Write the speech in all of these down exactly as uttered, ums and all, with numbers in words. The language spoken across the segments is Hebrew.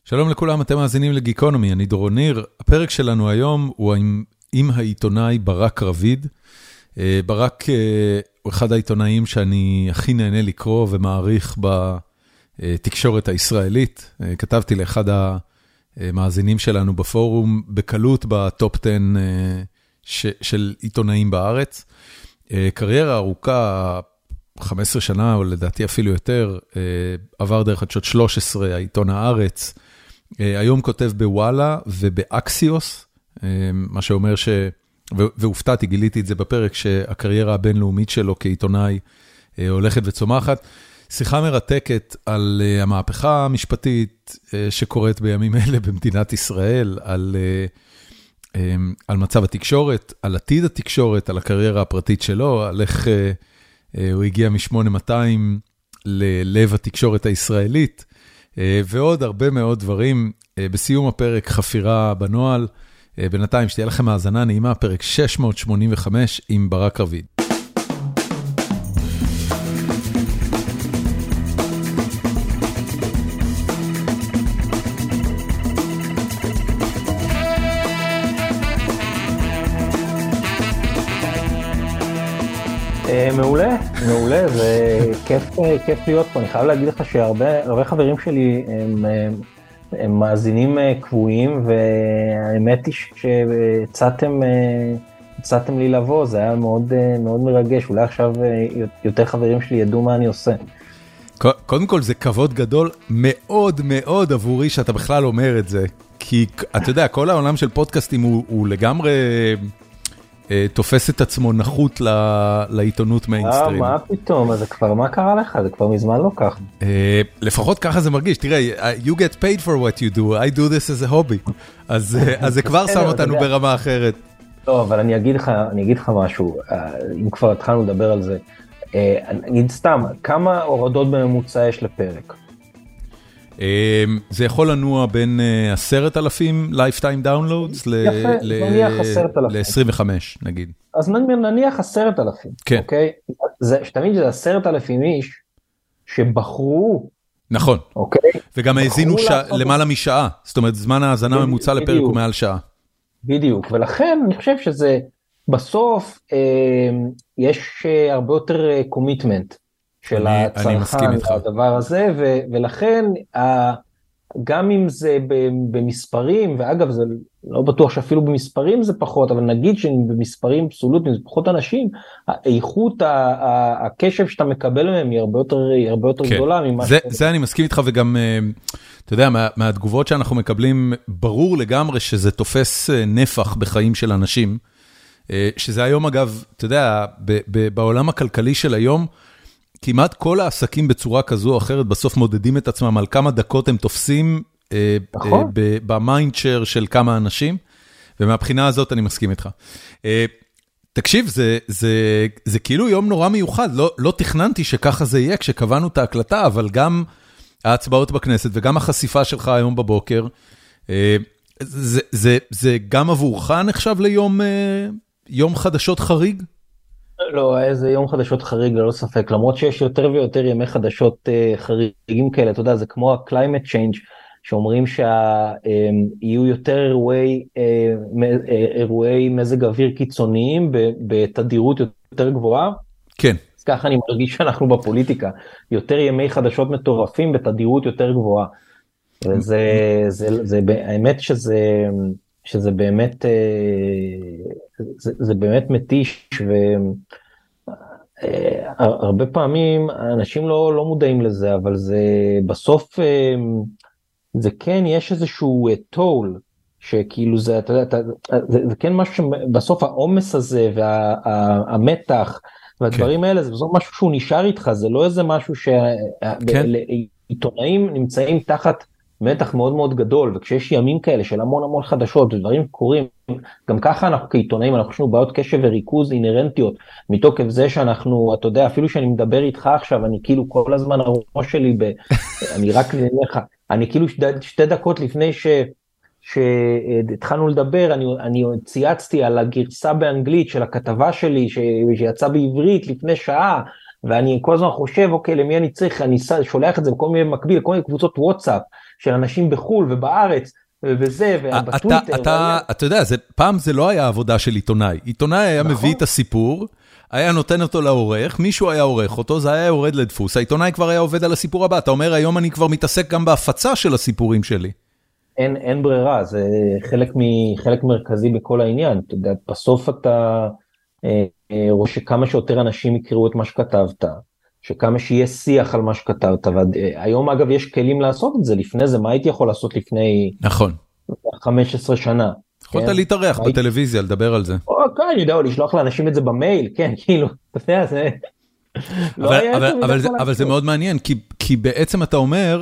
שלום לכולם, אתם מאזינים לגיקונומי, אני דורון ניר. הפרק שלנו היום הוא עם, עם העיתונאי ברק רביד. ברק הוא אחד העיתונאים שאני הכי נהנה לקרוא ומעריך בתקשורת הישראלית. כתבתי לאחד המאזינים שלנו בפורום בקלות בטופ עשר של עיתונאים בארץ. קריירה ארוכה, חמש עשרה שנה או לדעתי אפילו יותר, עבר דרך חדשות שלוש עשרה, העיתון הארץ. היום כותב בוואלה ובאקסיוס, מה שאומר ש... והופתעתי, גיליתי את זה בפרק, שהקריירה הבינלאומית שלו כעיתונאי הולכת וצומחת. שיחה מרתקת על המהפכה המשפטית שקורית בימים אלה במדינת ישראל, על, על מצב התקשורת, על עתיד התקשורת, על הקריירה הפרטית שלו, על איך הוא הגיע מ-שמונה מאתיים ללב התקשורת הישראלית, ועוד הרבה מאוד דברים. בסיום הפרק חפירה בנועל, בינתיים שתהיה לכם האזנה נעימה, פרק שש מאות שמונים וחמש עם ברק רביד. מעולה, מעולה, זה כיף, כיף להיות פה. אני חייב להגיד לך שהרבה, הרבה חברים שלי הם, הם מאזינים קבועים, והאמת היא שהצעתם, הצעתם לי לבוא, זה היה מאוד, מאוד מרגש. אולי עכשיו יותר חברים שלי ידעו מה אני עושה. קודם כל זה כבוד גדול מאוד מאוד עבורי שאתה בכלל אומר את זה, כי אתה יודע, כל העולם של פודקאסטים הוא, הוא לגמרי... תופס את עצמו נחות לעיתונות מיינסטרים. מה פתאום? אז זה כבר, מה קרה לך? זה כבר מזמן לא ככה. לפחות ככה זה מרגיש. תראה, you get paid for what you do, I do this as a hobby. אז זה כבר שם אותנו ברמה אחרת. לא, אבל אני אגיד לך, אני אגיד לך משהו, אם כבר התחלנו לדבר על זה, נגיד סתם, כמה הורדות בממוצע יש לפרק? זה יכול לנוע בין עשרת אלפים lifetime downloads ל-עשרים וחמש, נגיד. אז נניח עשרת אלפים, אוקיי? שתמיד זה עשרת אלפים איש שבחרו. נכון, וגם האזינו למעלה משעה, זאת אומרת, זמן ההאזנה ממוצע לפרק הוא מעל שעה. בדיוק, ולכן אני חושב שזה בסוף יש הרבה יותר קומיטמנט. של הצרכן, הדבר הזה, ו- ולכן, ה- גם אם זה במספרים, ואגב, זה לא בטוח שאפילו במספרים זה פחות, אבל נגיד שבמספרים אבסולוטיים זה פחות אנשים, האיכות, ה- ה- הקשב שאתה מקבל מהם היא הרבה יותר, היא הרבה יותר כן. גדולה ממה זה, ש... זה אני מסכים איתך, וגם, אתה יודע, מה, מהתגובות שאנחנו מקבלים, ברור לגמרי שזה תופס נפח בחיים של אנשים, שזה היום אגב, אתה יודע, ב- ב- בעולם הכלכלי של היום, כמעט כל העסקים בצורה כזו או אחרת בסוף מודדים את עצמם על כמה דקות הם תופסים נכון. במיינד שייר של כמה אנשים, ומהבחינה הזאת אני מסכים איתך. תקשיב, זה, זה, זה כאילו יום נורא מיוחד, לא, לא תכננתי שככה זה יהיה כשקבענו את ההקלטה, אבל גם ההצבעות בכנסת וגם החשיפה שלך היום בבוקר, זה, זה, זה גם עבורך נחשב ליום יום חדשות חריג? לא, איזה יום חדשות חריג, ללא ספק, למרות שיש יותר ויותר ימי חדשות uh, חריגים כאלה, אתה יודע, זה כמו ה-climate change, שאומרים שיהיו um, יותר אירועי, uh, אירועי מזג אוויר קיצוניים, בתדירות יותר גבוהה. כן. אז ככה אני מרגיש שאנחנו בפוליטיקה, יותר ימי חדשות מטורפים, בתדירות יותר גבוהה. וזה, זה, זה, האמת שזה... שזה באמת, זה, זה באמת מתיש, והרבה פעמים אנשים לא, לא מודעים לזה, אבל זה בסוף, זה כן, יש איזשהו טול, שכאילו זה, אתה יודע, זה, זה כן משהו שבסוף העומס הזה, והמתח, והדברים האלה, זה בסוף משהו שהוא נשאר איתך, זה לא איזה משהו שעיתונאים נמצאים תחת, מתח מאוד מאוד גדול, וכשיש ימים כאלה של המון המון חדשות, ודברים קורים, גם ככה אנחנו כעיתונאים, אנחנו יש לנו בעיות קשב וריכוז אינרנטיות, מתוקף זה שאנחנו, אתה יודע, אפילו שאני מדבר איתך עכשיו, אני כאילו כל הזמן הראש שלי, ב, אני רק נניח, אני כאילו שתי, שתי דקות לפני ש, שהתחלנו לדבר, אני, אני צייצתי על הגרסה באנגלית של הכתבה שלי, ש, שיצא בעברית לפני שעה, ואני כל הזמן חושב, אוקיי, למי אני צריך, אני שולח את זה בכל מיני מקביל, לכל מיני קבוצות וואטסאפ, של אנשים בחול ובארץ, וזה, ובטוויטר. אתה, אתה יודע, פעם זה לא היה עבודה של עיתונאי. עיתונאי היה מביא את הסיפור, היה נותן אותו לעורך, מישהו היה עורך אותו, זה היה יורד לדפוס. העיתונאי כבר היה עובד על הסיפור הבא. אתה אומר, היום אני כבר מתעסק גם בהפצה של הסיפורים שלי. אין, אין ברירה, זה חלק, מ, חלק מרכזי בכל העניין. אתה יודע, בסוף אתה רואה שכמה שיותר אנשים יקראו את מה שכתבת, שכמה שיהיה שיח על מה שכתבת, והיום אגב יש כלים לעשות את זה, לפני זה, מה הייתי יכול לעשות לפני נכון. חמש עשרה שנה? יכולת להתארח בטלוויזיה, לדבר על זה. כן, אני יודע, או לשלוח לאנשים את זה במייל, כן, כאילו, אתה יודע, זה... אבל זה מאוד מעניין, כי בעצם אתה אומר,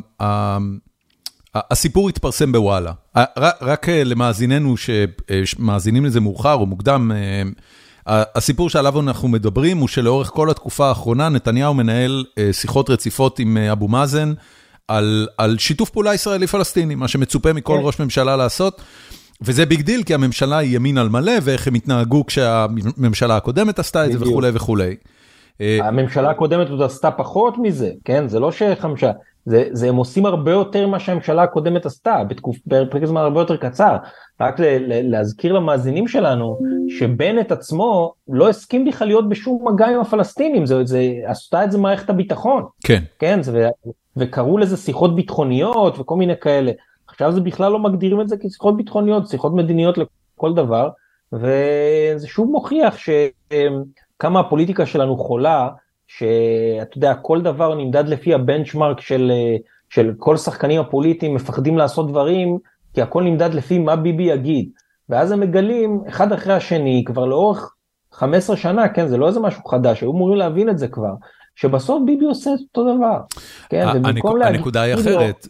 הסיפור התפרסם בוואלה. רק למאזיננו שמאזינים לזה מאוחר או מוקדם, הסיפור שעליו אנחנו מדברים הוא שלאורך כל התקופה האחרונה נתניהו מנהל שיחות רציפות עם אבו מאזן על, על שיתוף פעולה ישראלי-פלסטיני, מה שמצופה מכל ראש ממשלה לעשות, וזה ביג דיל כי הממשלה היא ימין על מלא, ואיך הם התנהגו כשהממשלה הקודמת עשתה את זה וכו' וכו'. הממשלה הקודמת עוד עשתה פחות מזה, כן? זה לא שחמשה, זה, זה הם עושים הרבה יותר מה שהממשלה הקודמת עשתה, בתקופ, בפרק זמן הרבה יותר קצר. רק ל, ל, להזכיר למאזינים שלנו, שבנט עצמו לא הסכים בכלל להיות בשום מגע עם הפלסטינים, זה, זה, עשתה את זה מערכת הביטחון. כן. כן, זה, ו, וקראו לזה שיחות ביטחוניות וכל מיני כאלה. עכשיו זה בכלל לא מגדירים את זה כשיחות ביטחוניות, שיחות מדיניות לכל דבר, וזה שוב מוכיח שכמה הפוליטיקה שלנו חולה, שאתה יודע, כל דבר נמדד לפי הבנצ'מרק של, של כל שחקנים הפוליטיים מפחדים לעשות דברים, כי הכל נמדד לפי מה ביבי יגיד, ואז הם מגלים אחד אחרי השני, כבר לאורך חמש עשרה שנה, כן, זה לא איזה משהו חדש, היו אמורים להבין את זה כבר, שבסוף ביבי עושה את אותו דבר. כן, הנקודה היא אחרת,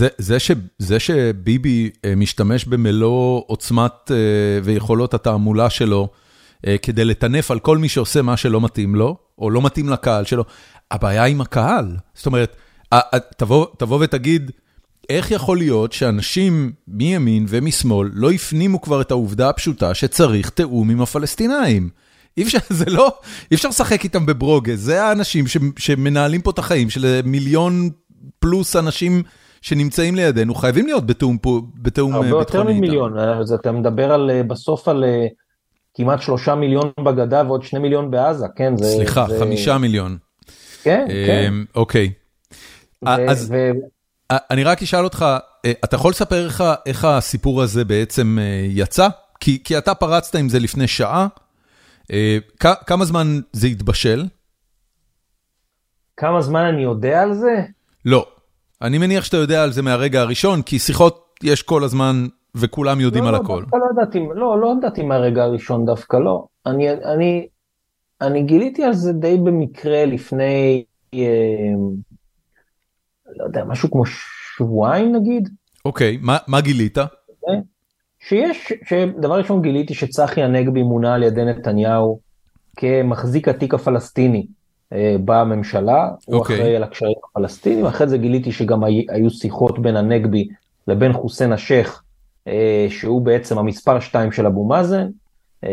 זה שביבי משתמש במלוא עוצמת ויכולות התעמולה שלו, כדי לטנף על כל מי שעושה מה שלא מתאים לו, או לא מתאים לקהל שלו, הבעיה עם הקהל. זאת אומרת, תבוא, תבוא ותגיד, איך יכול להיות שאנשים מימין ומשמאל לא יפנימו כבר את העובדה הפשוטה שצריך תאום עם הפלסטינאים? אי אפשר, זה לא, אי אפשר לשחק איתם בברוגז, זה האנשים ש, שמנהלים פה את החיים של מיליון פלוס אנשים שנמצאים לידינו, חייבים להיות בתאום, בתאום ביטחוני. הרבה יותר ממיליון, אז אתה מדבר על, בסוף על כמעט שלושה מיליון בגדה ועוד שני מיליון בעזה, כן? זה, סליחה, זה... חמישה מיליון. כן, כן. אוקיי. ו- אז ו- אני רק אשאל אותך, אתה יכול לספר איך, איך הסיפור הזה בעצם יצא? כי, כי אתה פרצת עם זה לפני שעה, כ- כמה זמן זה התבשל? כמה זמן אני יודע על זה? לא. אני מניח שאתה יודע על זה מהרגע הראשון, כי שיחות יש כל הזמן וכולם יודעים לא, על לא, הכל. דווקא לא ידעתי, לא, לא ידעתי מהרגע הראשון דווקא, לא. אני, אני, אני גיליתי על זה די במקרה לפני, אה, לא יודע, משהו כמו שבועיים נגיד. אוקיי, מה, מה גילית? שיש, שדבר ראשון גיליתי שצחי הנגבי מונה על ידי נתניהו כמחזיק התיק הפלסטיני אה, בממשלה, הוא אוקיי. אחראי על הקשרים הפלסטינים, אחרי זה גיליתי שגם היו שיחות בין הנגבי לבין חוסיין השייח, אה, שהוא בעצם המספר שתיים של אבו מאזן, אה,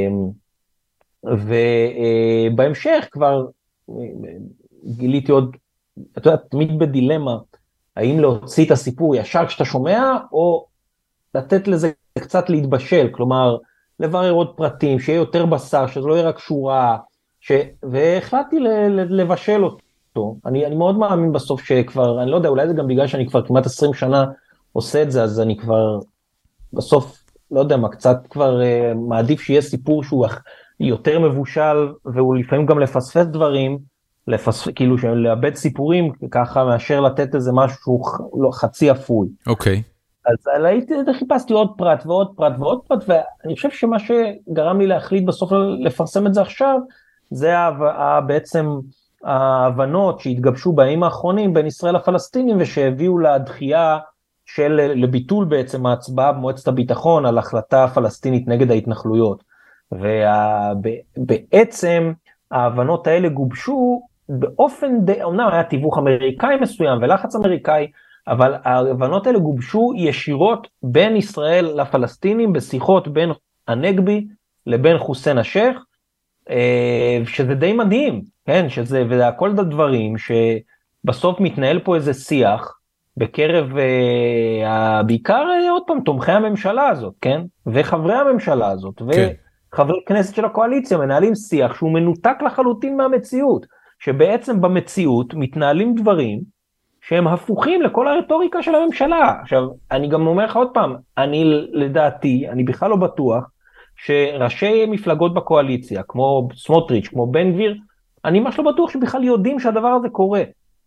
ובהמשך כבר גיליתי עוד, אתה יודע, תמיד בדילמה, האם להוציא את הסיפור ישר כשאתה שומע, או לתת לזה קצת להתבשל, כלומר, לברר עוד פרטים, שיהיה יותר בשר, שזה לא יהיה רק שורה, ש... והחלטתי ל... לבשל אותו. אני, אני מאוד מאמין בסוף שכבר, אני לא יודע, אולי זה גם בגלל שאני כבר כמעט עשרים שנה עושה את זה, אז אני כבר בסוף, לא יודע מה, קצת כבר uh, מעדיף שיהיה סיפור שהוא יותר מבושל, והוא לפעמים גם לפספס דברים, לפס... כאילו לאבד סיפורים, ככה מאשר לתת איזה משהו שהוא לא, חצי אפוי. אוקיי. Okay. אז הייתי, חיפשתי עוד פרט ועוד פרט ועוד פרט, ואני חושב שמה שגרם לי להחליט בסוף לפרסם את זה עכשיו, זה בעצם ההבנות שהתגבשו בימים האחרונים בין ישראל לפלסטינים, ושהביאו לדחייה של, לביטול בעצם ההצבעה במועצת הביטחון, על החלטה פלסטינית נגד ההתנחלויות. ובעצם ההבנות האלה גובשו באופן די, אומנם היה תיווך אמריקאי מסוים ולחץ אמריקאי, אבל ההבנות האלה גובשו ישירות בין ישראל לפלסטינים, בשיחות בין הנגבי לבין חוסיין השייח, שזה די מדהים, כן, שזה, וזה הכל דברים שבסוף מתנהל פה איזה שיח, בקרב, בעיקר עוד פעם, תומכי הממשלה הזאת, כן? וחברי הממשלה הזאת, וחברי כנסת של הקואליציה, מנהלים שיח שהוא מנותק לחלוטין מהמציאות, שבעצם במציאות מתנהלים דברים, שהם הפוכים לכל הרטוריקה של הממשלה. עכשיו, אני גם אומר לך עוד פעם, אני לדעתי, אני בכלל לא בטוח, שראשי מפלגות בקואליציה, כמו סמוטריץ', כמו בן גביר, אני ממש לא בטוח שבכלל יודעים שהדבר הזה קורה.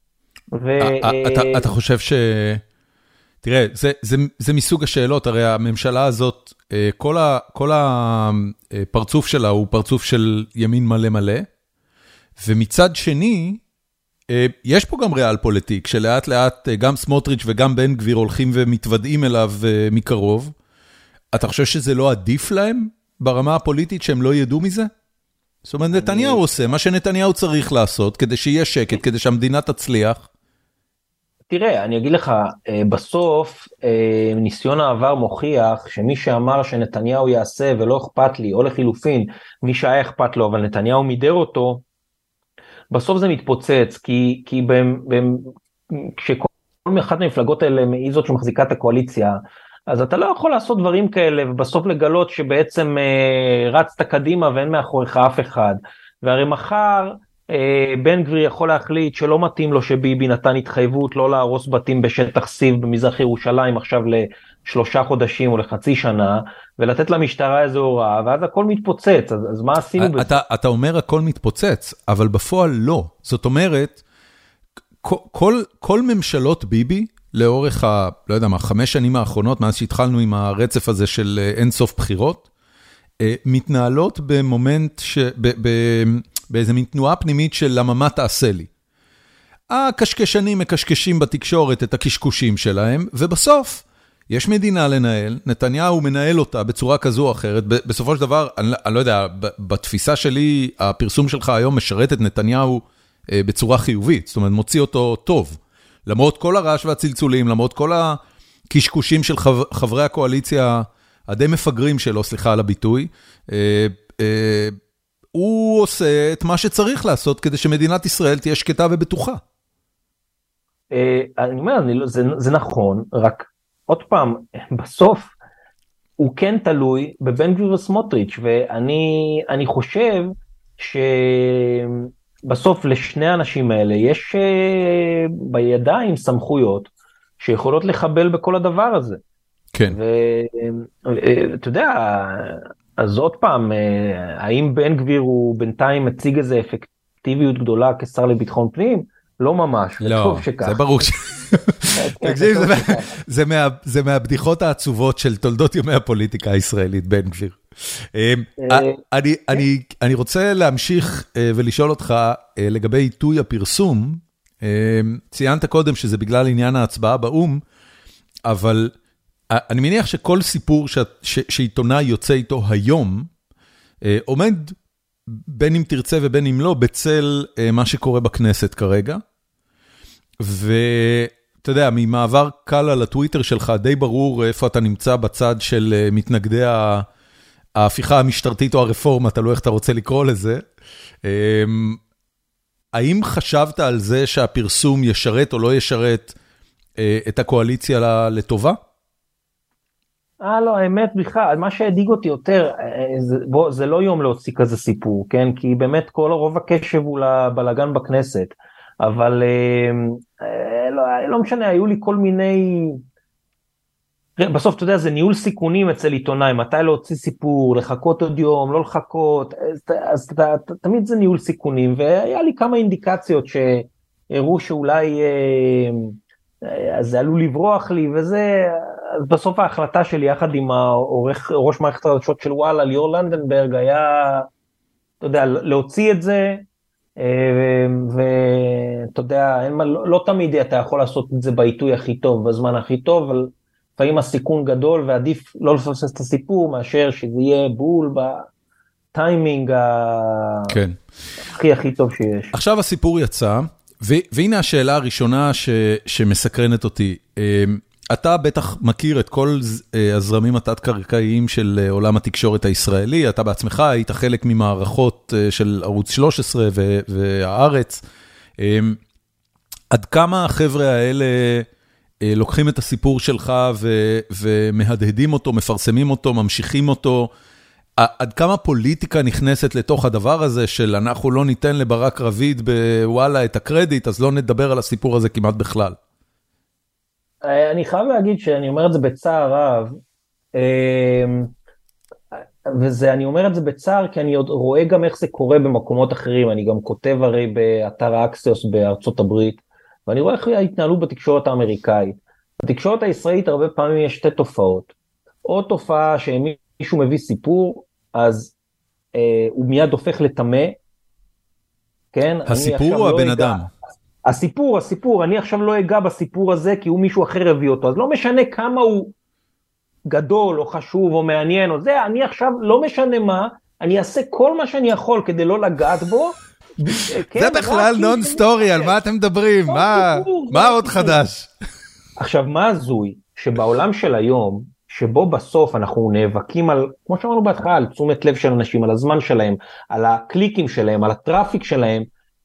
אתה חושב ש... תראה, זה מסוג השאלות, הרי הממשלה הזאת, כל הפרצוף שלה הוא פרצוף של ימין מלא מלא, ומצד שני, יש פה גם ריאל פוליטיק, שלאט לאט גם סמוטריץ' וגם בן גביר הולכים ומתוודעים אליו מקרוב. אתה חושב שזה לא עדיף להם ברמה הפוליטית שהם לא ידעו מזה? זאת אומרת, נתניהו עושה מה שנתניהו צריך לעשות כדי שיהיה שקט, כדי שהמדינה תצליח. תראה, אני אגיד לך, בסוף ניסיון העבר מוכיח שמי שאמר שנתניהו יעשה ולא אכפת לי, או לחילופין, מי שהיה אכפת לו, אבל נתניהו מידר אותו, בסוף זה מתפוצץ, כי, כי בהם, בהם, כשכל אחת מהמפלגות האלה היא זאת שמחזיקה את הקואליציה, אז אתה לא יכול לעשות דברים כאלה, ובסוף לגלות שבעצם אה, רצת קדימה ואין מאחוריך אף אחד. והרי מחר אה, בן גביר יכול להחליט שלא מתאים לו שביבי נתן התחייבות לא להרוס בתים בשטח סיב במזרח ירושלים עכשיו לשלושה חודשים או לחצי שנה, ולתת למשטרה איזו הוראה, ואז הכל מתפוצץ. אז, אז מה עשינו בזה? אתה, אתה אומר הכל מתפוצץ, אבל בפועל לא. זאת אומרת, כל, כל, כל ממשלות ביבי, לאורך ה, לא יודע מה, חמש שנים האחרונות, מאז שהתחלנו עם הרצף הזה של אין סוף בחירות, מתנהלות במומנט, ש, ב, ב, באיזה מין תנועה פנימית של למה מה תעשה לי. הקשקשנים מקשקשים בתקשורת את הקשקושים שלהם, ובסוף יש מדינה לנהל, נתניהו מנהל אותה בצורה כזו או אחרת, בסופו של דבר, אני, אני לא יודע, בתפיסה שלי, הפרסום שלך היום משרת את נתניהו בצורה חיובית, זאת אומרת, מוציא אותו טוב. למרות כל הרעש והצלצולים, למרות כל הקשקושים של חברי הקואליציה, הדי מפגרים שלו, סליחה על הביטוי, הוא עושה את מה שצריך לעשות, כדי שמדינת ישראל תהיה שקטה ובטוחה. אני אומר, זה נכון, רק עוד פעם, בסוף, הוא כן תלוי בבן גביר וסמוטריץ', ואני חושב ש... בסוף לשני האנשים האלה יש uh, בידיים סמכויות שיכולות לחבל בכל הדבר הזה. כן. ואתה יודע, אז עוד פעם, uh, האם בן גביר הוא בינתיים מציג איזה אפקטיביות גדולה כשר לביטחון פנים? לא ממש. לא, זה ברור ש... תקשיב, זה מהבדיחות העצובות של תולדות ימי הפוליטיקה הישראלית, בן גביר. אני רוצה להמשיך ולשאול אותך לגבי עיתוי הפרסום. ציינת קודם שזה בגלל עניין ההצבעה באום, אבל אני מניח שכל סיפור שעיתונאי יוצא איתו היום, עומד בין אם תרצה ובין אם לא, בצל מה שקורה בכנסת כרגע. ואתה יודע, ממעבר קל על הטוויטר שלך, די ברור איפה אתה נמצא בצד של מתנגדי ההפיכה המשטרתית או הרפורמה, אתה לא איך אתה רוצה לקרוא לזה. האם חשבת על זה שהפרסום ישרת או לא ישרת את הקואליציה לטובה? אה, לא, האמת בכלל, מה שהדיג אותי יותר, זה, בוא, זה לא יום להוציא כזה סיפור, כן? כי באמת כל רוב הקשב הוא לבלגן בכנסת, אבל אה, לא, לא משנה, היו לי כל מיני, בסוף אתה יודע, זה ניהול סיכונים אצל עיתונאים, מתי להוציא סיפור, לחכות עוד יום, לא לחכות, אז, אז ת, ת, תמיד זה ניהול סיכונים, והיה לי כמה אינדיקציות שהראו שאולי אה, אז זה עלול לברוח לי, וזה... אז בסוף ההחלטה שלי, יחד עם העורך, ראש מערכת החדשות של וואלה, ליאור לנדנברג, היה, אתה יודע, להוציא את זה, ואתה יודע, אין מה, לא, לא תמיד אתה יכול לעשות את זה בעיתוי הכי טוב, בזמן הכי טוב, אבל לפעמים הסיכון גדול, ועדיף לא לפספס את הסיפור, מאשר שזה יהיה בול בטיימינג כן. הכי הכי טוב שיש. עכשיו הסיפור יצא, והנה השאלה הראשונה ש, שמסקרנת אותי, אתה בטח מכיר את כל הזרמים התת-קרקעיים של עולם התקשורת הישראלי, אתה בעצמך היית חלק ממערכות של ערוץ שלוש עשרה והארץ. עד כמה החבר'ה האלה לוקחים את הסיפור שלך ומהדהדים אותו, מפרסמים אותו, ממשיכים אותו. עד כמה פוליטיקה נכנסת לתוך הדבר הזה של אנחנו לא ניתן לברק רביד בוואלה את הקרדיט, אז לא נדבר על הסיפור הזה כמעט בכלל. אני חייב להגיד שאני אומר את זה בצער רב, וזה, אני אומר את זה בצער, כי אני עוד רואה גם איך זה קורה במקומות אחרים, אני גם כותב הרי באתר האקסיוס בארצות הברית, ואני רואה איך ההתנהלות בתקשורת האמריקאית. בתקשורת הישראלית הרבה פעמים יש שתי תופעות, או תופעה שמישהו מביא סיפור, אז אה, הוא מיד הופך לתמה, כן? הסיפור או לא הבן אגע, אדם? הסיפור, הסיפור, אני עכשיו לא אגע בסיפור הזה, כי הוא מישהו אחר הביא אותו, אז לא משנה כמה הוא גדול או חשוב או מעניין או זה, אני עכשיו לא משנה מה, אני אעשה כל מה שאני יכול כדי לא לגעת בו. זה בכלל נון סטורי, על מה אתם מדברים? מה עוד חדש? עכשיו, מה הזוי? שבעולם של היום, שבו בסוף אנחנו נאבקים על, כמו שאמרנו בהתחלה, על תשומת לב של אנשים, על הזמן שלהם, על הקליקים שלהם, על הטראפיק שלהם,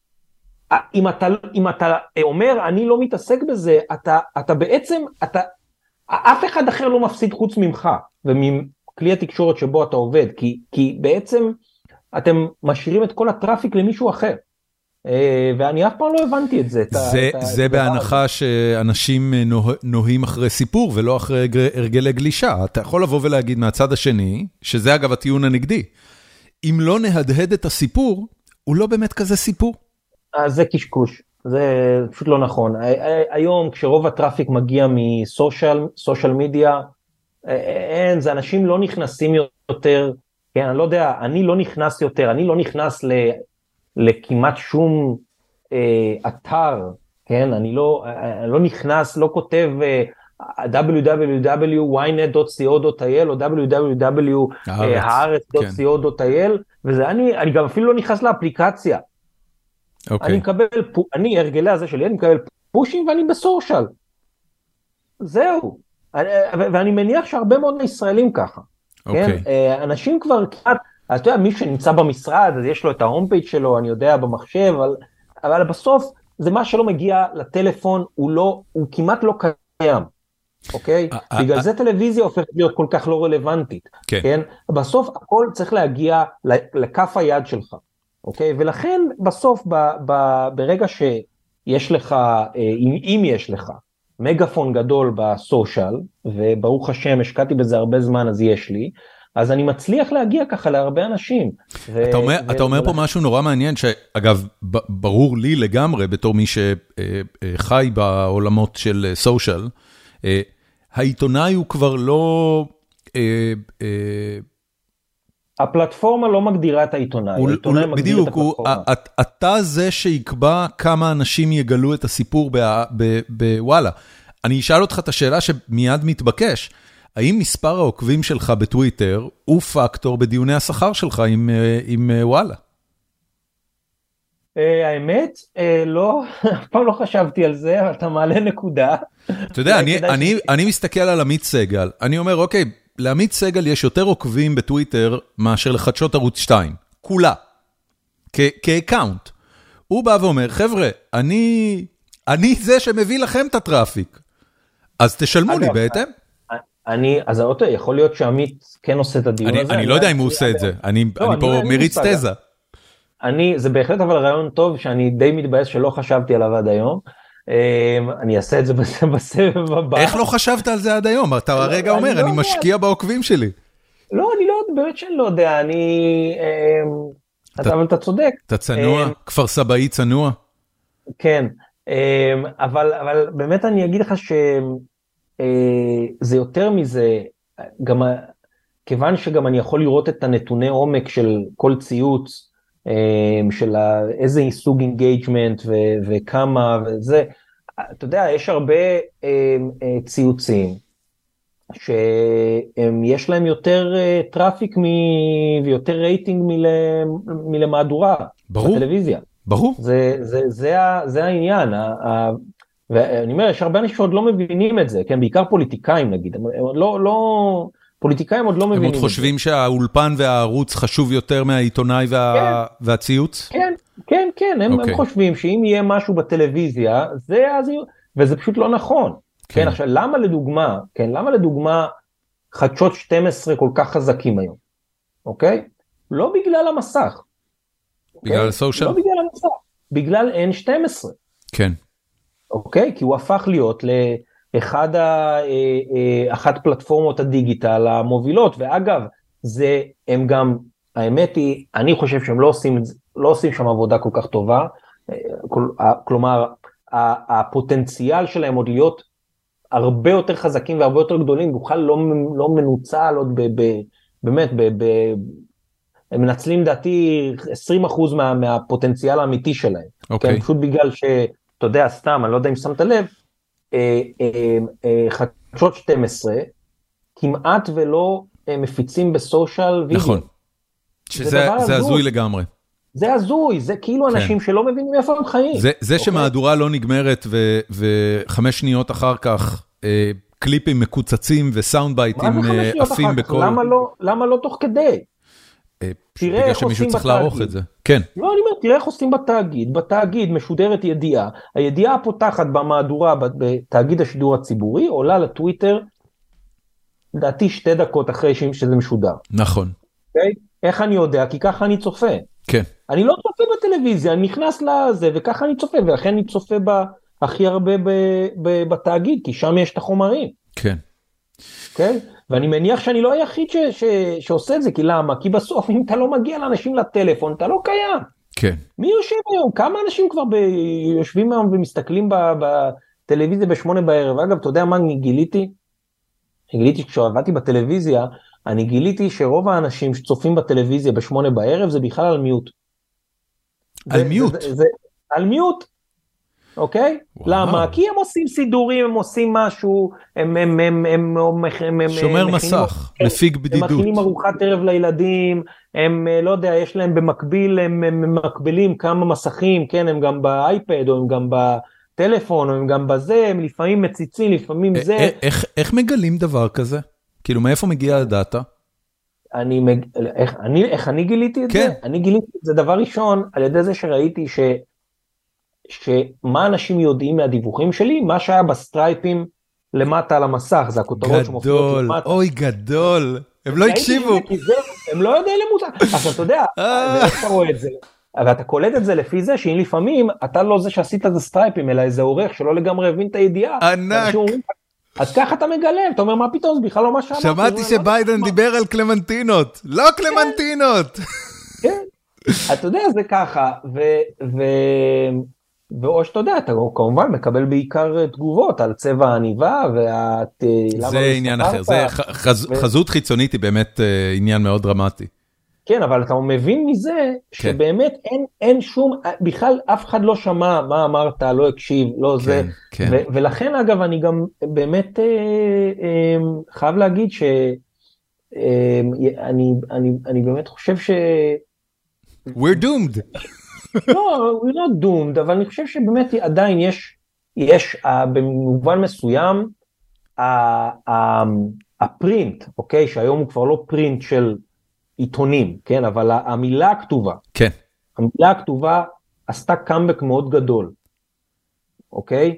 אם אתה, אם אתה אומר, אני לא מתעסק בזה, אתה, אתה בעצם, אתה, אף אחד אחר לא מפסיד חוץ ממך, ומכלי התקשורת שבו אתה עובד, כי, כי בעצם אתם משאירים את כל הטראפיק למישהו אחר, ואני אף פעם לא הבנתי את זה. זה, את זה בהנחה שאנשים נוהים אחרי סיפור, ולא אחרי הרגלי גלישה. אתה יכול לבוא ולהגיד מהצד השני, שזה אגב הטיעון הנגדי, אם לא נהדהד את הסיפור, הוא לא באמת כזה סיפור. אז זה קשקוש. זה פשוט לא נכון. היום כשרוב הטראפיק מגיע מסושיאל, סושיאל מדיה, אין, זה אנשים לא נכנסים יותר, כן, אני לא יודע, אני לא נכנס יותר, אני לא נכנס ל, לכמעט שום אה, אתר, כן, אני לא, אני לא נכנס, לא כותב אה, דאבליו דאבליו דאבליו דוט וויי נט דוט סי או דוט איי אל או דאבליו דאבליו דאבליו דוט הארץ דוט סי או דוט איי אל, וזה אני, אני גם אפילו לא נכנס לאפליקציה. Okay. אני מקבל, אני, הרגלי הזה שלי, אני מקבל פושים ואני בסושיאל. זהו. ואני מניח שהרבה מאוד ישראלים ככה. Okay. כן? אנשים כבר כמעט, אתה יודע, מי שנמצא במשרד, אז יש לו את ההום פייג' שלו, אני יודע, במחשב, אבל, אבל בסוף, זה מה שלא מגיע לטלפון, הוא לא, הוא כמעט לא קיים. אוקיי? Okay? בגלל זה טלוויזיה הופכת להיות כל כך לא רלוונטית. Okay. כן? בסוף הכל צריך להגיע לכף היד שלך. אוקיי, ולכן בסוף ב, ב, ברגע שיש לך, אם, אם יש לך מגפון גדול בסושיאל, וברוך השם השקעתי בזה הרבה זמן אז יש לי, אז אני מצליח להגיע ככה להרבה אנשים. ו, אתה אומר, ו, אתה אומר ו... פה משהו נורא מעניין, שאגב ברור לי לגמרי בתור מי שחי בעולמות של סושיאל, העיתונאי הוא כבר לא... הפלטפורמה לא מגדירה את העיתונאי, העיתונאי מגדיר את הפלטפורמה. אתה זה שיקבע כמה אנשים יגלו את הסיפור בוואלה. אני אשאל אותך את השאלה שמיד מתבקש, האם מספר העוקבים שלך בטוויטר הוא פקטור בדיוני השכר שלך עם, עם וואלה? האמת, לא, אף פעם לא חשבתי על זה, אבל אתה מעלה נקודה. אתה יודע, אני, אני, אני מסתכל על עמית סגל, אני אומר, אוקיי, לעמית סגל יש יותר עוקבים בטוויטר מאשר לחדשות ערוץ שתיים, כולה, כאקאונט. הוא בא ואומר, חבר'ה, אני, אני זה שמביא לכם את הטראפיק, אז תשלמו לי בהתאם. אני, אז האוטו, יכול להיות שעמית כן עושה את הדיון הזה. אני לא יודע אם הוא עושה את זה, אני פה מריץ תזה. אני, זה בהחלט אבל רעיון טוב, שאני די מתבאס שלא חשבתי עליו עד היום. אני אעשה את זה בסבב הבא. איך לא חשבת על זה עד היום? אתה הרגע אומר, אני משקיע בעוקבים שלי. לא, אני לא, באמת שאני לא יודע, אני, אבל אתה צודק. אתה צנוע, כפר סבאי צנוע. כן, אבל באמת אני אגיד לך שזה יותר מזה, גם, כיוון שגם אני יכול לראות את הנתוני עומק של כל ציוץ, של איזה סוג אינגייג'מנט וכמה וזה, אתה יודע, יש הרבה ציוצים שיש להם יותר טראפיק ויותר רייטינג מלמהדורה בטלוויזיה. ברור. זה, זה, זה, זה העניין. ואני אומר, יש הרבה אנשים שעוד לא מבינים את זה, כן, בעיקר פוליטיקאים נגיד, לא, לא, פוליטיקאים עוד לא מבינים. הם עוד חושבים שהאולפן והערוץ חשוב יותר מהעיתונאי והציוץ? כן, כן, כן, הם חושבים שאם יהיה משהו בטלוויזיה, וזה פשוט לא נכון. כן, עכשיו, למה לדוגמה, כן, למה לדוגמה חדשות שתים עשרה כל כך חזקים היום? אוקיי? לא בגלל המסך. בגלל הסושיאל? לא בגלל המסך, בגלל אן שתים עשרה. כן. אוקיי? כי הוא הפך להיות לאחד ה, אחת פלטפורמות הדיגיטל המובילות, ואגב, זה הם גם, האמת היא, אני חושב שהם לא עושים, לא עושים שם עבודה כל כך טובה, כלומר, הפוטנציאל שלהם עוד להיות הרבה יותר חזקים והרבה יותר גדולים, בכלל לא, לא מנוצל עוד ב, ב, באמת, ב, ב, הם מנצלים דעתי עשרים אחוז מה, מהפוטנציאל האמיתי שלהם. אוקיי. כן, פשוט בגלל שאתה יודע, סתם, אני לא יודע אם שמת לב, אה, אה, אה, חדשות שתים עשרה, כמעט ולא אה, מפיצים בסושיאל וידאו. נכון. שזה זה הזוי לגמרי. זה הזוי, זה כאילו כן. אנשים שלא מבינים איפה הם חיים. זה, זה אוקיי? שמהדורה לא נגמרת ו, וחמש שניות אחר כך, אה, קליפים מקוצצים וסאונד בייטים עפים בכל... למה לא, למה לא תוך כדי? בגלל שמישהו צריך לערוך את זה. כן. לא, אני אומר, תראה איך עושים בתאגיד. בתאגיד משודרת ידיעה. הידיעה הפותחת במהדורה, בתאגיד השידור הציבורי, עולה לטוויטר, לדעתי שתי דקות אחרי שזה משודר. נכון. אוקיי? איך אני יודע? כי ככה אני צופה. כן. אני לא צופה בטלוויזיה, אני נכנס לזה, וככה אני צופה, ולכן אני צופה הכי הרבה בתאגיד, כי שם יש את החומרים. כן. כן? ואני מניח שאני לא היחיד ש, ש, שעושה את זה, כי למה? כי בסוף אם אתה לא מגיע לאנשים לטלפון, אתה לא קיים. כן. מי יושב היום? כמה אנשים כבר ב, יושבים היום ומסתכלים ב, בטלוויזיה בשמונה בערב? אגב, אתה יודע מה אני גיליתי? אני גיליתי כשעבדתי בטלוויזיה, אני גיליתי שרוב האנשים שצופים בטלוויזיה בשמונה בערב, זה בכלל על מיוט. על זה, מיוט? זה, זה, זה, על מיוט. אוקיי? למה? כי הם עושים סידורים, הם עושים משהו, הם, הם, הם, הם, הם, הם שומר מכינים, מסך, מפיג בדידות. הם מכינים ארוחת ערב לילדים, הם, לא יודע, יש להם במקביל, הם, הם מקבילים כמה מסכים, כן, הם גם באייפד, או הם גם בטלפון, או הם גם בזה, הם לפעמים מציצים, לפעמים זה. איך, איך מגלים דבר כזה? כאילו, מאיפה מגיע הדאטה? אני, איך, אני, איך אני גיליתי את כן. זה? אני גיליתי את זה דבר ראשון, על ידי זה שראיתי ש... שמה אנשים יודעים מהדיווחים שלי, מה שהיה בסטרייפים למטה על המסך, זה הכותרות שמופיעות למטה. גדול, אוי גדול, הם לא הקשיבו. הם לא יודעים למוצא. עכשיו אתה יודע, איך אתה רואה את זה? ואתה קולט את זה לפי זה, שאם לפעמים אתה לא זה שעשית את הסטרייפים, אלא איזה עורך שלא לגמרי הבין את הידיעה. ענק. אז ככה אתה מגלה, אתה אומר מה פתאום, זה בכלל לא מה שאמרתי. שמעתי שביידן דיבר על קלמנטינות, לא קלמנטינות. כן, אתה יודע, זה ככה, ו... ואו שאתה יודע, אתה כמובן מקבל בעיקר תגובות על צבע העניבה, ואת... זה עניין אחר, זה חזות חיצונית היא באמת עניין מאוד דרמטי. כן, אבל אתה מבין מזה שבאמת אין שום, בכלל אף אחד לא שמע מה אמרת, לא הקשיב, לא זה, ולכן אגב אני גם באמת חייב להגיד שאני באמת חושב ש... We're doomed. לא, we're not doomed, אבל אני חושב שבאמת עדיין יש, יש במובן מסוים, הפרינט, אוקיי, שהיום הוא כבר לא פרינט של עיתונים, כן, אבל המילה הכתובה, כן. המילה הכתובה עשתה קאמבק מאוד גדול, אוקיי,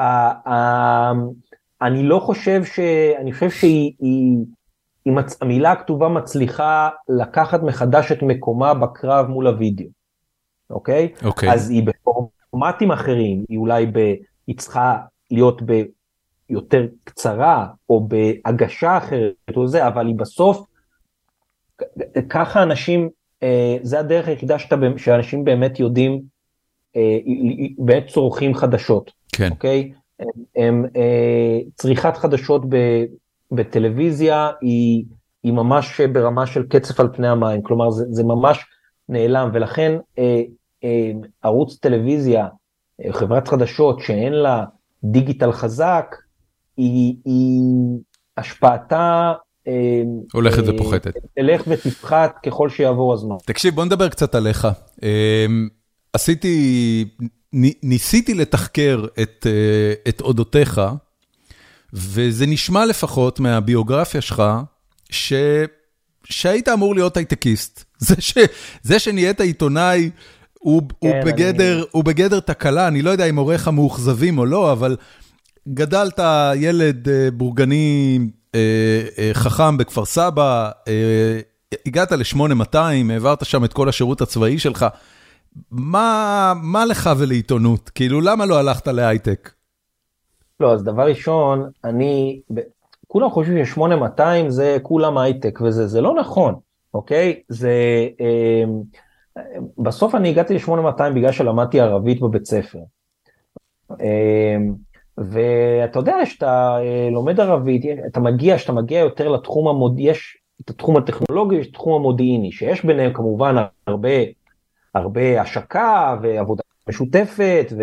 אני לא חושב ש, אני חושב שהיא, המילה הכתובה מצליחה לקחת מחדש את מקומה בקרב מול הוידאו. אוקיי? אוקיי. אז היא בפורמטים אחרים, היא אולי ב... היא צריכה להיות ביותר קצרה, או בהגשה אחרת, או זה, אבל היא בסוף, ככה אנשים, זה הדרך היחידה שאתה, שאנשים באמת יודעים, באמת צורכים חדשות. כן. אוקיי? הם, הם, צריכת חדשות ב, בטלוויזיה, היא, היא ממש ברמה של קצף על פני המים, כלומר זה, זה ממש נעלם, ולכן אה, אה, ערוץ טלוויזיה, אה, חברת חדשות שאין לה דיגיטל חזק, היא, היא השפעתה, אה, הולכת אה, ופוחתת. תלך ותפחת ככל שיעבור הזמן. תקשיב, בוא נדבר קצת עליך. אה, עשיתי, ניסיתי לתחקר את, אה, את אודותיך, וזה נשמע לפחות מהביוגרפיה שלך, ש... שהיית אמור להיות הייטקיסט. זה, ש, זה שנהיית עיתונאי, הוא, כן, הוא, בגדר, אני... הוא בגדר תקלה, אני לא יודע אם עורך המאוכזבים או לא, אבל גדלת ילד בורגני חכם בכפר סבא, הגעת ל-שמונה מאתיים, העברת שם את כל השירות הצבאי שלך, מה, מה לך ולעיתונות? כאילו, למה לא הלכת להייטק? לא, אז דבר ראשון, אני, כולם חושבים ש-שמונה מאתיים זה כולם הייטק, וזה זה לא נכון, אוקיי? זה, אה, בסוף אני הגעתי ל-שמונה מאתיים בגלל שלמדתי ערבית בבית ספר. אה, ואתה יודע, שאתה לומד ערבית, אתה מגיע, שאתה מגיע יותר לתחום המודיעיני, יש את התחום הטכנולוגי, יש את התחום המודיעיני, שיש ביניהם כמובן הרבה, הרבה השקה ועבודה משותפת,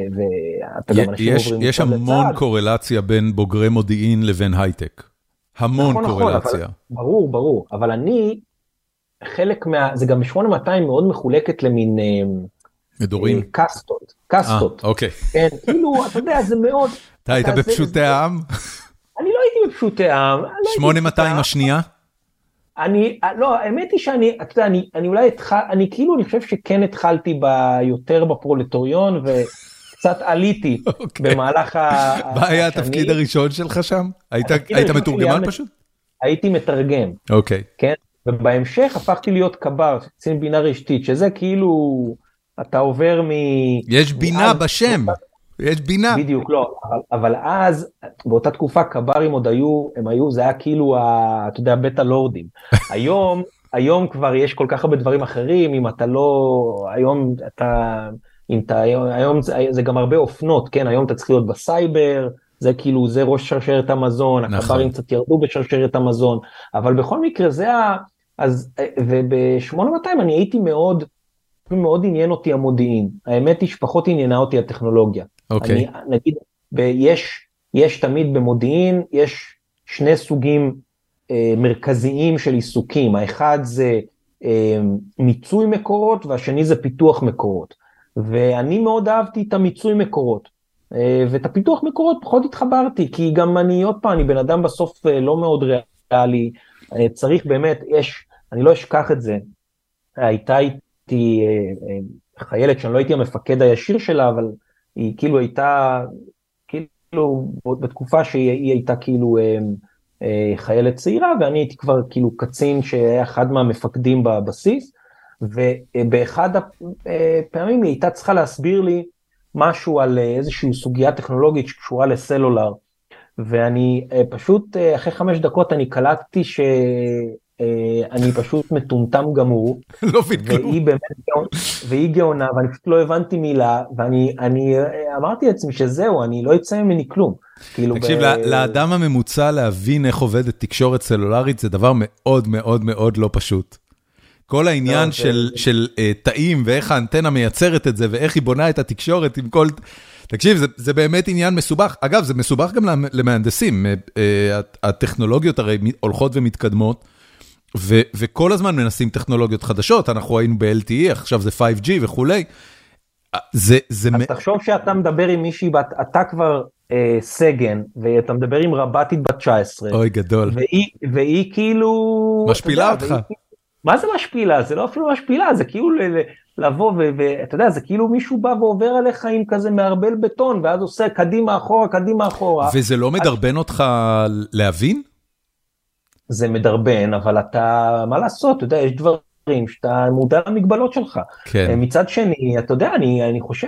ואתה גם אנשים יש, עוברים... יש המון לצד. קורלציה בין בוגרי מודיעין לבין הייטק. המון נכון, קורלציה. נכון, אבל, ברור, ברור, אבל אני, חלק מה... זה גם ב-שמונה מאתיים מאוד מחולקת למין... מדורים? קסטות, קסטות. אה, אוקיי. כן, כאילו, אתה יודע, זה מאוד... אתה היית בפשוטי העם? אני לא הייתי בפשוטי העם. שמונה מאתיים השנייה? אני, לא, האמת היא שאני, אתה יודע, אני, אני אולי התחל, אני כאילו, אני חושב שכן התחלתי ביותר בפרולטוריון, וקצת עליתי במהלך השנים. מה היה התפקיד הראשון שלך שם? היית מתורגמן פשוט? הייתי מתרגם. אוקיי. כן, ובהמשך הפכתי להיות קבר, קצין בינה רשתית, שזה כאילו, אתה עובר מ... יש בינה בשם. יש בינה. בדיוק, לא, אבל, אבל אז, באותה תקופה, קברים עוד היו, הם היו, זה היה כאילו, ה, אתה יודע, בית הלורדים. היום, היום כבר יש כל כך הרבה דברים אחרים, אם אתה לא, היום אתה, אם אתה, היום זה, זה גם הרבה אופנות, כן, היום אתה צריך להיות בסייבר, זה כאילו, זה ראש שרשרת המזון, נכון. הקברים קצת ירדו בשרשרת המזון, אבל בכל מקרה זה ה, אז, וב-שמונה מאתיים אני הייתי מאוד, מאוד עניין אותי המודיעין, האמת היא שפחות עניינה אותי הטכנולוגיה. אוקיי. אני, נגיד, יש, יש תמיד במודיעין, יש שני סוגים אה, מרכזיים של עיסוקים, האחד זה אה, מיצוי מקורות, והשני זה פיתוח מקורות, ואני מאוד אהבתי את המיצוי מקורות, אה, ואת הפיתוח מקורות פחות התחברתי, כי גם אני, עוד פעם, אני בן אדם בסוף אה, לא מאוד ריאלי, אה, צריך באמת, יש, אני לא אשכח את זה, הייתה איתי אה, אה, חיילת שאני לא הייתי המפקד הישיר שלה, אבל היא כאילו הייתה, כאילו, בתקופה שהיא הייתה כאילו אה, אה, חיילת צעירה, ואני הייתי כבר כאילו קצין שהיה אחד מהמפקדים בבסיס, ובאחד הפעמים היא הייתה צריכה להסביר לי משהו על איזושהי סוגיה טכנולוגית שקשורה לסלולר, ואני אה, פשוט אה, אחרי חמש דקות אני קלטתי ש... אני פשוט מטומטם גמור, והיא באמת, והיא גאונה, ואני פשוט לא הבנתי מילה, ואני אמרתי לעצמי שזהו, אני לא יצא ממני כלום. תקשיב, לאדם הממוצע להבין איך עובדת תקשורת סלולרית, זה דבר מאוד מאוד מאוד לא פשוט. כל העניין של תאים, ואיך האנטנה מייצרת את זה, ואיך היא בונה את התקשורת עם כל... תקשיב, זה, זה באמת עניין מסובך. אגב, זה מסובך גם למהנדסים. הטכנולוגיות הרי הולכות ומתקדמות, ו- וכל הזמן מנסים טכנולוגיות חדשות, אנחנו היינו ב-אל טי אי, עכשיו זה פייב ג'י וכולי. זה, זה אז מ... תחשוב שאתה מדבר עם מישהי, בת, אתה כבר אה, סגן, ואתה מדבר עם רבתית בת תשע עשרה. אוי, גדול. והיא, והיא כאילו... משפילה אותך. והיא, מה זה משפילה? זה לא אפילו משפילה, זה כאילו ל- לבוא, ואתה יודע, זה כאילו מישהו בא ועובר עליך עם כזה מערבל בטון, ואז עושה קדימה אחורה, קדימה אחורה. וזה לא מדרבן אותך להבין? זה מדרבן, אבל אתה, מה לעשות, אתה יודע, יש דברים שאתה מודע למגבלות שלך. כן. מצד שני, אתה יודע, אני, אני חושב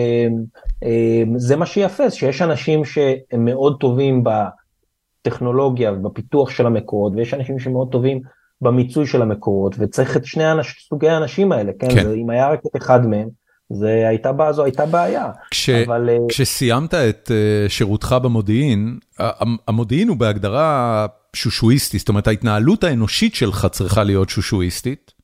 שזה מה שיפה, שיש אנשים שהם מאוד טובים בטכנולוגיה ובפיתוח של המקורות, ויש אנשים שמאוד טובים במיצוי של המקורות, וצריך את שני אנש, סוגי האנשים האלה, כן? כן. אם היה רק את אחד מהם, זה הייתה, זו הייתה בעיה. כש, אבל... כשסיימת את שירותך במודיעין, המודיעין הוא בהגדרה שושואיסטי, זאת אומרת, ההתנהלות האנושית שלך צריכה להיות שושואיסטית.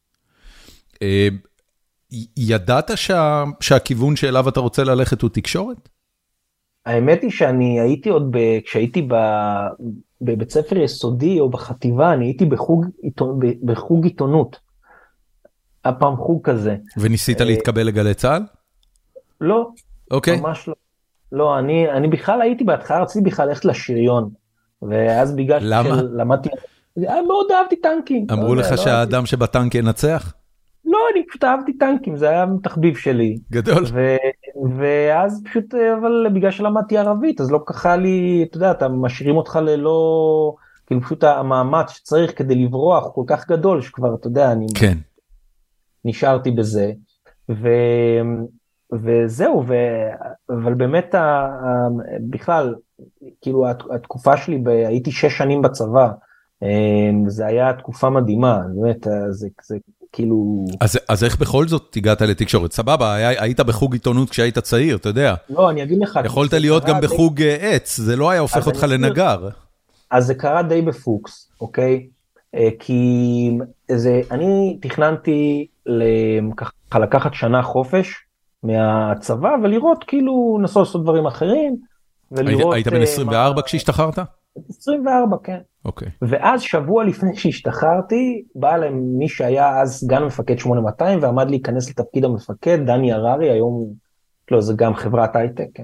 ידעת שה, שהכיוון שאליו אתה רוצה ללכת הוא תקשורת? האמת היא שאני הייתי עוד, ב, כשהייתי ב, בבית ספר יסודי או בחטיבה, אני הייתי בחוג, עיתון, בחוג עיתונות. הפעם חוג כזה. וניסית להתקבל לגלי צה"ל? לא. אוקיי. ממש לא. לא, אני, אני בכלל הייתי בהתחלה, רציתי בכלל ללכת לשריון. ואז בגלל שלמדתי, מאוד אהבתי טנקים. אמרו לך שהאדם שבטנק ינצח? לא, אני פשוט אהבתי טנקים, זה היה תחביב שלי. גדול. ואז פשוט, אבל בגלל שלמדתי ערבית, אז לא ככה לי, אתה יודע, אתה משאירים אותך ללא, כאילו פשוט המאמץ שצריך כדי לברוח, הוא כל כך גדול, שכבר, אתה יודע, אני כן. נשארתי בזה, ו, וזהו, ו, אבל באמת, בכלל, כאילו, התקופה שלי, הייתי שש שנים בצבא, זה היה תקופה מדהימה, באמת, זה, זה כאילו... אז, אז איך בכל זאת הגעת לתקשורת? סבבה, היה, היית בחוג עיתונות כשהיית צעיר, אתה יודע. לא, אני אגיד לך... יכולת להיות גם בחוג די... עץ, זה לא היה הופך אותך לנגר. אז זה קרה די בפוקס, אוקיי? כי זה, אני תכננתי ככה לקחת שנה חופש מהצבא, ולראות כאילו, נסו לעשות דברים אחרים, ולראות... היית בן עשרים וארבע כשהשתחררת? עשרים וארבע, כן. אוקיי. ואז שבוע לפני שהשתחררתי, בא להם מי שהיה אז סגן מפקד שמונה מאתיים, ועמד להיכנס לתפקיד המפקד, דני הררי, היום, לא, זה גם חברת הייטק, כן.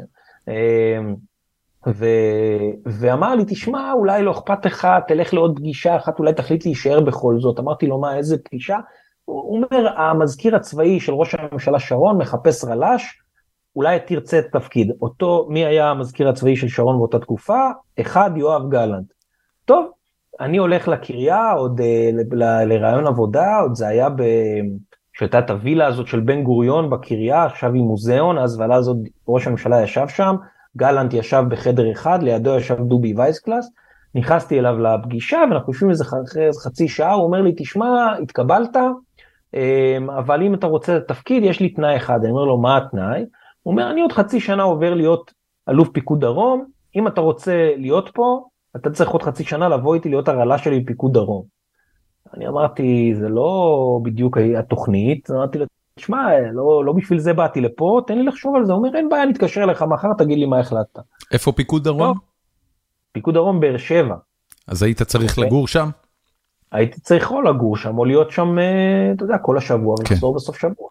ו... ואמר לי, תשמע, אולי לא אכפת לך, תלך לעוד פגישה אחת, אולי תחליט להישאר בכל זאת. אמרתי לו, מה, איזה פגישה? הוא אומר, המזכיר הצבאי של ראש הממשלה שרון מחפש רל"ש, אולי תרצה את תפקיד. אותו, מי היה המזכיר הצבאי של שרון באותה תקופה? אחד, יואב גלנט. טוב, אני הולך לקריה, עוד ל... ל... לרעיון עבודה, עוד זה היה ב... שהייתה את הווילה הזאת של בן גוריון בקריה, עכשיו עם מוזיאון, אז ועלה הזאת ראש הממשלה ישב שם, גלנט ישב בחדר אחד, לידו ישב דובי וייסקלאס, נכנסתי אליו לפגישה, ואנחנו יושבים איזה חצי שעה, הוא אומר לי, תשמע, התקבלת, אבל אם אתה רוצה את התפקיד, יש לי תנאי אחד. אני אומר לו, מה התנאי? הוא אומר, אני עוד חצי שנה עובר להיות אלוף פיקוד דרום, אם אתה רוצה להיות פה, אתה צריך עוד חצי שנה לבוא איתי להיות הרעלה שלי בפיקוד דרום. אני אמרתי, זה לא בדיוק התוכנית, אמרתי לו, תשמע, לא, לא בשביל זה באתי לפה, תן לי לחשוב על זה. הוא אומר, אין בעיה, נתקשר אליך מחר, תגיד לי מה החלטת. איפה פיקוד דרום? פיקוד דרום באר שבע. אז היית צריך לגור שם? הייתי צריך או לגור שם, או להיות שם, אתה יודע, כל השבוע, ולחזור בסוף שבוע.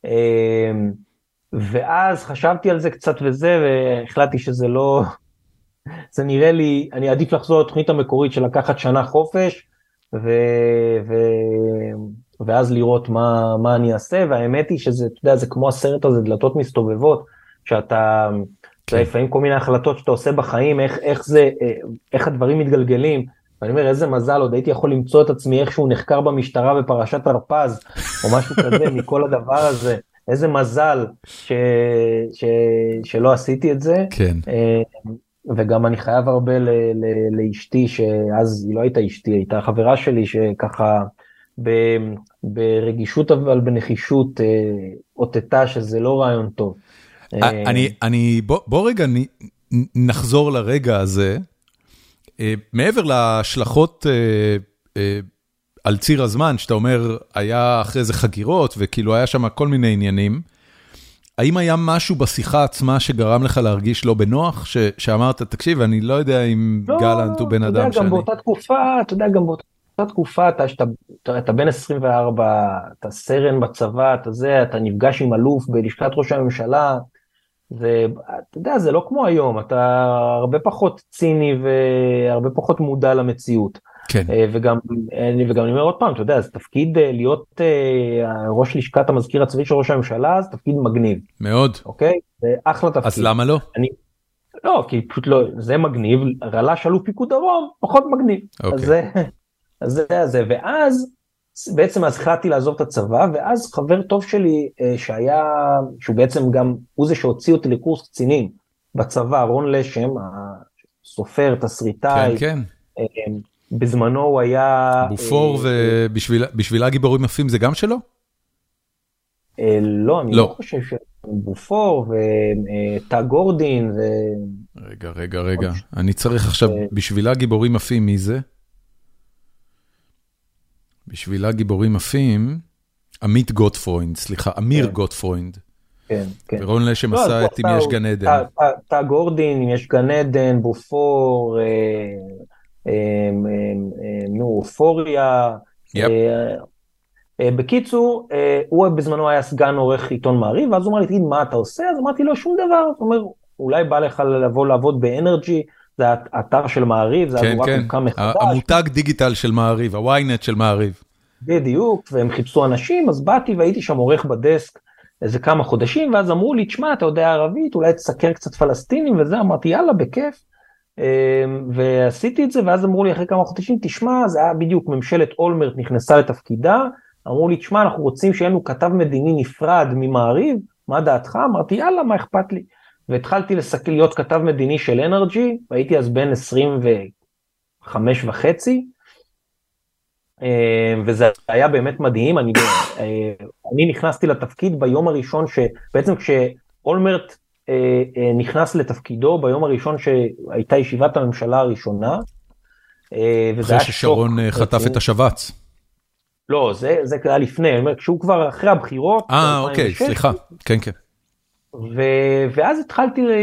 ואז חשבתי על זה קצת וזה, והחלטתי שזה לא, זה נראה לי, אני עדיף לחזור לתוכנית המקורית של לקחת שנה חופש, ו... ו... ואז לראות מה, מה אני אעשה, והאמת היא שזה, אתה יודע, זה כמו הסרט הזה, דלתות מסתובבות, שאתה, כן. זה לפעמים כל מיני החלטות שאתה עושה בחיים, איך, איך זה, איך הדברים מתגלגלים, ואני אומר, איזה מזל, עוד הייתי יכול למצוא את עצמי, איך שהוא נחקר במשטרה בפרשת הרפז, או משהו כזה, מכל הדבר הזה, איזה מזל ש... ש... שלא עשיתי את זה, כן. וגם אני חייב הרבה ל... ל... לאשתי, שאז היא לא הייתה אשתי, הייתה חברה שלי, שככה, ב... ברגישות אבל בנחישות, אותתה שזה לא רעיון טוב. אני, אני, בוא, בוא רגע נחזור לרגע הזה, מעבר להשלכות על ציר הזמן, שאתה אומר, היה אחרי זה חגירות, וכאילו היה שם כל מיני עניינים, האם היה משהו בשיחה עצמה שגרם לך להרגיש לא בנוח, ש, שאמרת, תקשיב, אני לא יודע אם לא, גלנט הוא בן אדם שאני... אתה יודע, גם באותה תקופה, אתה יודע, גם באותה תקופה, אתה, שאתה, אתה בן עשרים וארבע, אתה סרן בצבא, אתה זה, אתה נפגש עם אלוף בלשכת ראש הממשלה, זה, אתה יודע, זה לא כמו היום, אתה הרבה פחות ציני והרבה פחות מודע למציאות. כן. וגם, וגם אני אומר עוד פעם, אתה יודע, זה תפקיד להיות ראש לשכת המזכיר הצבאי של ראש הממשלה, זה תפקיד מגניב. מאוד. אוקיי? זה אחלה תפקיד. אז למה לא? אני, לא, כי פשוט לא, זה מגניב, רל"ש אלוף פיקוד דרום, פחות מגניב. אוקיי. אז זה, אז זה, זה, ואז, בעצם אז החלטתי לעזוב את הצבא, ואז חבר טוב שלי שהיה, שהוא בעצם גם, הוא זה שהוציא אותי לקורס קצינים בצבא, רון לשם, הסופר, תסריטאי. כן, כן. בזמנו הוא היה... בופור ובשבילה גיבורים יפים זה גם שלו? לא, אני לא חושב ש... בופור ותא גורדין ו... רגע, רגע, רגע. אני צריך עכשיו, בשבילה גיבורים יפים, מי זה? בשבילה גיבורים יפים, עמית גוטפרוינד, סליחה, אמיר גוטפרוינד. כן, כן. ורון לשם עשה את אם יש גן עדן. תא גורדין, אם יש גן עדן, בופור, נו, אופוריה. בקיצור, הוא בזמנו היה סגן עורך עיתון מעריב, ואז הוא אמר לי, תגיד, מה אתה עושה? אז אמרתי לו, שום דבר. הוא אומר, אולי בא לך לבוא לעבוד באנרג'י, זה האתר של מעריב, זה היה רק מוקם מחדש. המותג דיגיטל של מעריב, הוויינט של מעריב. בדיוק, והם חיפשו אנשים, אז באתי והייתי שם עורך בדסק, איזה כמה חודשים, ואז אמרו לי, תשמע, אתה יודע ערבית, אולי תסקר קצת פלסטינים וזה, אמרתי, יאללה, בכיף. ועשיתי את זה, ואז אמרו לי אחרי כמה חודשים, תשמע, זה היה בדיוק ממשלת אולמרט נכנסה לתפקידה, אמרו לי, תשמע, אנחנו רוצים שיהיה לנו כתב מדיני נפרד ממעריב, מה דעתך? אמרתי, יאללה, מה אכפת לי? והתחלתי לסק... להיות כתב מדיני של אן אר ג'י, והייתי אז בן עשרים וחמש וחצי, וזה היה באמת מדהים, אני, אני נכנסתי לתפקיד ביום הראשון, שבעצם כשאולמרט נכנס לתפקידו, ביום הראשון שהייתה ישיבת הממשלה הראשונה, אחרי ששרון חטף את השבץ. לא, זה, זה היה לפני, אני אומר, כשהוא כבר אחרי הבחירות. אה, אוקיי, סליחה, כן, כן. ו, ואז התחלתי ל,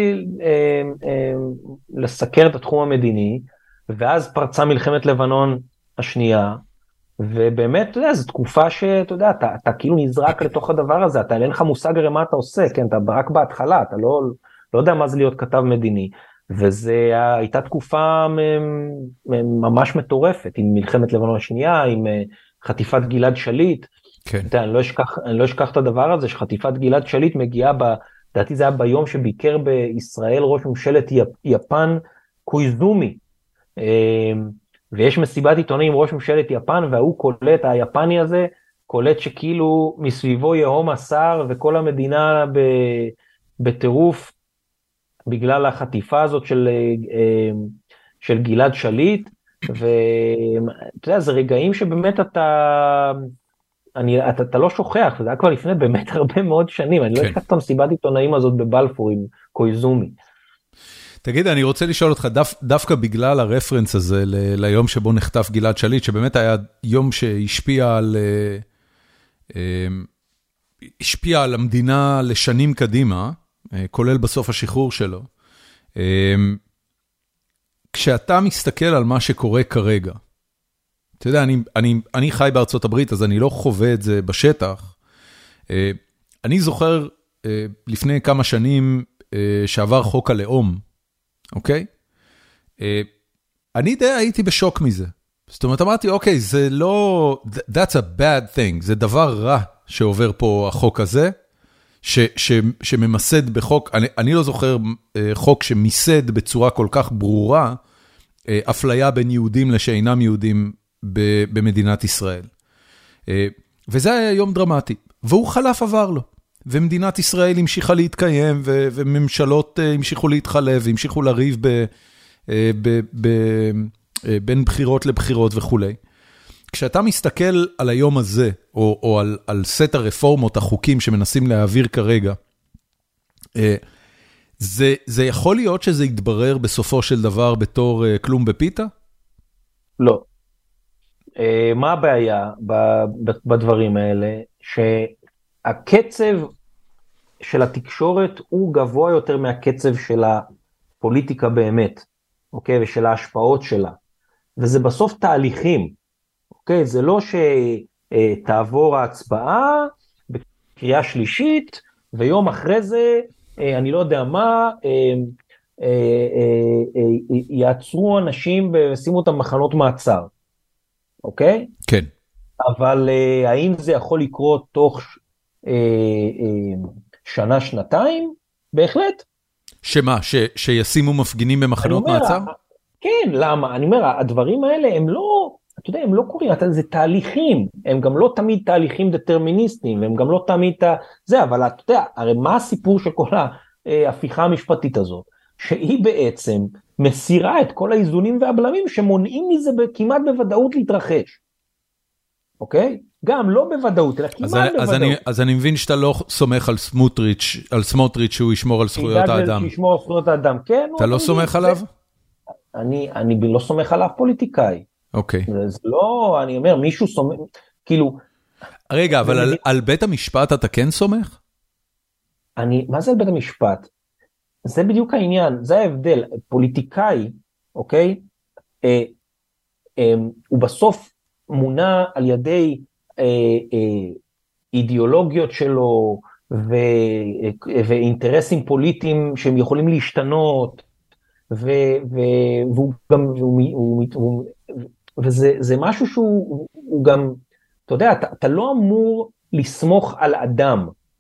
לסקר את התחום המדיני, ואז פרצה מלחמת לבנון השנייה, ובאמת, אתה יודע, זו תקופה שאתה יודע, אתה, אתה כאילו נזרק לתוך הדבר הזה, אתה אין לך מושג הרי מה אתה עושה, כן, אתה רק בהתחלה, אתה לא, לא יודע מה זה להיות כתב מדיני, וזו הייתה תקופה ממש מטורפת, עם מלחמת לבנון השנייה, עם חטיפת גלעד שליט, כן. אתה, אני, לא אשכח, אני לא אשכח את הדבר הזה, שחטיפת גלעד שליט מגיעה, לדעתי זה היה ביום שביקר בישראל ראש ממשלת יפן קויזומי, ויש מסיבת עיתונאים עם ראש ממשלת יפן, והוא קולט, היפני הזה, קולט שכאילו מסביבו יהום השר, וכל המדינה בטירוף, בגלל החטיפה הזאת של, של גלעד שליט, ואתה יודע, זה רגעים שבאמת אתה, אני, אתה, אתה לא שוכח, וזה היה כבר לפני באמת הרבה מאוד שנים, אני כן. לא אשכח את המסיבת עיתונאים הזאת בבלפור עם קויזומי. תגיד, אני רוצה לשאול אותך, דו, דווקא בגלל הרפרנס הזה ל, ליום שבו נחטף גלעד שליט, שבאמת היה יום שהשפיע על, השפיע על המדינה לשנים קדימה, כולל בסוף השחרור שלו. כשאתה מסתכל על מה שקורה כרגע, אתה יודע, אני, אני, אני חי בארצות הברית, אז אני לא חווה את זה בשטח. אני זוכר לפני כמה שנים שעבר חוק הלאום, אוקיי? אני די הייתי בשוק מזה. זאת אומרת, אמרתי, אוקיי, זה לא, that's a bad thing, זה דבר רע שעובר פה החוק הזה, ש, ש, שממסד בחוק, אני, אני לא זוכר חוק שמסד בצורה כל כך ברורה, אפליה בין יהודים לשאינם יהודים במדינת ישראל. וזה היה יום דרמטי, והוא חלף עבר לו. ומדינת ישראל המשיכה להתקיים, ו- וממשלות המשיכו להתחלף, והמשיכו לריב ב- ב- ב- בין בחירות לבחירות וכו'. כשאתה מסתכל על היום הזה, או, או על, על סט הרפורמות, החוקים שמנסים להעביר כרגע, זה, זה יכול להיות שזה יתברר בסופו של דבר בתור כלום בפיתה? לא. מה הבעיה בדברים האלה? שהקצב של התקשורת הוא גבוה יותר מהקצב של הפוליטיקה באמת, אוקיי? ושל ההשפעות שלה. וזה בסוף תהליכים, אוקיי? זה לא שתעבור ההצבעה בקריאה שלישית, ויום אחרי זה, אני לא יודע מה, יעצרו אנשים ושימו אותם מחנות מעצר, אוקיי? כן. אבל האם זה יכול לקרות תוך שנה, שנתיים? בהחלט. שמה? ש, שישימו מפגינים במחנות אומר, מעצר? כן, למה? אני אומר, הדברים האלה הם לא, אתה יודע, הם לא קוראים, זה תהליכים, הם גם לא תמיד תהליכים דטרמיניסטיים, הם גם לא תמיד, זה, אבל אתה יודע, הרי מה הסיפור של כל ההפיכה המשפטית הזאת? שהיא בעצם מסירה את כל האיזונים והבלמים שמונעים מזה כמעט בוודאות להתרחש. אוקיי? גם לא בוודאות, אלא כמעט בוודאות. אז אני, אז אני מבין שאתה לא סומך על סמוטריץ', על סמוטריץ' שהוא ישמור על זכויות האדם. שישמור על זכויות האדם, כן. אתה לא סומך עליו? אני, אני לא סומך עליו פוליטיקאי. אוקיי. זה לא, אני אומר, מישהו סומך, כאילו... רגע, אבל על, על בית המשפט אתה כן סומך? אני, מה זה על בית המשפט? זה בדיוק העניין, זה ההבדל. פוליטיקאי, אוקיי? אה, אה, הוא בסוף מונע על ידי אה, אה, אידיאולוגיות שלו, ו, אה, ואינטרסים פוליטיים שהם יכולים להשתנות, ו, ו, והוא גם, והוא, הוא, הוא, וזה זה משהו שהוא הוא גם, אתה יודע, אתה, אתה לא אמור לסמוך על אדם,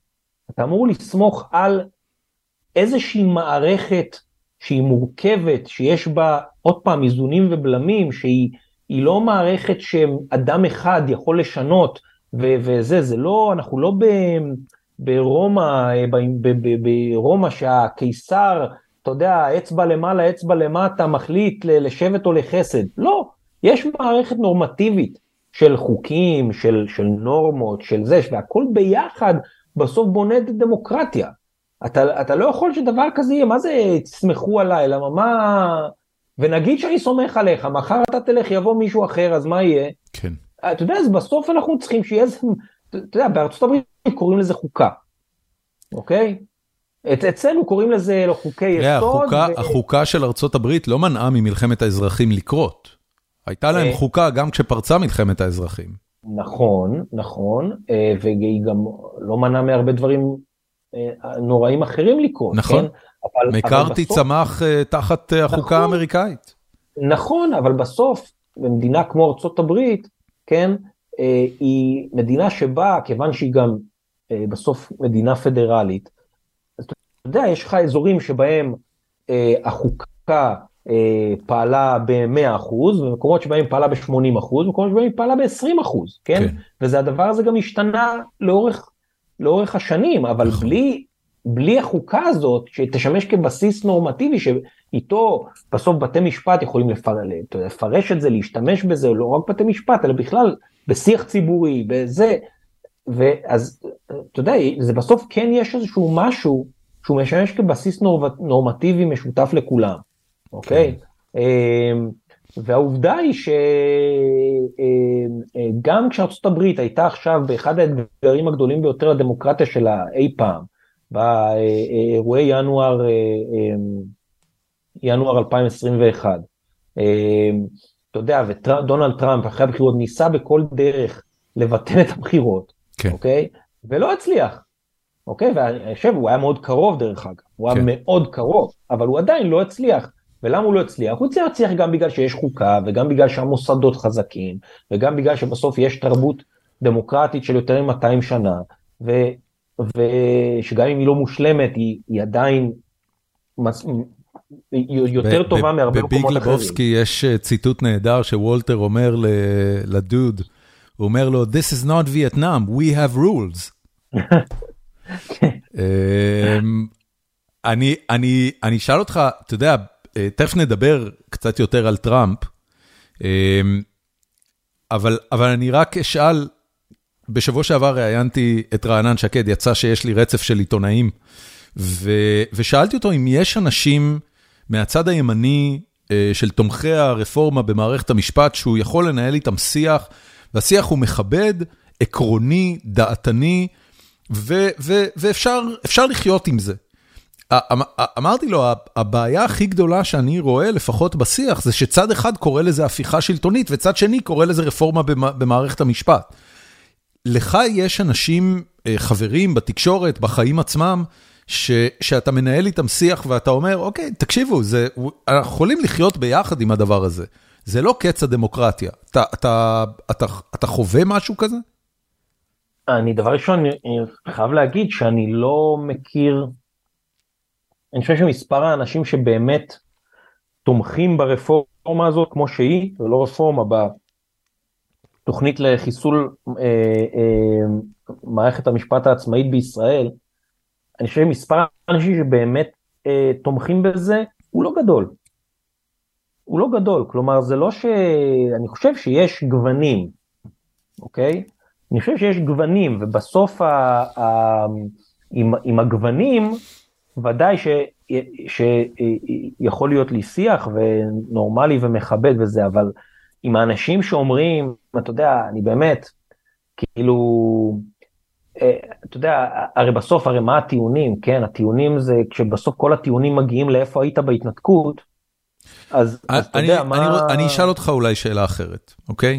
אתה אמור לסמוך על איזושהי מערכת שהיא מורכבת, שיש בה עוד פעם איזונים ובלמים, שהיא היא לא מערכת שאדם אחד יכול לשנות, ו- וזה, זה לא, אנחנו לא ב- ברומא, ב- ב- ברומא שהקיסר, אתה יודע, אצבע למעלה, אצבע למטה, מחליט לשבט או לחסד. לא, יש מערכת נורמטיבית של חוקים, של, של נורמות, של זה, והכל ביחד בסוף בונה את הדמוקרטיה. אתה, אתה לא יכול שדבר כזה יהיה, מה זה תסמכו עליי, למה מה, ונגיד שאני סומך עליך, מחר אתה תלך, יבוא מישהו אחר, אז מה יהיה? כן. אתה יודע, אז בסוף אנחנו צריכים שיהיה, אתה יודע, בארצות הברית קוראים לזה חוקה, אוקיי? אצלנו קוראים לזה חוקי יסוד. החוקה, ו... החוקה של ארצות הברית לא מנעה ממלחמת האזרחים לקרות. הייתה להם חוקה גם כשפרצה מלחמת האזרחים. נכון, נכון, והיא גם לא מנעה מהרבה דברים נוראים אחרים לקרות. נכון, כן? אבל, מקארתי אבל בסוף... צמח תחת החוקה נכון, האמריקאית. נכון, אבל בסוף, במדינה כמו ארצות הברית, כן, היא מדינה שבה, כיוון שהיא גם בסוף מדינה פדרלית, אז אתה יודע, יש לך אזורים שבהם החוקה פעלה ב-מאה אחוז, ומקומות שבהם פעלה ב-שמונים אחוז, ומקומות שבהם פעלה ב-עשרים אחוז, כן? כן? וזה הדבר הזה גם השתנה לאורך, לאורך השנים, אבל נכון. בלי, בלי החוקה הזאת, שתשמש כבסיס נורמטיבי, שאיתו בסוף בתי משפט יכולים לפר... לפרש את זה, להשתמש בזה, לא רק בתי משפט, אלא בכלל בשיח ציבורי, בזה, ואז, אתה יודע, זה בסוף כן יש איזשהו משהו, שהוא משמש כבסיס נור... נורמטיבי משותף לכולם. אוקיי? והעובדה היא שגם כשארצות הברית הייתה עכשיו באחד האתגרים הגדולים ביותר לדמוקרטיה שלה אי פעם, באירועי ינואר, ינואר אלפיים עשרים ואחת, אתה יודע, ודונלד טראמפ אחרי הבחירות ניסה בכל דרך לבטל את הבחירות, אוקיי? ולא הצליח. אוקיי? ואני חושב, הוא היה מאוד קרוב דרך אגב, הוא היה מאוד קרוב, אבל הוא עדיין לא הצליח. ולמה הוא לא הצליח? הוא הצליח גם בגלל שיש חוקה, וגם בגלל שהמוסדות חזקים, וגם בגלל שבסוף יש תרבות דמוקרטית של יותר מ-מאתיים שנה, ו, ושגם אם היא לא מושלמת, היא, היא עדיין מס, יותר ב- טובה ב- מהרבה מקומות אחרים. בביג לבובסקי יש ציטוט נהדר שוולטר אומר לדוד, הוא אומר לו, This is not Vietnam, we have rules. אני, אני, אני אשאל אותך, אתה יודע, תכף נדבר קצת יותר על טראמפ, אבל, אבל אני רק אשאל, בשבוע שעבר ראיינתי את רענן שקד, יצא שיש לי רצף של עיתונאים, ו, ושאלתי אותו אם יש אנשים מהצד הימני של תומכי הרפורמה במערכת המשפט, שהוא יכול לנהל איתם שיח, והשיח הוא מכבד, עקרוני, דעתני, ו, ו, ואפשר, אפשר לחיות עם זה. אמרתי לו, הבעיה הכי גדולה שאני רואה, לפחות בשיח, זה שצד אחד קורא לזה הפיכה שלטונית, וצד שני קורא לזה רפורמה במערכת המשפט. לך יש אנשים, חברים בתקשורת, בחיים עצמם, ש, שאתה מנהל איתם שיח, ואתה אומר, אוקיי, תקשיבו, זה, אנחנו יכולים לחיות ביחד עם הדבר הזה. זה לא קץ הדמוקרטיה. אתה, אתה, אתה, אתה חווה משהו כזה? אני דבר ראשון, אני חייב להגיד שאני לא מכיר, אני חושב שמספר האנשים שבאמת תומכים ברפורמה הזאת כמו שהיא, ולא רפורמה, בתוכנית לחיסול אה, אה, מערכת המשפט העצמאית בישראל, אני חושב שמספר האנשים שבאמת אה, תומכים בזה, הוא לא גדול. הוא לא גדול, כלומר זה לא ש... אני חושב שיש גוונים, אוקיי? אני חושב שיש גוונים, ובסוף ה... ה... עם, עם הגוונים, ודאי ש... שיכול להיות לי שיח ונורמלי ומכבד וזה, אבל עם האנשים שאומרים, אתה יודע, אני באמת, כאילו, אתה יודע, הרי בסוף, הרי מה הטיעונים, כן, הטיעונים זה, כשבסוף כל הטיעונים מגיעים לאיפה היית בהתנתקות, אז, אז אתה יודע מה... אני, אני אשאל אותך אולי שאלה אחרת, אוקיי?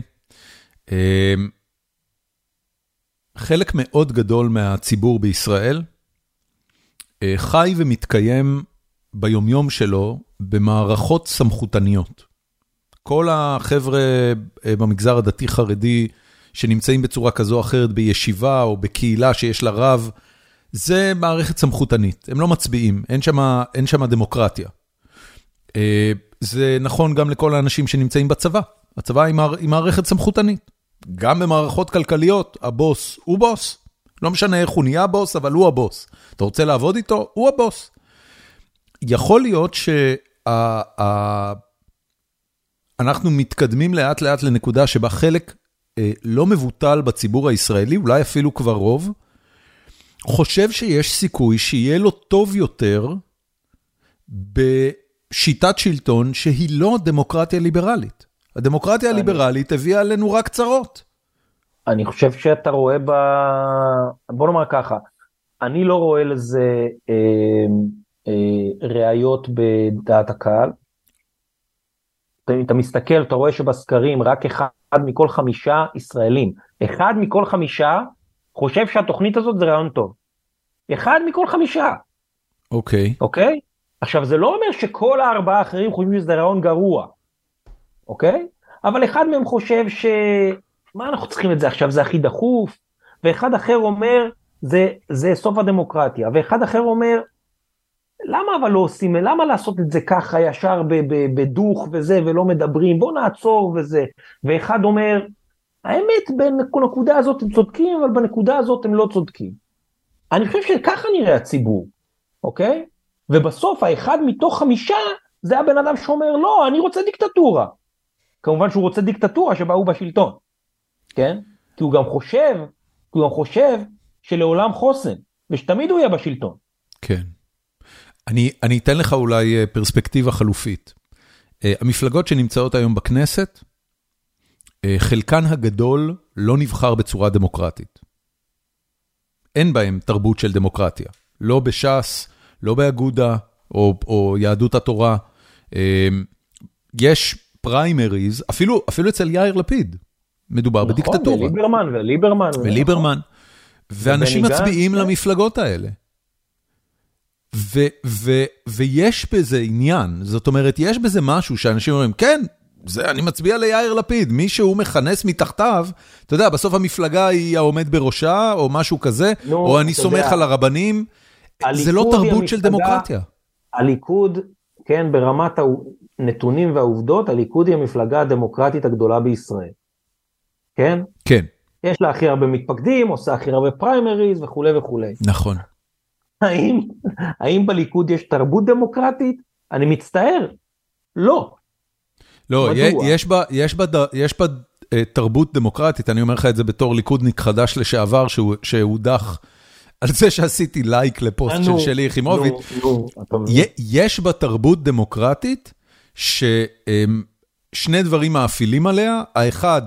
חלק מאוד גדול מהציבור בישראל, חי ומתקיים ביומיום שלו במערכות סמכותניות. כל החבר'ה במגזר הדתי חרדי שנמצאים בצורה כזו או אחרת בישיבה או בקהילה שיש לה רב, זה מערכת סמכותנית, הם לא מצביעים, אין שמה, אין שמה דמוקרטיה. זה נכון גם לכל האנשים שנמצאים בצבא, הצבא היא מערכת סמכותנית. גם במערכות כלכליות, הבוס הוא בוס. לא משנה איך הוא נהיה בוס, אבל הוא הבוס. אתה רוצה לעבוד איתו? הוא הבוס. יכול להיות שאנחנו מתקדמים לאט לאט לנקודה שבה חלק לא מבוטל בציבור הישראלי, אולי אפילו כבר רוב, חושב שיש סיכוי שיהיה לו טוב יותר בשיטת שלטון שהיא לא דמוקרטיה ליברלית. הדמוקרטיה הליברלית הביאה עלינו רק צרות. אני חושב שאתה רואה ב... בוא נאמר ככה, אני לא רואה לזה אה, אה, ראיות בדעת הקהל. אתה, אתה מסתכל, אתה רואה שבסקרים רק אחד מכל חמישה ישראלים, אחד מכל חמישה חושב שהתוכנית הזאת זה רעיון טוב. אחד מכל חמישה. אוקיי. אוקיי? עכשיו זה לא אומר שכל הארבעה האחרים חושבים שזה רעיון גרוע. אוקיי? אבל אחד מהם חושב ש... מה אנחנו צריכים את זה עכשיו? זה הכי דחוף. ואחד אחר אומר, זה, זה סוף הדמוקרטיה. ואחד אחר אומר, למה אבל לא עושים? למה לעשות את זה ככה ישר בדוך וזה ולא מדברים? בוא נעצור וזה. ואחד אומר, האמת בנקודה הזאת הם צודקים, אבל בנקודה הזאת הם לא צודקים. אני חושב שככה נראה הציבור. אוקיי? ובסוף האחד מתוך חמישה, זה הבן אדם שאומר, לא, אני רוצה דיקטטורה. כמובן שהוא רוצה דיקטטורה שבה הוא בשלטון. כן? כי הוא גם חושב, הוא גם חושב שלעולם חוסן, ושתמיד הוא יהיה בשלטון. כן. אני, אני אתן לך אולי פרספקטיבה חלופית. המפלגות שנמצאות היום בכנסת, חלקן הגדול לא נבחר בצורה דמוקרטית. אין בהם תרבות של דמוקרטיה. לא בש"ס, לא באגודה, או, או יהדות התורה. יש פריימריז, אפילו, אפילו אצל יאיר לפיד. מדובר נכון, בדיקטטורה. וליברמן, וליברמן. וליברמן. ואנשים מצביעים כן. למפלגות האלה. ו, ו, ויש בזה עניין, זאת אומרת, יש בזה משהו שאנשים אומרים, כן, זה, אני מצביע ליאיר לפיד, מי שהוא מכנס מתחתיו, אתה יודע, בסוף המפלגה היא העומד בראשה, או משהו כזה, נו, או אני סומך יודע, על הרבנים, זה לא תרבות המפלגה, של דמוקרטיה. הליכוד, כן, ברמת הנתונים והעובדות, הליכוד היא המפלגה הדמוקרטית הגדולה בישראל. כן? כן. יש לה הכי הרבה מתפקדים, עושה הכי הרבה פריימריז וכו' וכו'. נכון. האם, האם בליכוד יש תרבות דמוקרטית? אני מצטער. לא. לא, יש בה, יש בה, יש בה תרבות דמוקרטית, אני אומר לך את זה בתור ליכודניק חדש לשעבר, שהודח על זה שעשיתי לייק לפוסט של שלי יחימוביץ. יש בה תרבות דמוקרטית, ששני דברים מאפילים עליה, האחד,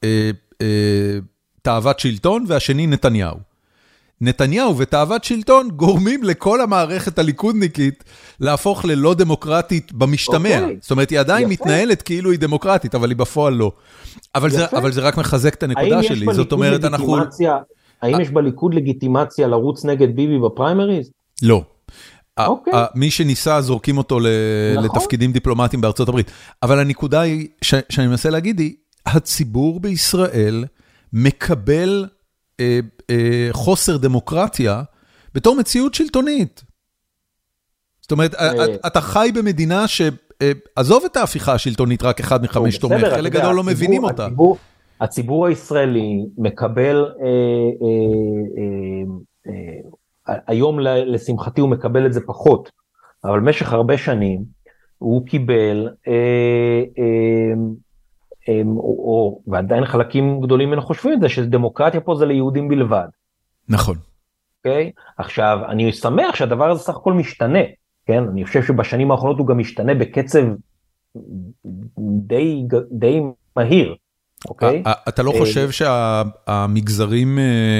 תאוות שלטון, והשני נתניהו. נתניהו ותאוות שלטון גורמים לכל המערכת הליכודניקית להפוך ללא דמוקרטית במשתמע. Okay. זאת אומרת, היא עדיין יפה. מתנהלת כאילו היא דמוקרטית, אבל היא בפועל לא. אבל, זה, אבל זה רק מחזק את הנקודה שלי. זאת אומרת, אנחנו... האם יש בליכוד לגיטימציה לרוץ נגד ביבי בפריימריז? לא. Okay. מי שניסה זורקים אותו נכון. לתפקידים דיפלומטיים בארצות הברית. אבל הנקודה היא, ש... שאני מנסה להגיד היא, הציבור בישראל מקבל אה, אה, חוסר דמוקרטיה בתור מציאות שלטונית. זאת אומרת, אה. אתה חי במדינה שעזוב את ההפיכה השלטונית, רק אחד מחמש תומך, חלק גדול לא מבינים אותה. הציבור, הציבור הישראלי מקבל, אה, אה, אה, אה, היום לשמחתי הוא מקבל את זה פחות, אבל במשך הרבה שנים הוא קיבל, אה, אה, או, או, ועדיין חלקים גדולים ממנו חושבים את זה, שדמוקרטיה פה זה ליהודים בלבד. נכון. אוקיי? עכשיו, אני שמח שהדבר הזה סך הכל משתנה, כן? אני חושב שבשנים האחרונות הוא גם משתנה בקצב די, די מהיר, אוקיי? אתה לא חושב שהמגזרים,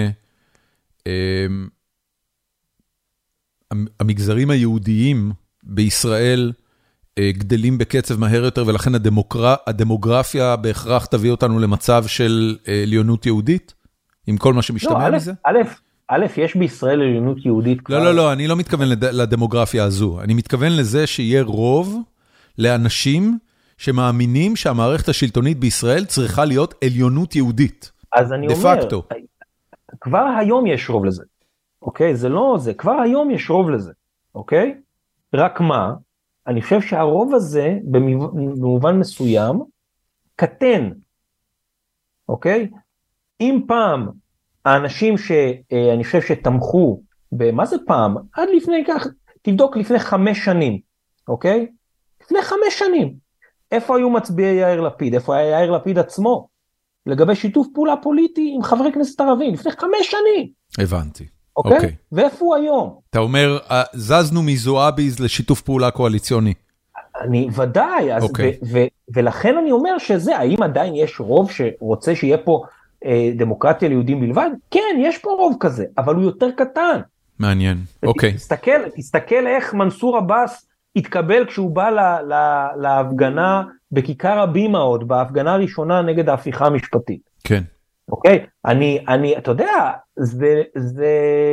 המגזרים היהודיים בישראל, גדלים בקצב מהר יותר, ולכן הדמוגר... הדמוגרפיה בהכרח תביא אותנו למצב של עליונות יהודית, עם כל מה שמשתמע לא, מזה? א', א', יש בישראל עליונות יהודית. לא, כבר... לא, לא, אני לא מתכוון לד... לדמוגרפיה הזו, אני מתכוון לזה שיהיה רוב לאנשים שמאמינים שהמערכת השלטונית בישראל צריכה להיות עליונות יהודית. אז אני אומר, כבר היום יש רוב לזה, אוקיי? זה לא זה, כבר היום יש רוב לזה, אוקיי? רק מה, אני חושב שהרוב הזה, במובן מסוים, קטן, אוקיי? אם פעם, האנשים שאני חושב שתמכו, במה זה פעם? עד לפני כך, תבדוק לפני חמש שנים, אוקיי? לפני חמש שנים. איפה היו מצביעי יאיר לפיד? איפה היה יאיר לפיד עצמו? לגבי שיתוף פעולה פוליטי עם חברי כנסת ערבים, לפני חמש שנים. הבנתי. אוקיי? אוקיי. ואיפה הוא היום? אתה אומר, זזנו מזועביז לשיתוף פעולה קואליציוני. אני ודאי, אז אוקיי. ו- ו- ולכן אני אומר שזה, האם עדיין יש רוב שרוצה שיהיה פה אה, דמוקרטיה ליהודים בלבד? כן, יש פה רוב כזה, אבל הוא יותר קטן. מעניין, אוקיי. תסתכל, תסתכל איך מנסור עבאס התקבל כשהוא בא לה, לה, להפגנה בכיכר הבימה עוד, בהפגנה הראשונה נגד ההפיכה המשפטית. כן. אוקיי? אני, אני, אתה יודע, זה, זה,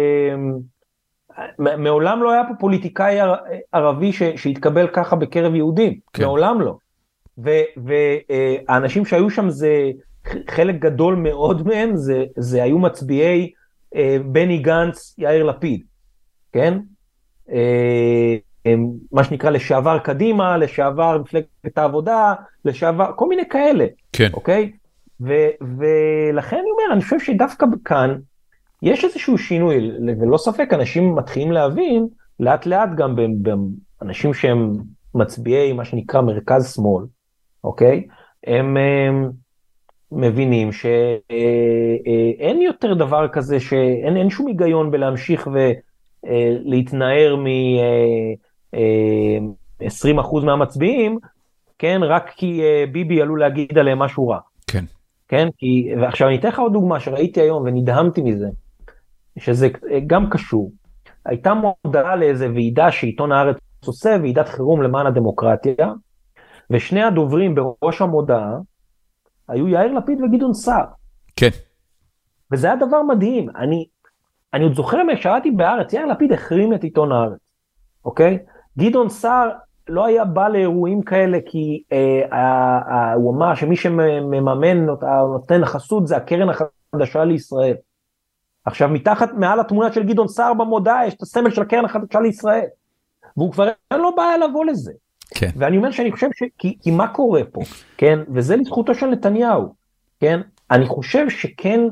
מעולם לא היה פה פוליטיקאי ערבי ש, שהתקבל ככה בקרב יהודים. כן. מעולם לא. והאנשים שהיו שם זה, חלק גדול מאוד מהם, זה, זה היו מצביעי בני גנץ, יאיר לפיד. כן? מה שנקרא לשעבר קדימה, לשעבר מפלגת העבודה, לשעבר, כל מיני כאלה. כן. אוקיי? ו- ולכן אני אומר, אני חושב שדווקא כאן, יש איזשהו שינוי, ולא ספק, אנשים מתחילים להבין, לאט לאט גם באנשים שהם מצביעי, מה שנקרא מרכז שמאל, אוקיי? הם, הם מבינים שאין יותר דבר כזה, שאין אין שום היגיון בלהמשיך ולהתנער מ-עשרים אחוז מהמצביעים, כן? רק כי ביבי עלול להגיד עליהם משהו רע. כן. כן? כי, ועכשיו אני אתן לך עוד דוגמה שראיתי היום ונדהמתי מזה, שזה גם קשור. הייתה מודעה לאיזה ועידה שעיתון הארץ עושה, ועידת חירום למען הדמוקרטיה, ושני הדוברים בראש המודעה, היו יאיר לפיד וגדעון סער. כן. וזה היה דבר מדהים. אני, אני עוד זוכר מה שראיתי בארץ, יאיר לפיד החרים את עיתון הארץ. אוקיי? גדעון סער לא היה בא לאירועים כאלה, כי אה, אה, אה, הוא אמר שמי שמממן נותן חסות זה הקרן החדשה לישראל. עכשיו מתחת, מעל התמונה של גדעון סער במודעה, יש את הסמל של הקרן החדשה לישראל. והוא כבר אין לו בעיה לבוא לזה. כן. ואני אומר שאני חושב ש... כי, כי מה קורה פה, כן? וזה לזכותו של נתניהו, כן? אני חושב שכן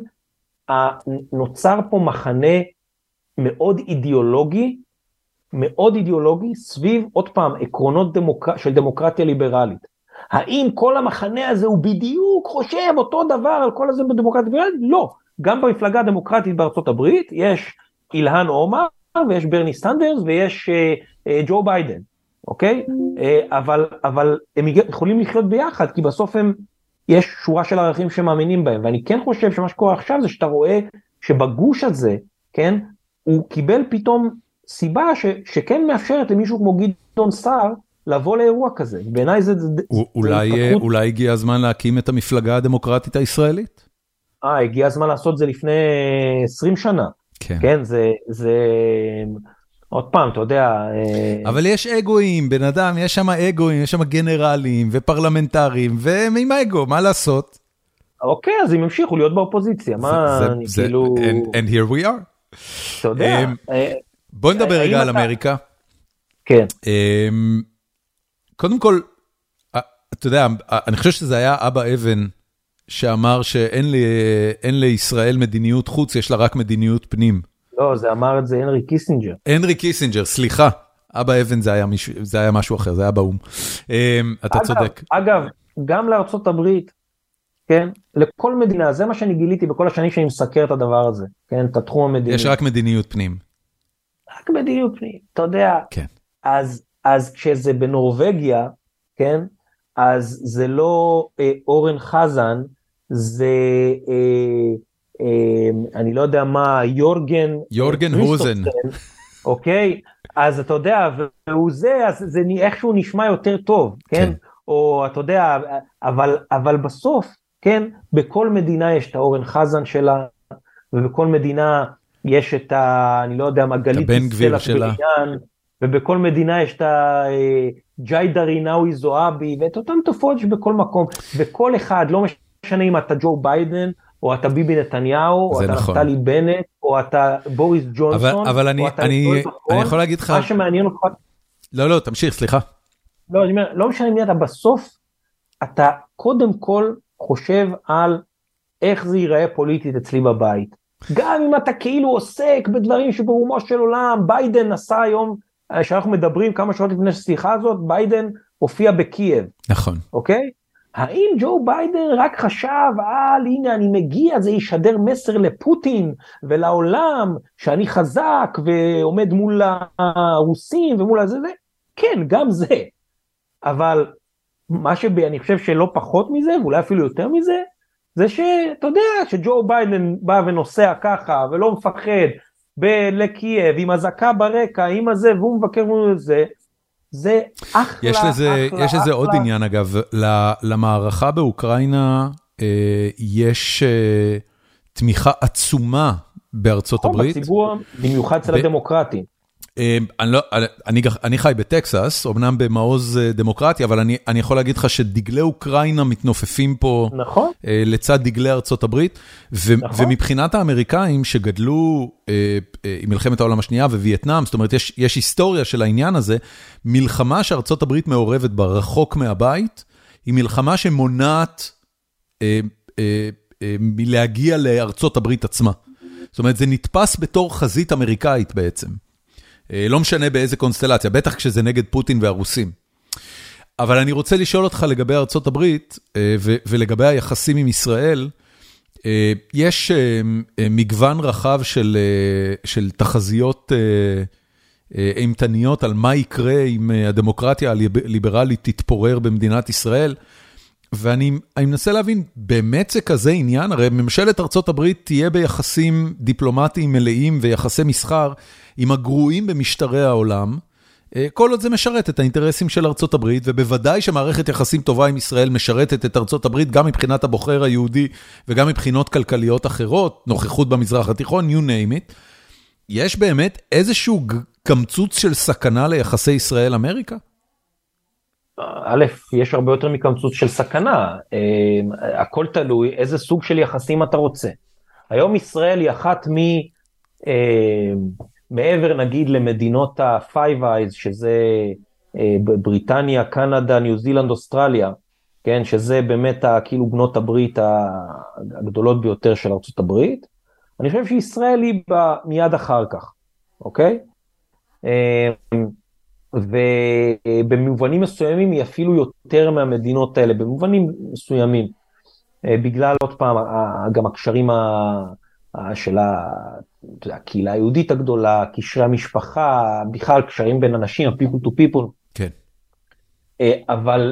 נוצר פה מחנה מאוד אידיאולוגי, מאוד אידיאולוגי, סביב, עוד פעם, עקרונות דמוקר... של דמוקרטיה ליברלית. האם כל המחנה הזה הוא בדיוק חושב אותו דבר על כל הזה בדמוקרטיה ליברלית? לא. גם במפלגה הדמוקרטית בארצות הברית, יש אילהן עומר, ויש ברני סנדרס, ויש uh, uh, ג'ו ביידן. אוקיי? Uh, אבל, אבל הם יכולים לחיות ביחד, כי בסוף הם, יש שורה של ערכים שמאמינים בהם. ואני כן חושב שמה שקורה עכשיו זה שאתה רואה שבגוש הזה, כן, הוא קיבל פתאום סיבה ש, שכן מאפשרת למישהו כמו גדעון סער, לבוא לאירוע כזה. בעיניי זה... אולי, זה אולי הגיע הזמן להקים את המפלגה הדמוקרטית הישראלית? אה, הגיע הזמן לעשות זה לפני עשרים שנה. כן. כן, זה, זה... עוד פעם, אתה יודע... אבל יש אגואים, בן אדם, יש שם אגואים, יש שם גנרלים ופרלמנטרים, והם עם האגו, מה לעשות? אוקיי, אז הם המשיכו להיות באופוזיציה, מה אני כאילו... And here we are. אתה יודע... בוא נדבר רגע על אמריקה. כן. קודם כל, אתה יודע, אני חושב שזה היה אבא אבן, שאמר שאין לישראל מדיניות חוץ, יש לה רק מדיניות פנים. לא, זה אמר את זה הנרי קיסינג'ר. הנרי קיסינג'ר, סליחה. אבא אבן זה היה, מישהו, זה היה משהו אחר, זה היה באום. אתה אגב, צודק. אגב, גם לארצות הברית, כן, לכל מדינה, זה מה שאני גיליתי בכל השנים שאני מסקר את הדבר הזה, כן, את התחום המדיני. יש רק מדיניות פנים. רק מדיניות פנים, אתה יודע. כן. אז, אז כשזה בנורווגיה, כן, אז זה לא אה, אורן חזן, זה... אה, אני לא יודע מה, יורגן, יורגן הוזן, אוקיי, אז אתה יודע, והוא זה, אז זה איכשהו נשמע יותר טוב, כן, או אתה יודע, אבל, אבל בסוף, כן, בכל מדינה יש את האורן חזן שלה, ובכל מדינה יש את ה, אני לא יודע מה, גלית סלח בעניין, ובכל מדינה יש את הג'יידה רינאוי זועבי, ואת אותם תופעות שבכל מקום, וכל אחד, לא משנה אם אתה ג'ו ביידן, או אתה ביבי נתניהו, או אתה נפתלי בנט, או אתה בוריס ג'ונסון, אבל אני, אני, אני יכול להגיד לך... מה שמעניין אותך... לא, לא, תמשיך, סליחה. לא, אני אומר, לא משנה מי אתה בסוף, אתה קודם כל חושב על איך זה ייראה פוליטית אצלי בבית. גם אם אתה כאילו עוסק בדברים שברומו של עולם, ביידן עשה היום, שאנחנו מדברים כמה שעות לפני השיחה הזאת, ביידן הופיע בקייב. נכון. אוקיי? האם ג'ו ביידן רק חשב, על הנה אני מגיע, זה ישדר מסר לפוטין ולעולם, שאני חזק ועומד מול הרוסים ומול הזה, זה? כן, גם זה. אבל מה שאני חושב שלא פחות מזה, ואולי אפילו יותר מזה, זה שאתה יודע שג'ו ביידן בא ונוסע ככה, ולא מפחד לקייב, עם הזקה ברקע, עם הזה, והוא מבקר מול זה, זה אחלה, יש לזה, אחלה, יש לזה אחלה. עוד עניין אגב, למערכה באוקראינה אה, יש אה, תמיכה עצומה בארצות הברית. בציבור, במיוחד אצל הדמוקרטים. אני, לא, אני, אני חי בטקסס, אמנם במעוז דמוקרטי, אבל אני, אני יכול להגיד לך שדגלי אוקראינה מתנופפים פה נכון. לצד דגלי ארצות הברית, ו, נכון. ומבחינת האמריקאים שגדלו עם מלחמת העולם השנייה ווייטנאם, זאת אומרת יש, יש היסטוריה של העניין הזה, מלחמה שארצות הברית מעורבת בה רחוק מהבית, היא מלחמה שמונעת אה, אה, אה, מלהגיע לארצות הברית עצמה. זאת אומרת זה נתפס בתור חזית אמריקאית בעצם. לא משנה באיזה קונסטלציה, בטח כשזה נגד פוטין והרוסים. אבל אני רוצה לשאול אותך לגבי ארצות הברית, ולגבי היחסים עם ישראל, יש מגוון רחב של, של תחזיות אימתניות על מה יקרה אם הדמוקרטיה הליברלית תתפורר במדינת ישראל, ואני מנסה להבין, באמת זה כזה עניין, הרי ממשלת ארצות הברית תהיה ביחסים דיפלומטיים מלאים ויחסי מסחר עם הגרועים במשטרי העולם, כל עוד זה משרת את האינטרסים של ארצות הברית, ובוודאי שמערכת יחסים טובה עם ישראל משרתת את ארצות הברית, גם מבחינת הבוחר היהודי וגם מבחינות כלכליות אחרות, נוכחות במזרח התיכון, you name it. יש באמת איזשהו קמצוץ של סכנה ליחסי ישראל-אמריקה? א', יש הרבה יותר מקמצוץ של סכנה, הכל תלוי איזה סוג של יחסים אתה רוצה. היום ישראל היא אחת מ... מעבר נגיד למדינות ה-Five Eyes, שזה בריטניה, קנדה, ניו זילנד, אוסטרליה, כן, שזה באמת כאילו בנות הברית הגדולות ביותר של ארצות הברית, אני חושב שישראל היא מיד אחר כך, אוקיי? ובמובנים מסוימים היא אפילו יותר מהמדינות האלה, במובנים מסוימים, בגלל עוד פעם גם הקשרים של הקהילה היהודית הגדולה, קשרי המשפחה, בכלל קשרים בין אנשים, people to people. כן. אבל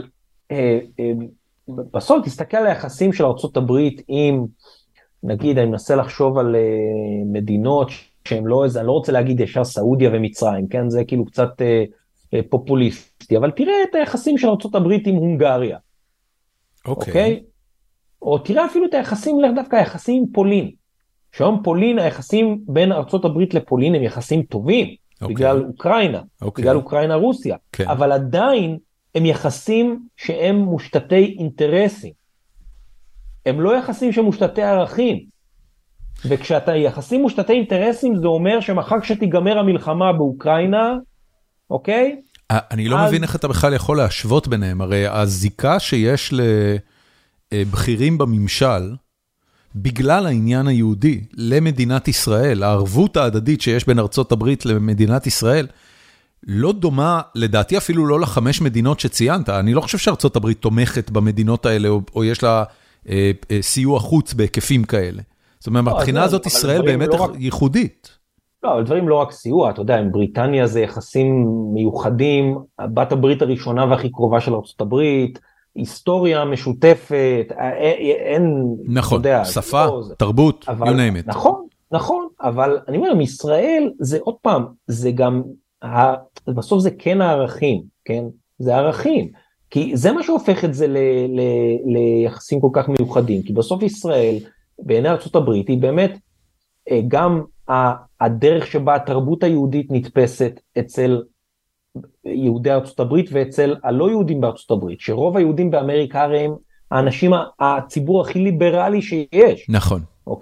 בסוף תסתכל על היחסים של ארצות הברית עם, נגיד, אני מנסה לחשוב על מדינות שהם לא איזה, אני לא רוצה להגיד ישר סעודיה ומצרים, כן? זה כאילו קצת פופוליסטי, אבל תראה את היחסים של ארצות הברית עם הונגריה. אוקיי. אוקיי? או תראה אפילו את היחסים, דווקא היחסים עם פולין. שהיום פולין, היחסים בין ארצות הברית לפולין הם יחסים טובים, okay. בגלל אוקראינה, okay. בגלל אוקראינה-רוסיה, okay. אבל עדיין הם יחסים שהם מושתתי אינטרסים, הם לא יחסים שמושתתי ערכים, וכשאתה יחסים מושתתי אינטרסים, זה אומר שמחר כשתיגמר המלחמה באוקראינה, אוקיי? אני לא אז... מבין איך אתה בכלל יכול להשוות ביניהם, הרי הזיקה שיש לבחירים בממשל, בגלל העניין היהודי למדינת ישראל, הערבות ההדדית שיש בין ארצות הברית למדינת ישראל, לא דומה, לדעתי אפילו לא לחמש מדינות שציינת, אני לא חושב שארצות הברית תומכת במדינות האלה, או, או יש לה אה, אה, סיוע חוץ בהיקפים כאלה. זאת אומרת, מבחינה הזאת ישראל באמת לא רק... ייחודית. לא, אבל דברים לא רק סיוע, אתה יודע, עם בריטניה זה יחסים מיוחדים, בת הברית הראשונה והכי קרובה של ארצות הברית, היסטוריה משותפת, אין, נכון, יודע, שפה, לא, תרבות, אבל, you name it. נכון, נכון, אבל אני אומר, מישראל זה עוד פעם, זה גם, בסוף זה כן הערכים, כן? זה הערכים, כי זה מה שהופך את זה ל, ל, ליחסים כל כך מיוחדים, כי בסוף ישראל, בעיני ארצות הברית, היא באמת גם הדרך שבה התרבות היהודית נתפסת אצל יהודי ארצות הברית ואצל הלא יהודים בארצות הברית, שרוב היהודים באמריקה הרי הם האנשים, הציבור הכי ליברלי שיש. נכון. אוקיי?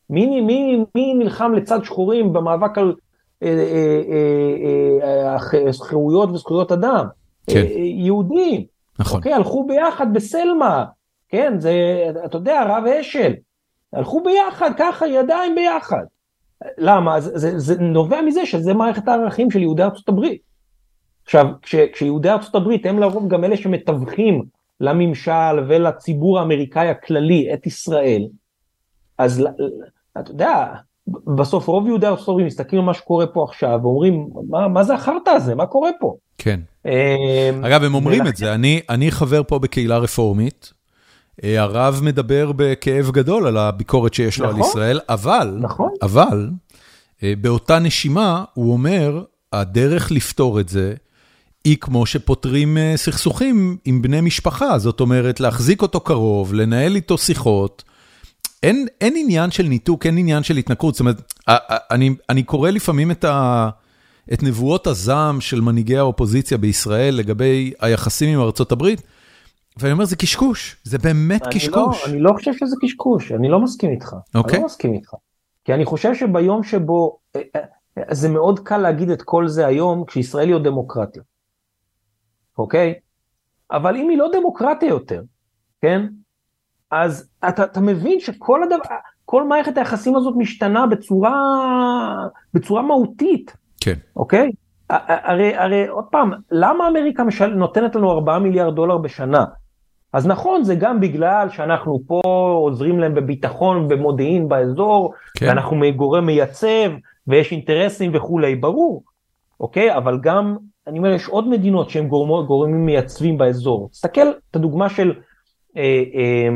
מי, מי, מי נלחם לצד שחורים במאבק על אה, אה, אה, אה, חירויות וזכויות אדם? כן. אה, יהודים. נכון. אוקיי, הלכו ביחד בסלמה, כן, זה, אתה יודע, הרב אשל, הלכו ביחד, ככה, ידיים ביחד. למה? זה, זה, זה נובע מזה שזה מערכת הערכים של יהודי ארצות הברית. עכשיו, כש, כשיהודי ארצות הברית הם לרוב גם אלה שמתווכים לממשל ולציבור האמריקאי הכללי את ישראל, אז אתה יודע, בסוף רוב יהודי ארצות הברית מסתכלים על מה שקורה פה עכשיו, ואומרים, מה, מה זה החרטא הזה? מה קורה פה? כן. אגב, הם אומרים את זה, אני, אני חבר פה בקהילה רפורמית, הרב מדבר בכאב גדול על הביקורת שיש לו על ישראל, אבל, אבל, באותה נשימה הוא אומר, הדרך לפתור את זה, היא כמו שפותרים סכסוכים עם בני משפחה, זאת אומרת, להחזיק אותו קרוב, לנהל איתו שיחות, אין, אין עניין של ניתוק, אין עניין של התנכרות, זאת אומרת, אני, אני קורא לפעמים את ה... את נבואות הזעם של מנהיגי האופוזיציה בישראל לגבי היחסים עם ארצות הברית, ואני אומר, זה קשקוש, זה באמת אני קשקוש. לא, אני לא חושב שזה קשקוש, אני לא מסכים איתך. אוקיי. אני לא מסכים איתך. כי אני חושב שביום שבו, זה מאוד קל להגיד את כל זה היום, כשישראל היא עוד דמוקרטיה. אוקיי? אבל אם היא לא דמוקרטיה יותר, כן? אז אתה, אתה מבין שכל הדבר, כל מערכת היחסים הזאת משתנה בצורה, בצורה מהותית. כן. אוקיי? הרי, הרי עוד פעם, למה אמריקה משל, נותנת לנו ארבעה מיליארד דולר בשנה? אז נכון, זה גם בגלל שאנחנו פה עוזרים להם בביטחון ובמודיעין באזור, כן. ואנחנו גורם מייצב, ויש אינטרסים וכולי, ברור. אוקיי? אבל גם, אני אומר, יש עוד מדינות שהם גורמים, גורמים מייצבים באזור. תסתכל את הדוגמה של... אה, אה,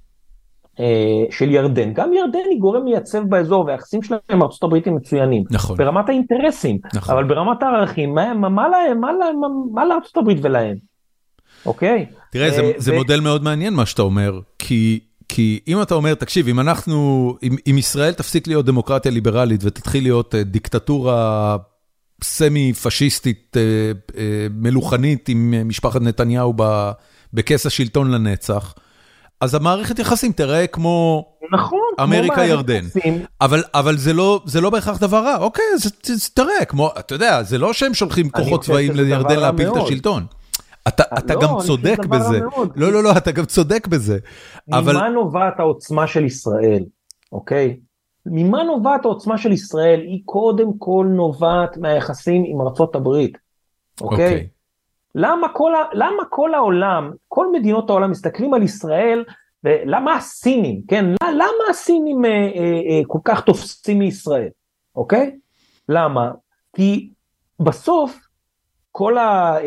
של ירדן, גם ירדן היא גורם מייצב באזור, והיחסים שלהם ארצות הברית הם מצוינים, נכון. ברמת האינטרסים, נכון. אבל ברמת הערכים, מה, מה, מה להם, מה להם, מה, מה לארצות הברית ולהם, אוקיי? תראה, זה, זה ו... מודל מאוד מעניין מה שאתה אומר, כי, כי אם אתה אומר, תקשיב, אם אנחנו, אם, אם ישראל תפסיק להיות דמוקרטיה ליברלית, ותתחיל להיות דיקטטורה סמי פשיסטית, מלוכנית עם משפחת נתניהו בכס השלטון לנצח, אז המערכת יחסים תראה כמו נכון, אמריקה ירדן. אבל, אבל זה לא, זה לא בהכרח דבר רע. אוקיי, זה, זה תראה, כמו, אתה יודע, זה לא שהם שולחים כוחות צבאיים לירדן להפיל את השלטון. אתה, אתה לא, גם צודק בזה. לא, לא, לא, אתה גם צודק בזה. אבל... ממה נובעת העוצמה של ישראל? אוקיי? ממה נובעת העוצמה של ישראל? היא קודם כל נובעת מהיחסים עם ארצות הברית. אוקיי? אוקיי. למה כל, ה, למה כל העולם, כל מדינות העולם מסתכלים על ישראל, ולמה הסינים, כן? למה הסינים אה, אה, אה, כל כך תופסים מישראל, אוקיי? למה? כי בסוף, כל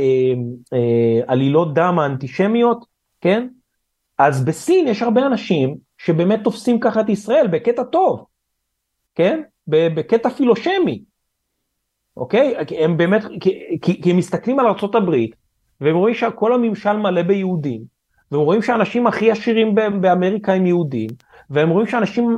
העלילות דם האנטישמיות, כן? אז בסין יש הרבה אנשים שבאמת תופסים ככה את ישראל, בקטע טוב, כן? בקטע פילושמי. אוקיי? הם באמת, כי, כי, כי הם מסתכלים על ארצות הברית, והם רואים שכל הממשל מלא ביהודים, והם רואים שאנשים הכי עשירים באמריקה הם יהודים, והם רואים שאנשים,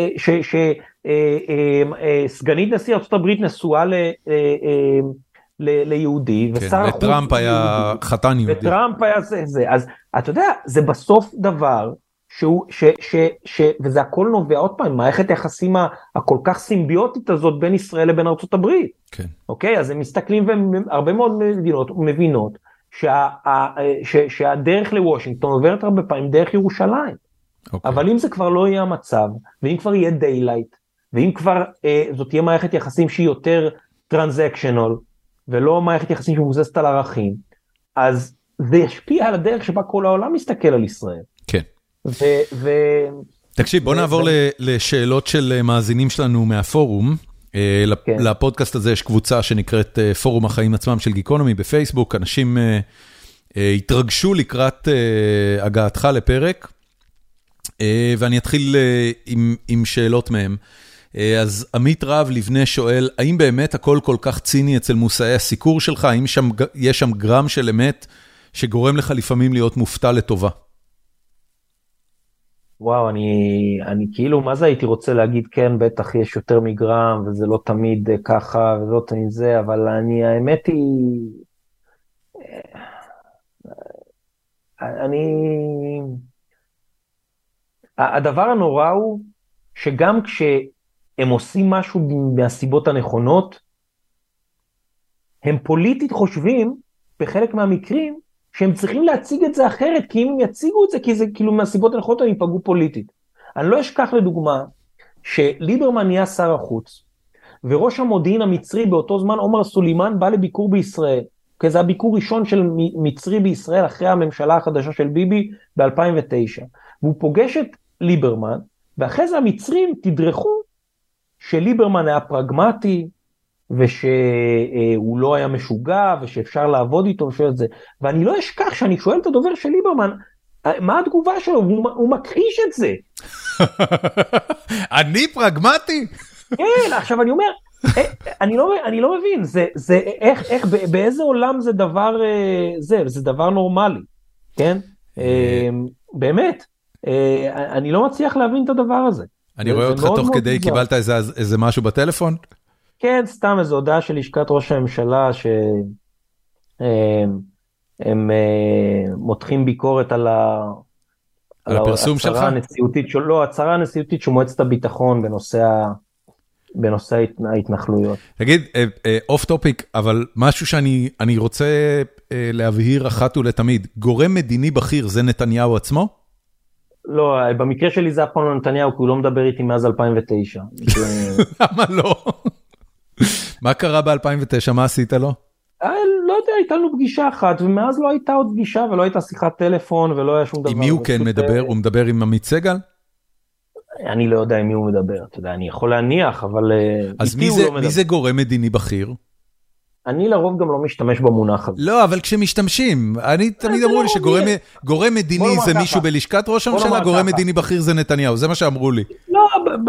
שסגנית נשיא ארצות הברית נשואה ל, ל, ליהודי, כן, וטראמפ היה חתן יהודי. וטראמפ היה זה, זה. אז אתה יודע, זה בסוף דבר, שהוא, ש, ש, ש, וזה הכל נובע עוד פעם, מערכת היחסים הכל כך סימביוטית הזאת בין ישראל לבין ארצות הברית. כן. אוקיי, אז הם מסתכלים, והרבה מאוד מדינות מבינות, שה, ש, שהדרך לוושינגטון עוברת הרבה פעמים דרך ירושלים. אוקיי. אבל אם זה כבר לא יהיה המצב, ואם כבר יהיה דיילייט, ואם כבר אה, זאת תהיה מערכת יחסים שהיא יותר טרנזקשנל, ולא מערכת יחסים שמבוססת על ערכים, אז זה ישפיע על הדרך שבה כל העולם מסתכל על ישראל. כן. ו... ו... תקשיב, בוא נעבור לשאלות של מאזינים שלנו מהפורום. לפודקאסט הזה יש קבוצה שנקראת פורום החיים עצמם של גיקונומי בפייסבוק. אנשים התרגשו לקראת הגעתך לפרק, ואני אתחיל עם שאלות מהם. אז עמית רב לבנה שואל, האם באמת הכל כל כך ציני אצל מושאי הסיקור שלך? האם יש שם גרם של אמת שגורם לך לפעמים להיות מופתע לטובה? וואו, אני, אני כאילו, מה זה הייתי רוצה להגיד, כן, בטח יש יותר מגרם, וזה לא תמיד ככה, וזה לא תמיד זה, אבל אני, האמת היא, אני, הדבר הנורא הוא, שגם כשהם עושים משהו מהסיבות הנכונות, הם פוליטית חושבים, בחלק מהמקרים, שהם צריכים להציג את זה אחרת, כי אם הם יציגו את זה, כי זה כאילו מהסיבות הנכונות הם יפגעו פוליטית. אני לא אשכח לדוגמה, שליברמן נהיה שר החוץ, וראש המודיעין המצרי באותו זמן, עומר סולימן, בא לביקור בישראל, כי זה הביקור ראשון של מצרי בישראל, אחרי הממשלה החדשה של ביבי, ב-אלפיים ותשע. והוא פוגש את ליברמן, ואחרי זה המצרים תדרכו, שליברמן היה פרגמטי, ושהוא לא היה משוגע, ושאפשר לעבוד איתו, ושאל זה. ואני לא אשכח שאני שואל את הדובר של ליברמן, מה התגובה שלו? הוא, הוא מכחיש את זה. אני פרגמטי? כן, עכשיו אני אומר, אני לא, אני לא מבין, זה, זה, איך, איך, באיזה עולם זה דבר, זה, זה דבר נורמלי, כן? באמת, אני לא מצליח להבין את הדבר הזה. אני רואה אותך תוך כדי, קיבלת איזה, איזה משהו בטלפון? כן, סתם איזו הודעה של לשכת ראש הממשלה, שהם מותחים ביקורת על ה... על הפרסום שלך? לא, הצהרה הנשיאותית של מועצת הביטחון בנושא ה... בנושא ההתנחלויות. תגיד, אוף טופיק, אבל משהו שאני אני רוצה להבהיר אחת ולתמיד, גורם מדיני בכיר זה נתניהו עצמו? לא, במקרה שלי זה אף פעם לא נתניהו, כי הוא לא מדבר איתי מאז אלפיים ותשע. למה לא? מה קרה ב-אלפיים ותשע? מה עשית לו? לא יודע, הייתה לנו פגישה אחת, ומאז לא הייתה עוד פגישה, ולא הייתה שיחת טלפון, ולא היה שום דבר. עם מי הוא כן מדבר? הוא מדבר עם עמית סגל? אני לא יודע עם מי הוא מדבר, אתה יודע, אני יכול להניח, אבל... אז מי זה, מי זה גורם מדיני בכיר? אני לרוב גם לא משתמש במונח הזה. לא, אבל כשמשתמשים, אני תמיד אמרו לי שגורם מדיני זה מישהו בלשכת ראש הממשלה, גורם מדיני בכיר זה נתניהו, זה מה שאמרו לי. לא,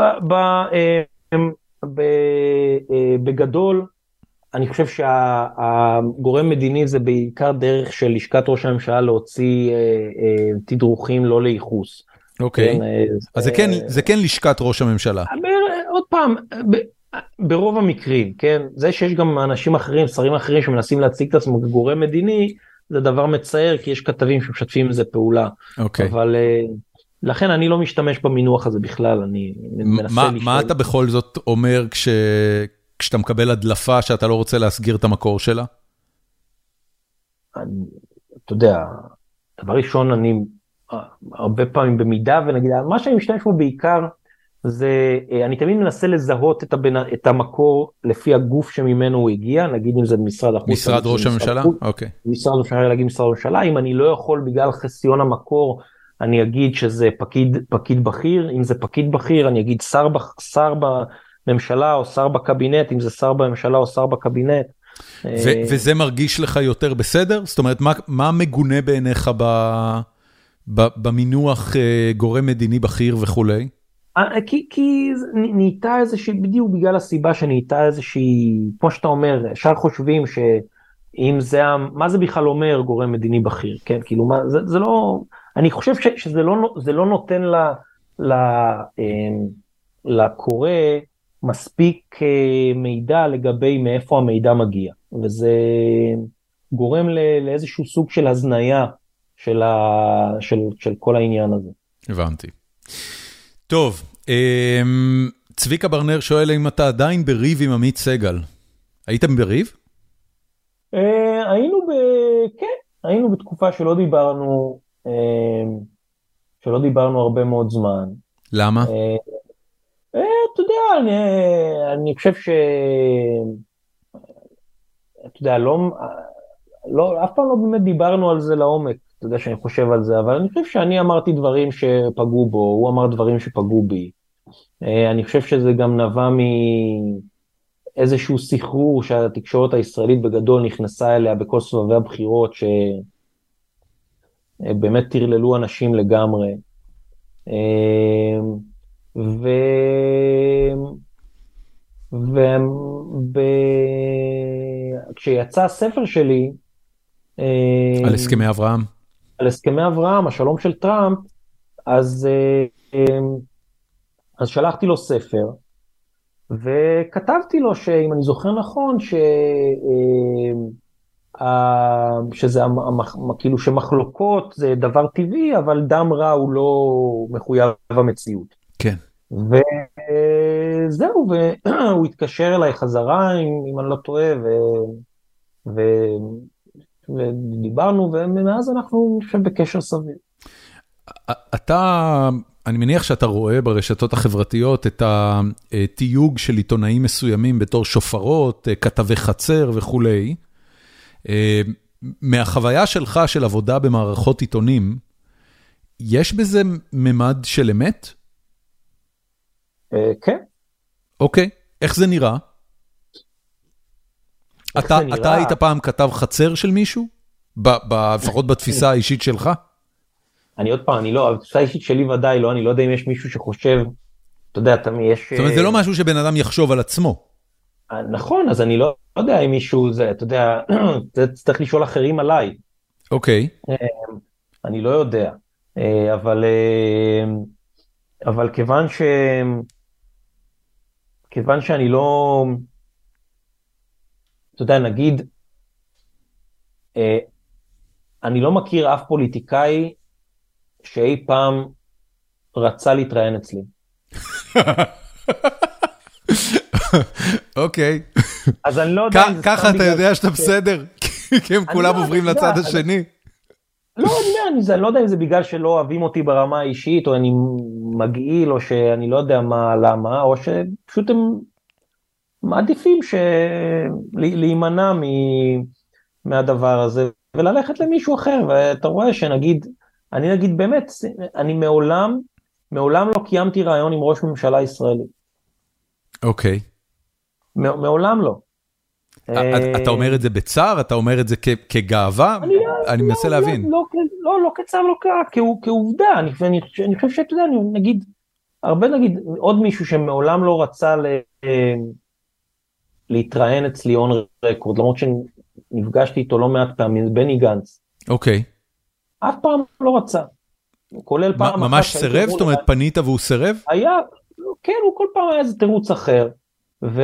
בגדול, אני חושב שהגורם מדיני זה בעיקר דרך של לשכת ראש הממשלה להוציא תדרוכים לא לייחוס. אוקיי, אז זה כן לשכת ראש הממשלה. עוד פעם, ברוב המקרים, כן? זה שיש גם אנשים אחרים, שרים אחרים שמנסים להציג את עצמו כגורם מדיני, זה דבר מצער, כי יש כתבים שמשתפים איזה פעולה. אוקיי. אבל לכן אני לא משתמש במינוח הזה בכלל, אני מנסה לשאול. מה אתה בכל זאת אומר כש... כשאתה מקבל הדלפה שאתה לא רוצה להסגיר את המקור שלה? אני, אתה יודע, דבר ראשון, אני הרבה פעמים במידה, ונגיד, מה שאני משתמש בו בעיקר, זה, אני תמיד מנסה לזהות את, הבנ... את המקור לפי הגוף שממנו הוא הגיע, נגיד אם זה משרד החוץ. משרד ראש הממשלה? אוקיי. משרד ראש הממשלה, להגיד משרד ראש הממשלה, אם אני לא יכול בגלל חסיון המקור, אני אגיד שזה פקיד, פקיד בכיר, אם זה פקיד בכיר, אני אגיד שר, שר בממשלה או שר בקבינט, אם זה שר בממשלה או שר בקבינט. ו- וזה מרגיש לך יותר בסדר? זאת אומרת, מה, מה מגונה בעיניך ב, ב, במינוח גורם מדיני בכיר וכולי? כי, כי נהייתה איזושהי, בדיוק בגלל הסיבה שנהייתה איזושהי, כמו שאתה אומר, שאר חושבים שאם זה, מה זה בכלל אומר גורם מדיני בכיר, כן? כאילו, מה, זה, זה לא, אני חושב ש, שזה לא, זה לא נותן ל, ל, לקורא מספיק מידע לגבי מאיפה המידע מגיע, וזה גורם לאיזשהו סוג של הזניה של, ה, של, של כל העניין הזה. הבנתי. טוב, צביקה ברנר שואל אם אתה עדיין בריב עם עמית סגל. הייתם בריב? היינו ב... כן, היינו בתקופה שלא דיברנו, שלא דיברנו הרבה מאוד זמן. למה? אתה יודע, אני, אני חושב ש... אתה יודע, לא, לא, אף פעם לא באמת דיברנו על זה לעומק, אתה יודע שאני חושב על זה, אבל אני חושב שאני אמרתי דברים שפגעו בו, הוא אמר דברים שפגעו בי. אני חושב שזה גם נבע מאיזשהו סחרור שהתקשורת הישראלית בגדול נכנסה אליה בכל סבבי הבחירות, שבאמת תרללו אנשים לגמרי. ו... ו... ו... כשיצא הספר שלי, על הסכמי אברהם. על הסכמי אברהם, השלום של טראמפ, אז, אז שלחתי לו ספר, וכתבתי לו שאם אני זוכר נכון, ש... שזה כאילו שמחלוקות זה דבר טבעי, אבל דם רע הוא לא מחויב המציאות. כן. וזהו, והוא התקשר אליי חזרה, אם אני לא טועה, ודיברנו, ומאז אנחנו, אני חושב, בקשר סביר. אתה, אני מניח שאתה רואה ברשתות החברתיות את התיוג של עיתונאים מסוימים בתור שופרות, כתבי חצר וכולי. מהחוויה שלך של עבודה במערכות עיתונים, יש בזה ממד של אמת? כן. אוקיי, איך זה נראה? אתה היית פעם כתב חצר של מישהו? לפחות בתפיסה האישית שלך? אני עוד פעם, אני לא, התפיסה האישית שלי ודאי לא, אני לא יודע אם יש מישהו שחושב, אתה יודע, תמיד יש... זאת אומרת, זה לא משהו שבן אדם יחשוב על עצמו. נכון, אז אני לא יודע אם מישהו זה, אתה יודע, צריך לשאול אחרים עליי. אוקיי. אני לא יודע, אבל, אבל כיוון ש... כיוון שאני לא... אתה יודע, נגיד, אני לא מכיר אף פוליטיקאי שאי פעם רצה להתראיין אצלי. אוקיי. אז אני לא יודע... ככה אתה יודע שאתה בסדר? כי הם כולם עוברים לצד השני. לא, אני לא יודע אם זה בגלל שלא אוהבים אותי ברמה האישית, או אני מגעיל, או שאני לא יודע מה, למה, או שפשוט הם מעדיפים להימנע מהדבר הזה, וללכת למישהו אחר, ואתה רואה שנגיד, אני נגיד באמת, אני מעולם, מעולם לא קיימתי רעיון עם ראש ממשלה ישראלי. אוקיי. מעולם לא. אתה אומר את זה בצער? אתה אומר את זה כגאווה? אני מנסה להבין. לא, לא כצער, לא כעובדה. אני חושב שאתה יודע, נגיד, הרבה נגיד, עוד מישהו שמעולם לא רצה להתראיין אצלי און רקורד, למרות שנפגשתי איתו לא מעט פעמים, בני גנץ. אוקיי. אף פעם לא רצה. כולל פעם אחת. ממש סירב? זאת אומרת, פנית והוא סירב? היה, כן, הוא כל פעם היה איזה תירוץ אחר. ו...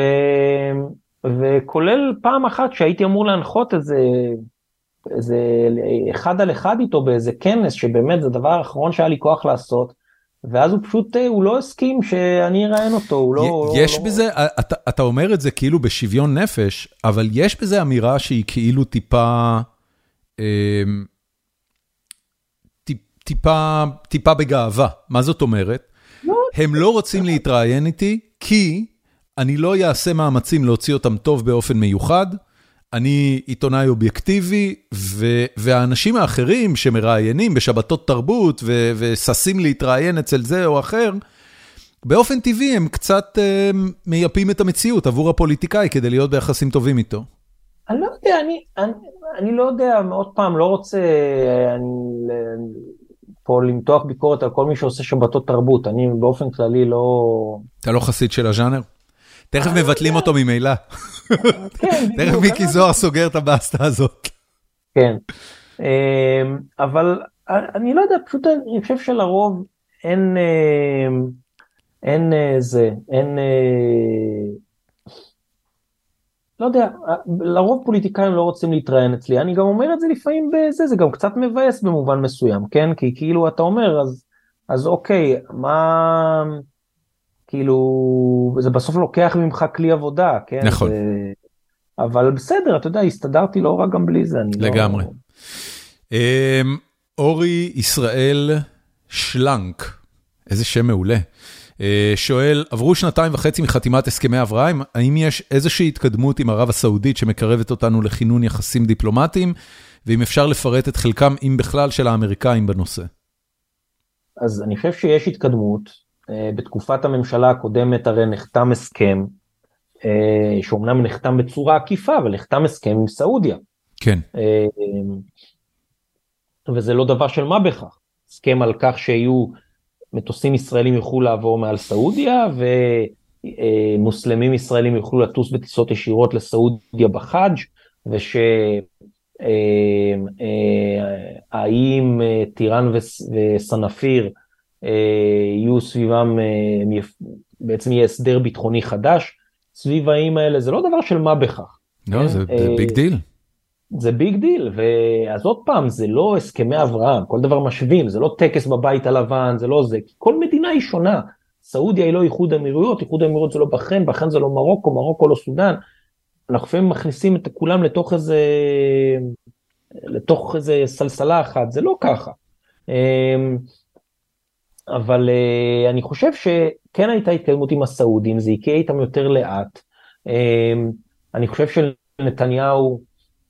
וכולל פעם אחת שהייתי אמור להנחות איזה, איזה אחד על אחד איתו באיזה כנס, שבאמת זה דבר האחרון שהיה לי כוח לעשות, ואז הוא פשוט, הוא לא הסכים שאני אראיין אותו, הוא לא... יש לא... בזה, אתה, אתה אומר את זה כאילו בשוויון נפש, אבל יש בזה אמירה שהיא כאילו טיפה, טיפה, טיפה בגאווה. מה זאת אומרת? לא, הם לא רוצים להתראיין איתי, כי אני לא אעשה מאמצים להוציא אותם טוב באופן מיוחד, אני עיתונאי אובייקטיבי, והאנשים האחרים שמראיינים בשבתות תרבות, וססים להתראיין אצל זה או אחר, באופן טבעי הם קצת מייפים את המציאות עבור הפוליטיקאי, כדי להיות ביחסים טובים איתו. אני לא יודע, אני, אני, אני לא יודע, עוד פעם, לא רוצה אני, פה למתוח ביקורת על כל מי שעושה שבתות תרבות, אני באופן כללי לא... אתה לא חסיד של הז'אנר? תכף מבטלים אותו ממילא. תכף מיקי זוהר סוגר את הבאסטה הזאת. כן. אבל אני לא יודע, פשוט אני חושב שלרוב אין, אין זה, אין, לא יודע, לרוב פוליטיקאים לא רוצים להתראיין אצלי, אני גם אומר את זה לפעמים בזה, זה גם קצת מבאס במובן מסוים, כן? כי כאילו אתה אומר, אז, אז אוקיי, מה... כאילו, זה בסוף לוקח ממך כלי עבודה, כן? נכון. זה... אבל בסדר, אתה יודע, הסתדרתי לא רק גם בלי זה. אני לגמרי. לא... אורי ישראל שלנק, איזה שם מעולה, שואל, עברו שנתיים וחצי מחתימת הסכמי אברהם, האם יש איזושהי התקדמות עם ערב הסעודית שמקרבת אותנו לכינון יחסים דיפלומטיים, ואם אפשר לפרט את חלקם, אם בכלל, של האמריקאים בנושא? אז אני חושב שיש התקדמות, בתקופת הממשלה הקודמת הרי נחתם הסכם, שאומנם נחתם בצורה עקיפה, אבל נחתם הסכם עם סעודיה. כן. וזה לא דבר של מה בכך. הסכם על כך שיהיו מטוסים ישראלים יוכלו לעבור מעל סעודיה, ומוסלמים ישראלים יוכלו לטוס בטיסות ישירות לסעודיה בחאג', ושהאיים טירן וסנפיר, יהיו סביבם, בעצם יהיה הסדר ביטחוני חדש, סביב האיים האלה, זה לא דבר של מה בכך. לא, זה ביג דיל. זה ביג דיל, ואז עוד פעם, זה לא הסכמי אברהם, כל דבר משווים, זה לא טקס בבית הלבן, זה לא זה, כל מדינה היא שונה, סעודיה היא לא איחוד האמירויות, איחוד האמירויות זה לא בחריין, בחריין זה לא מרוקו, מרוקו לא סודן, אנחנו לפעמים מכניסים את כולם לתוך איזה, לתוך איזה סלסלה אחת, זה לא ככה. אבל אני חושב שכן הייתה התקדמות עם הסעודים, זה יקרה איתם יותר לאט. אני חושב שלנתניהו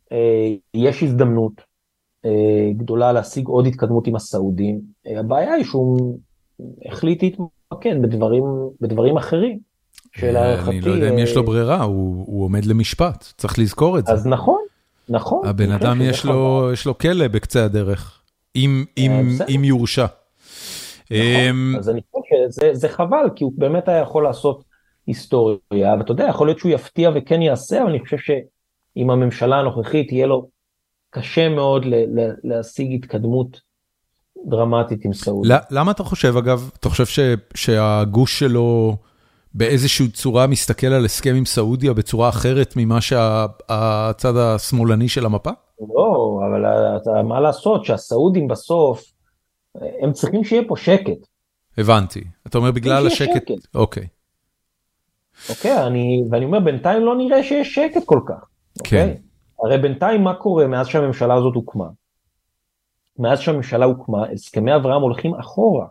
יש הזדמנות גדולה להשיג עוד התקדמות עם הסעודים. הבעיה היא שהוא החליט להתמקד בדברים, בדברים אחרים. אני לא יודע אם יש לו ברירה, הוא, הוא עומד למשפט, צריך לזכור את זה. אז נכון, נכון. הבן אדם יש לו, יש לו כלא בקצה הדרך, אם, אם, אם יורשע. נכון, אז אני חושב שזה חבל, כי הוא באמת היה יכול לעשות היסטוריה, ואתה יודע, יכול להיות שהוא יפתיע וכן יעשה, אבל אני חושב שעם הממשלה הנוכחית יהיה לו קשה מאוד להשיג התקדמות דרמטית עם סעודיה. למה אתה חושב, אגב, אתה חושב שהגוש שלו באיזושהי צורה מסתכל על הסכם עם סעודיה בצורה אחרת ממה שהצד השמאלני של המפה? לא, אבל מה לעשות שהסעודים בסוף, הם צריכים שיהיה פה שקט. הבנתי. אתה אומר בגלל השקט. אוקיי. אוקיי, אני, ואני אומר, בינתיים לא נראה שיש שקט כל כך. כן. הרי בינתיים מה קורה מאז שהממשלה הזאת הוקמה? מאז שהממשלה הוקמה, הסכמי אברהם הולכים אחורה.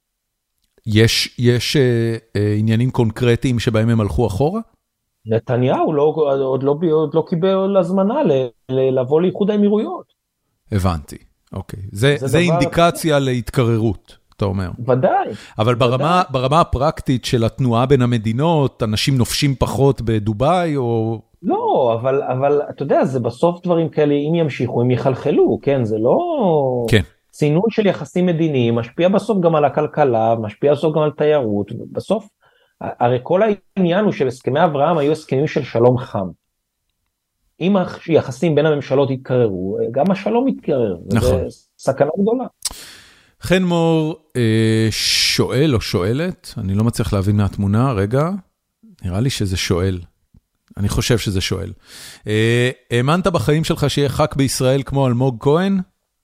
יש, יש אה, אה, עניינים קונקרטיים שבהם הם הלכו אחורה? נתניהו לא, עוד, לא, עוד לא קיבל הזמנה ל, ל, לבוא לאיחוד האמירויות. הבנתי. אוקיי. זה, זה, זה דבר... אינדיקציה להתקררות, אתה אומר. ודאי. אבל ברמה, ודאי. ברמה הפרקטית של התנועה בין המדינות, אנשים נופשים פחות בדוביי או... לא, אבל, אבל אתה יודע, זה בסוף דברים כאלה, אם ימשיכו, הם יחלחלו, כן? זה לא... כן. צינון של יחסים מדיניים, משפיע בסוף גם על הכלכלה, משפיע בסוף גם על תיירות, בסוף, הרי כל העניין הוא של הסכמי אברהם היו הסכמים של שלום חם. אם היחסים בין הממשלות יתקררו, גם השלום יתקרר. נכון. זה סכנה גדולה. חן מור שואל או שואלת, אני לא מצליח להבין מהתמונה, רגע, נראה לי שזה שואל. אני חושב שזה שואל. האמנת בחיים שלך שיהיה ח"כ בישראל כמו אלמוג כהן?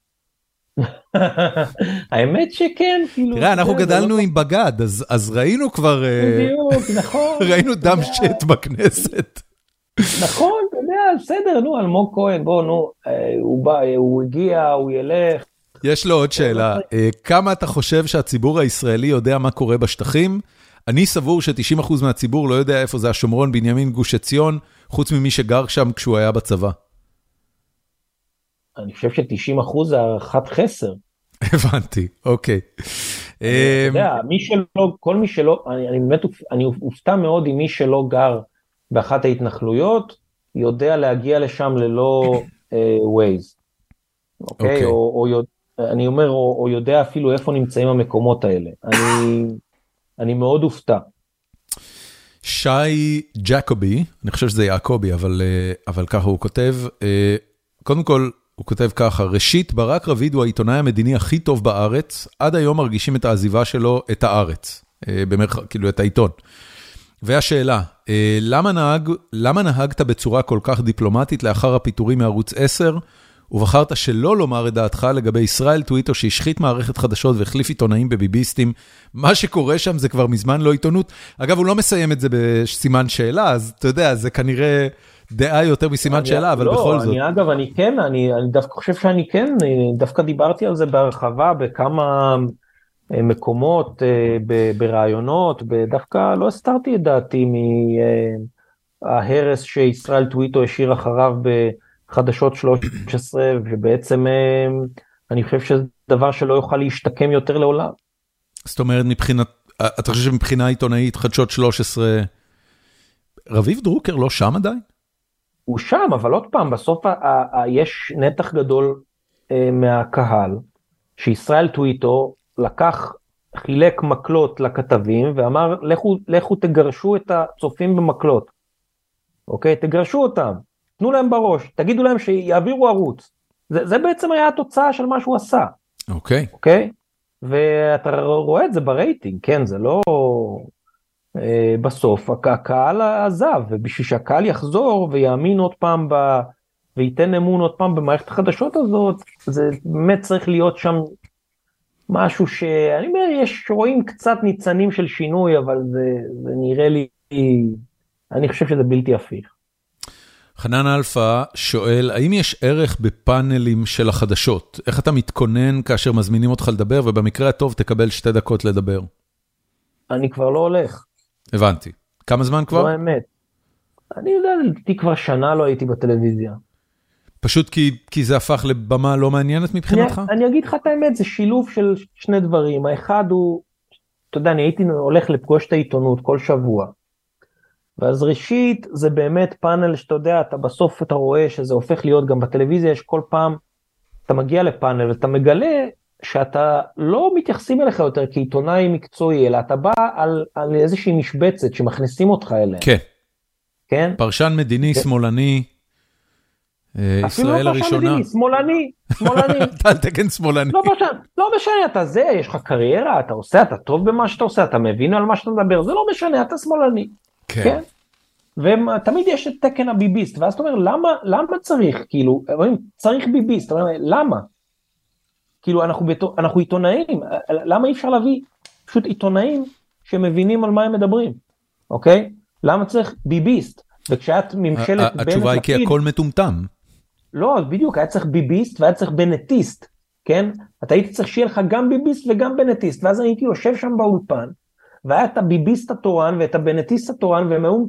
האמת שכן, כאילו... תראה, אנחנו גדלנו עם בגד, אז ראינו כבר... בדיוק, נכון. ראינו דם שט בכנסת. נכון, אתה יודע, בסדר, נו, אלמוג כהן, בוא, נו, הוא בא, הוא הגיע, הוא ילך. יש לו עוד שאלה, כמה אתה חושב שהציבור הישראלי יודע מה קורה בשטחים? אני סבור ש-תשעים אחוז מהציבור לא יודע איפה זה השומרון, בנימין, גוש עציון, חוץ ממי שגר שם כשהוא היה בצבא. אני חושב ש-תשעים אחוז זה הערכת חסר. הבנתי, אוקיי. אתה יודע, מי שלא, כל מי שלא, אני באמת, אני אופתע מאוד עם מי שלא גר באחת ההתנחלויות, יודע להגיע לשם ללא ווייז. אוקיי? או אני אומר, או יודע אפילו איפה נמצאים המקומות האלה. אני... אני מאוד אופתע. שי ג'קובי, אני חושב שזה יעקובי, אבל, אבל ככה הוא כותב, קודם כל הוא כותב ככה, ראשית, ברק רביד הוא העיתונאי המדיני הכי טוב בארץ, עד היום מרגישים את העזיבה שלו את הארץ, במרח, כאילו את העיתון. והשאלה, למה נהג, למה נהגת בצורה כל כך דיפלומטית לאחר הפיטורים מערוץ עשר, ובחרת שלא לומר את דעתך לגבי ישראל טוויטר שהשחית מערכת חדשות והחליף עיתונאים בביביסטים, מה שקורה שם זה כבר מזמן לא עיתונות, אגב הוא לא מסיים את זה בסימן שאלה, אז אתה יודע, זה כנראה דעה יותר מסימן שאלה, אבל בכל זאת. לא, אגב, אני כן, אני דווקא חושב שאני כן, דווקא דיברתי על זה בהרחבה, בכמה מקומות, ברעיונות, דווקא לא הסתרתי את דעתי מההרס שישראל טוויטר השאיר אחריו ב... חדשות שלוש עשרה, ובעצם אני חושב שזה דבר שלא יוכל להשתקם יותר לעולם. זאת אומרת, מבחינת, אתה חושב שמבחינה עיתונאית, חדשות שלוש עשרה, רביב דרוקר לא שם עדיין? הוא שם, אבל עוד פעם, בסוף יש נתח גדול מהקהל, שישראל טוויטו לקח, חילק מקלות לכתבים, ואמר, לכו, לכו תגרשו את הצופים במקלות. אוקיי? תגרשו אותם. תנו להם בראש, תגידו להם שיעבירו ערוץ. זה, זה בעצם היה התוצאה של מה שהוא עשה. אוקיי. אוקיי? ואתה רואה את זה ברייטינג, כן, זה לא... אה, בסוף, הקהל עזב, ובשביל שהקהל יחזור ויאמין עוד פעם, ב... וייתן אמון עוד פעם במערכת החדשות הזאת, זה באמת צריך להיות שם משהו שאני אומר, יש רואים קצת ניצנים של שינוי, אבל זה, זה נראה לי, אני חושב שזה בלתי הפיך. חנן אלפא שואל, האם יש ערך בפאנלים של החדשות? איך אתה מתכונן כאשר מזמינים אותך לדבר, ובמקרה הטוב תקבל שתי דקות לדבר? אני כבר לא הולך. הבנתי. כמה זמן כבר? לא האמת. אני יודע, לדעתי כבר שנה לא הייתי בטלוויזיה. פשוט כי, כי זה הפך לבמה לא מעניינת מבחינתך? אני, אני אגיד לך את האמת, זה שילוב של שני דברים. האחד הוא, אתה יודע, אני הייתי הולך לפגוש את העיתונות כל שבוע. ואז ראשית, זה באמת פאנל שאתה יודע, אתה בסוף אתה רואה שזה הופך להיות גם בטלוויזיה, יש כל פעם, אתה מגיע לפאנל ואתה מגלה שאתה לא מתייחסים אליך יותר כעיתונאי מקצועי, אלא אתה בא על, על איזושהי משבצת שמכניסים אותך אליה. כן. כן? פרשן מדיני, כן. שמאלני, ישראל הראשונה. אפילו לא פרשן מדיני, שמאלני, שמאלני. אתה על תקן שמאלני. לא משנה, לא משנה, אתה זה, יש לך קריירה, אתה עושה, אתה טוב במה שאתה עושה, אתה מבין על מה שאתה מדבר, זה לא משנה, אתה שמאלני. כן. כן? ותמיד יש את תקן הביביסט, ואז אתה אומר, למה, למה צריך, כאילו, צריך ביביסט, אתה אומר, למה? כאילו, אנחנו, אנחנו עיתונאים, למה אי אפשר להביא פשוט עיתונאים שמבינים על מה הם מדברים, אוקיי? למה צריך ביביסט? וכשאת ממשלת בנט... התשובה היא כי הכל מטומטם. לא, בדיוק, היה צריך ביביסט והיה צריך בנטיסט, כן? אתה הייתי צריך שיהיה לך גם ביביסט וגם בנטיסט, ואז אני הייתי יושב שם באולפן, והיה את הביביסט התורן ואת הבנטיסט התורן, והם היו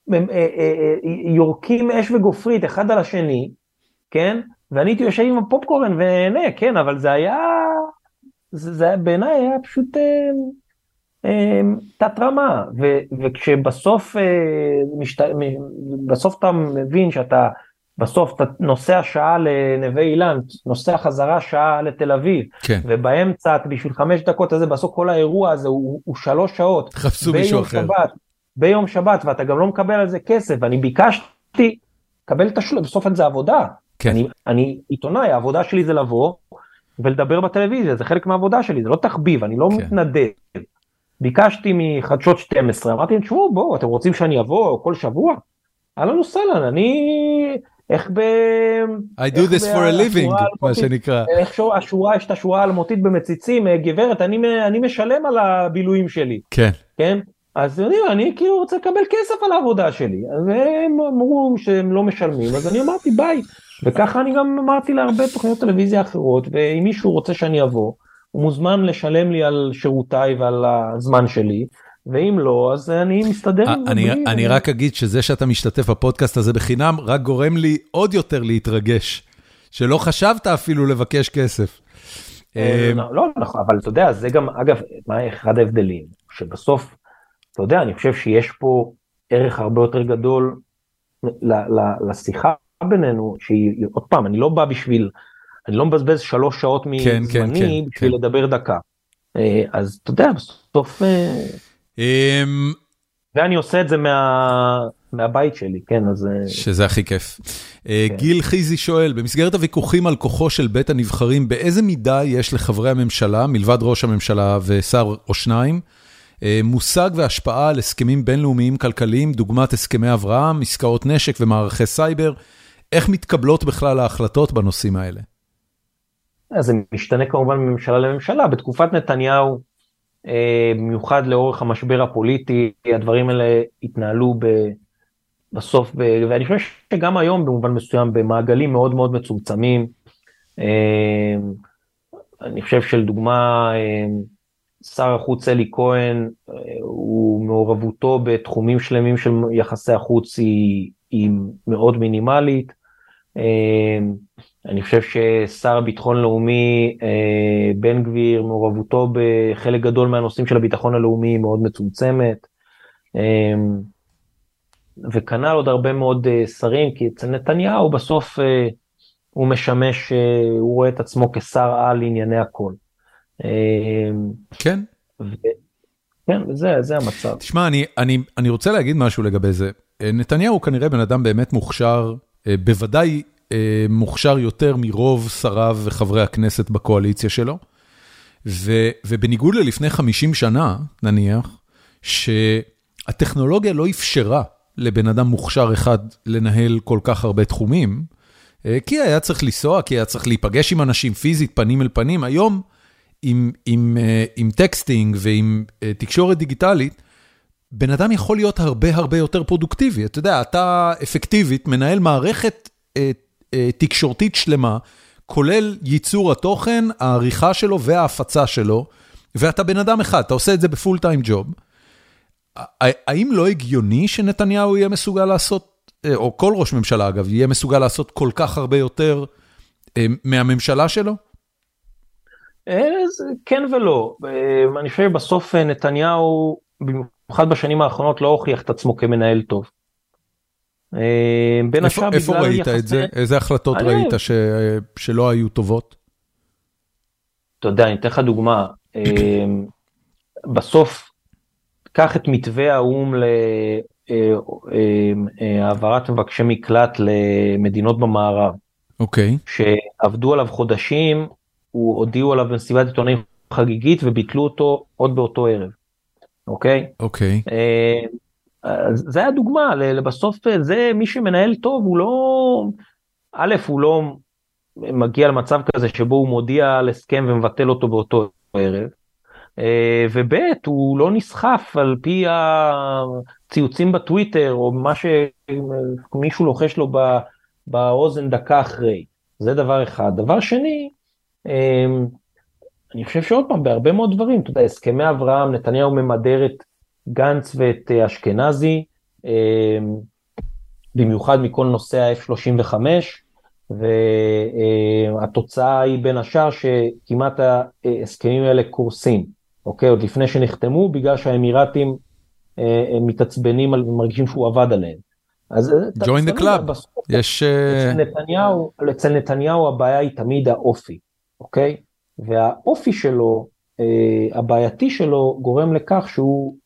יורקים אש וגופרית אחד על השני, כן? ואני הייתי יושב עם הפופקורן ונהנה, כן, אבל זה היה, זה, זה בעיניי היה פשוט אה, אה, תת רמה, ו, וכשבסוף, אה, משת, בסוף אתה מבין שאתה, בסוף אתה נוסע שעה לנווה אילן, נוסע חזרה שעה לתל אביב, כן. ובאמצע בשביל חמש דקות הזה, בסוף כל האירוע הזה הוא, הוא שלוש שעות, חפשו מישהו אחר. שבת, ביום שבת, ואתה גם לא מקבל על זה כסף, ואני ביקשתי, קבל תשלום, בסוף זה עבודה, כן. אני, אני עיתונאי, העבודה שלי זה לבוא, ולדבר בטלוויזיה, זה חלק מהעבודה שלי, זה לא תחביב, אני לא כן. מתנדב, ביקשתי מחדשות שתים עשרה, אמרתי, תשמעו, בואו, אתם רוצים שאני אבוא כל שבוע? אהלן וסהלן, אני, איך ב... I do this for a living, מה שנקרא. איך השורה, יש את השורה האלמותית במציצים, גברת, אני, אני משלם על הבילויים שלי. כן. כן? אז אני, אני כאילו רוצה לקבל כסף על העבודה שלי, והם אמרו שהם לא משלמים, אז אני אמרתי ביי, וככה אני גם אמרתי להרבה תוכניות טלוויזיה אחרות, ואם מישהו רוצה שאני אבוא, הוא מוזמן לשלם לי על שירותיי ועל הזמן שלי, ואם לא, אז אני מסתדר. אני, אני רק אגיד שזה שאתה משתתף בפודקאסט הזה בחינם, רק גורם לי עוד יותר להתרגש, שלא חשבת אפילו לבקש כסף. לא, לא, אבל אתה יודע, זה גם, אגב, מה אחד ההבדלים, שבסוף, אתה יודע, אני חושב שיש פה ערך הרבה יותר גדול לשיחה בינינו, שהיא, עוד פעם, אני לא בא בשביל, אני לא מבזבז שלוש שעות מזמני בשביל לדבר דקה. אז אתה יודע, בסוף... ואני עושה את זה מהבית שלי, כן, אז... שזה הכי כיף. גיל חיזי שואל, במסגרת הוויכוחים על כוחו של בית הנבחרים, באיזה מידה יש לחברי הממשלה, מלבד ראש הממשלה ושר או שניים, מושג והשפעה על הסכמים בינלאומיים כלכליים, דוגמת הסכמי אברהם, עסקאות נשק ומערכי סייבר, איך מתקבלות בכלל ההחלטות בנושאים האלה? אז זה משתנה כמובן מממשלה לממשלה, בתקופת נתניהו, במיוחד לאורך המשבר הפוליטי, הדברים האלה התנהלו בסוף, ואני חושב שגם היום במובן מסוים, במעגלים מאוד מאוד מצומצמים, אני חושב שלדוגמה, שר החוץ אלי כהן, הוא מעורבותו בתחומים שלמים של יחסי החוץ היא, היא מאוד מינימלית, אני חושב ששר הביטחון הלאומי, בן גביר, מעורבותו בחלק גדול מהנושאים של הביטחון הלאומי היא מאוד מצומצמת, וכנ"ל עוד הרבה מאוד שרים, כי אצל נתניהו בסוף הוא משמש, הוא רואה את עצמו כשר על ענייני הכל. כן. כן, וזה, זה המצב. תשמע, אני, אני, אני רוצה להגיד משהו לגבי זה. נתניהו הוא כנראה בן אדם באמת מוכשר, בוודאי מוכשר יותר מרוב שריו וחברי הכנסת בקואליציה שלו, ו, ובניגוד ללפני חמישים שנה, נניח, שהטכנולוגיה לא אפשרה לבן אדם מוכשר אחד לנהל כל כך הרבה תחומים, כי היה צריך לנסוע, כי היה צריך להיפגש עם אנשים פיזית, פנים אל פנים. היום, עם, עם, עם טקסטינג ועם תקשורת דיגיטלית, בן אדם יכול להיות הרבה הרבה יותר פרודוקטיבי. אתה יודע, אתה אפקטיבית מנהל מערכת תקשורתית שלמה, כולל ייצור התוכן, העריכה שלו וההפצה שלו, ואתה בן אדם אחד, אתה עושה את זה בפול טיים ג'וב. האם לא הגיוני שנתניהו יהיה מסוגל לעשות, או כל ראש ממשלה אגב, יהיה מסוגל לעשות כל כך הרבה יותר מהממשלה שלו? כן ולא. אני חושב בסוף נתניהו, במיוחד בשנים האחרונות, לא הוכיח את עצמו כמנהל טוב. איפה ראית את זה? איזה החלטות ראית שלא היו טובות? אתה יודע, אני אתן לך דוגמה. בסוף, קח את מתווה האום להעברת מבקשי מקלט למדינות במערב. אוקיי. שעבדו עליו חודשים, הוא הודיעו עליו במסיבת עיתונאים חגיגית, וביטלו אותו עוד באותו ערב. אוקיי? אוקיי. זה היה דוגמה, לבסוף זה מי שמנהל טוב, הוא לא, א', הוא לא מגיע למצב כזה שבו הוא מודיע על הסכם ומבטל אותו באותו ערב, וב' הוא לא נסחף על פי הציוצים בטוויטר, או מה שמישהו לוחש לו באוזן דקה אחרי. זה דבר אחד. דבר שני, אני חושב שעוד פעם, בהרבה מאוד דברים, אתה יודע, הסכמי אברהם, נתניהו ממדר את גנץ ואת אשכנזי, במיוחד מכל נושא ה-אף שלושים וחמש, והתוצאה היא בין השאר שכמעט ההסכמים האלה קורסים, אוקיי? עוד לפני שנחתמו, בגלל שהאמירתים מתעצבנים ומרגישים שהוא עבד עליהם. אז join the club. יש... אצל נתניהו, אצל נתניהו הבעיה היא תמיד האופי, אוקיי? והאופי שלו, הבעייתי שלו, גורם לכך שהוא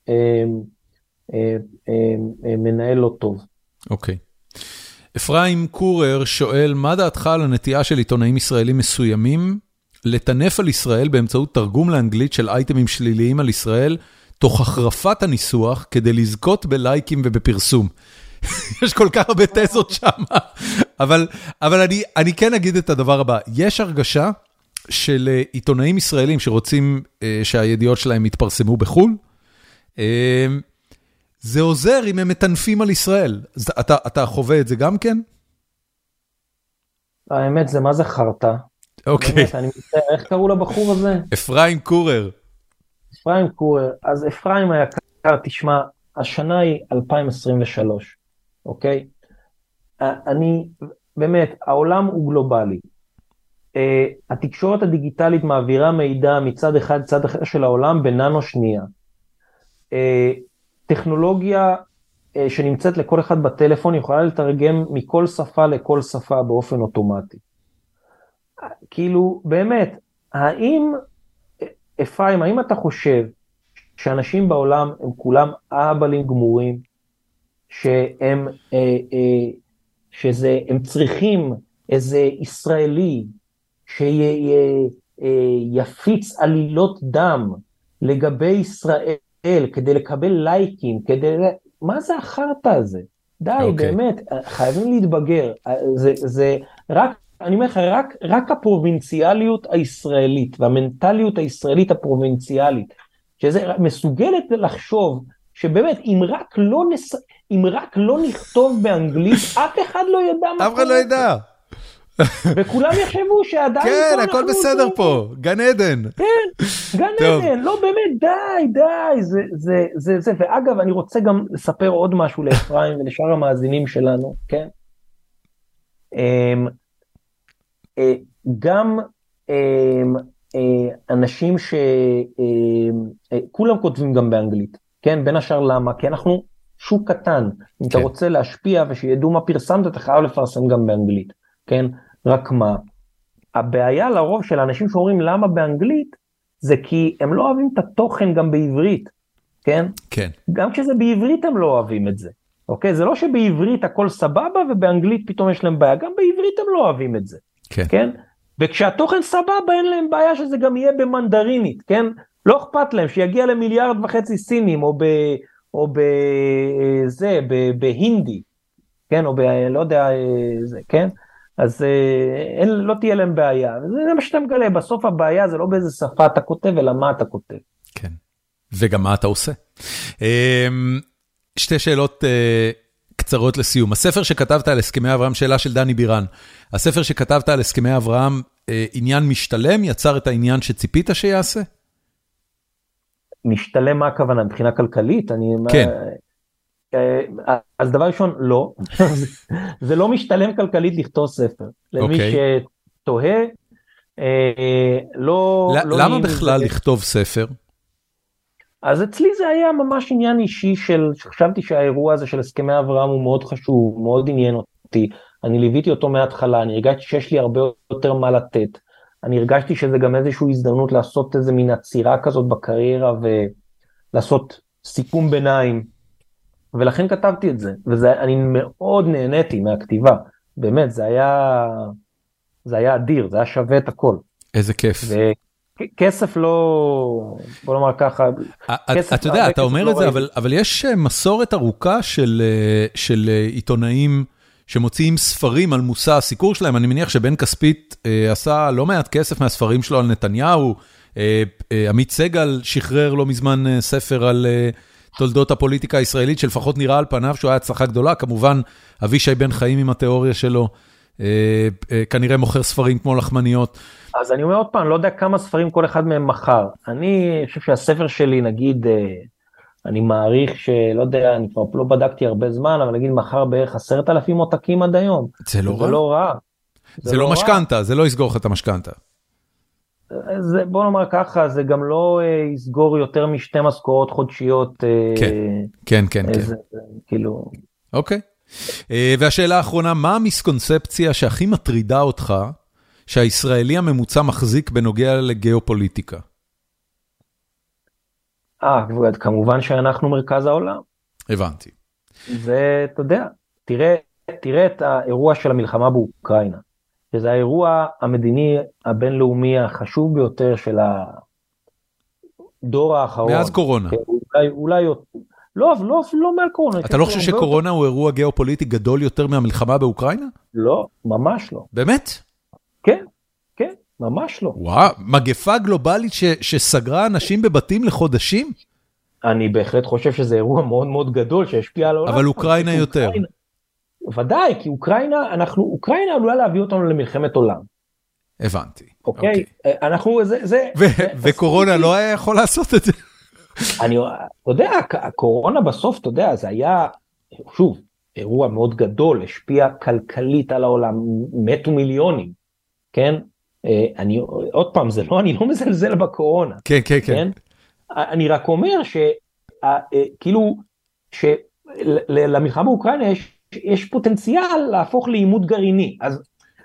מנהל לא טוב. אוקיי. אפרים קורר שואל, מה דעתך על הנטייה של עיתונאים ישראלים מסוימים לטנף על ישראל באמצעות תרגום לאנגלית של אייטמים שליליים על ישראל, תוך החרפת הניסוח כדי לזכות בלייקים ובפרסום? יש כל כך הרבה תזות שם, אבל, אבל אני, אני כן אגיד את הדבר הבא, יש הרגשה של עיתונאים ישראלים שרוצים שהידיעות שלהם יתפרסמו בחול, זה עוזר אם הם מטנפים על ישראל. אתה, אתה חווה את זה גם כן? האמת זה מה זה חרטה. אוקיי. באמת, אני מצטער, איך קראו לבחור הזה? אפרים קורר. אפרים קורר. אז אפרים היקר, תשמע, השנה היא אלפיים עשרים ושלוש, אוקיי? אני, באמת, העולם הוא גלובלי. התקשורת הדיגיטלית מעבירה מידע מצד אחד, צד אחר של העולם בננו שנייה. טכנולוגיה שנמצאת לכל אחד בטלפון יכולה לתרגם מכל שפה לכל שפה באופן אוטומטי. כאילו, באמת, האם, אפרים, האם אתה חושב שאנשים בעולם הם כולם אהבלים גמורים, שהם, שזה, הם צריכים איזה ישראלי שיפיץ עלילות דם לגבי ישראל, כדי לקבל לייקים, כדי... מה זה החרטא הזה? די, okay. באמת, חייבים להתבגר. זה, זה רק, אני אומר לך, רק, רק הפרובינציאליות הישראלית, והמנטליות הישראלית הפרובינציאלית, שזה מסוגלת לחשוב, שבאמת, אם רק לא, נס... אם רק לא נכתוב באנגלית, אף אחד לא ידע מה... אף אחד לא ידע. וכולם יחשבו שעדיין... כן, הכל בסדר פה, גן עדן. כן, גן עדן, לא באמת, די, די, זה, זה, זה, זה, ואגב, אני רוצה גם לספר עוד משהו לאפרים ולשאר המאזינים שלנו, כן? גם אנשים שכולם כותבים גם באנגלית, כן? בין השאר למה? כי אנחנו שוק קטן, אם אתה רוצה להשפיע ושידעו מה פרסמת, אתה חייב לפרסם גם באנגלית, כן? רק מה? הבעיה לרוב של האנשים שאומרים למה באנגלית, זה כי הם לא אוהבים את התוכן גם בעברית, כן? כן. גם כשזה בעברית הם לא אוהבים את זה, אוקיי? זה לא שבעברית הכל סבבה, ובאנגלית פתאום יש להם בעיה, גם בעברית הם לא אוהבים את זה, כן? כן? וכשהתוכן סבבה, אין להם בעיה שזה גם יהיה במנדרינית, כן? לא אכפת להם שיגיע למיליארד וחצי סינים, או ב... או בזה, בהינדי, כן? או ב... לא יודע, זה, כן? אז אין, לא תהיה להם בעיה. זה מה שאתה מגלה, בסוף הבעיה זה לא באיזה שפה אתה כותב, אלא מה אתה כותב. כן, וגם מה אתה עושה. שתי שאלות קצרות לסיום. הספר שכתבת על הסכמי אברהם, שאלה של דני בירן, הספר שכתבת על הסכמי אברהם, עניין משתלם, יצר את העניין שציפית שיעשה? משתלם מה הכוונה? מבחינה כלכלית? אני... כן. אז דבר ראשון, לא. זה לא משתלם כלכלית לכתוב ספר. למי שתוהה, לא... למה בכלל לכתוב ספר? אז אצלי זה היה ממש עניין אישי של, חשבתי שהאירוע הזה של הסכמי אברהם הוא מאוד חשוב, מאוד עניין אותי, אני ליוויתי אותו מההתחלה, אני הרגשתי שיש לי הרבה יותר מה לתת, אני הרגשתי שזה גם איזושהי הזדמנות לעשות איזה מין עצירה כזאת בקריירה, ולעשות סיכום ביניים, ולכן כתבתי את זה, ואני מאוד נהניתי מהכתיבה, באמת, זה היה, זה היה אדיר, זה היה שווה את הכל. איזה כיף. ו... כסף לא, בוא נאמר ככה, אתה יודע, אתה אומר את זה, אבל יש מסורת ארוכה של עיתונאים שמוציאים ספרים על מושא הסיקור שלהם, אני מניח שבן כספית עשה לא מעט כסף מהספרים שלו על נתניהו, עמית סגל שחרר לא מזמן ספר על תולדות הפוליטיקה הישראלית, שלפחות נראה על פניו שהוא היה הצלחה גדולה, כמובן אבישי בן חיים עם התיאוריה שלו, כנראה מוכר ספרים כמו לחמניות. אז אני אומר עוד פעם, לא יודע כמה ספרים כל אחד מהם מחר. אני חושב שהספר שלי, נגיד, אני מעריך שלא יודע, אני כבר לא בדקתי הרבה זמן, אבל נגיד מחר בערך עשרת אלפים עותקים עד היום. זה לא רע. זה לא רע. זה לא משכנתה, זה לא יסגור לך את המשכנתה. בוא נאמר ככה, זה גם לא יסגור יותר משתי משכורות חודשיות. כן, כן, כן. כאילו... אוקיי. והשאלה האחרונה, מה המיסקונספציה שהכי מטרידה אותך, שהישראלי הממוצע מחזיק בנוגע לגיאופוליטיקה? אה, כמובן שאנחנו מרכז העולם. הבנתי. זה, אתה יודע, תראה, תראה את האירוע של המלחמה באוקראינה, שזה האירוע המדיני הבינלאומי החשוב ביותר של הדור האחרון. מאז קורונה. אולי, אולי, לא, לא, לא מעל קורונה. אתה לא חושב שקורונה הוא אירוע גיאופוליטי גדול יותר מהמלחמה באוקראינה? לא, ממש לא. באמת? כן, כן, ממש לא. וואו, מגפה גלובלית ש, שסגרה אנשים בבתים לחודשים? אני בהחלט חושב שזה אירוע מאוד מאוד גדול שהשפיע על העולם. אבל אוקראינה יותר. אוקראינה, ודאי, כי אוקראינה, אנחנו, אוקראינה עלולה להביא אותנו למלחמת עולם. הבנתי. אוקיי? אוקיי. אנחנו, זה, זה... ו- זה וקורונה לא היה יכול לעשות את זה. אני, אתה יודע, הקורונה בסוף, אתה יודע, זה היה, שוב, אירוע מאוד גדול, השפיע כלכלית על העולם, מתו מיליונים, כן? אני, עוד פעם, זה לא, אני לא מזלזל בקורונה. כן, כן, כן. אני רק אומר ש, כאילו, שלמלחמה באוקראינה יש, יש פוטנציאל להפוך לעימות גרעיני, אז...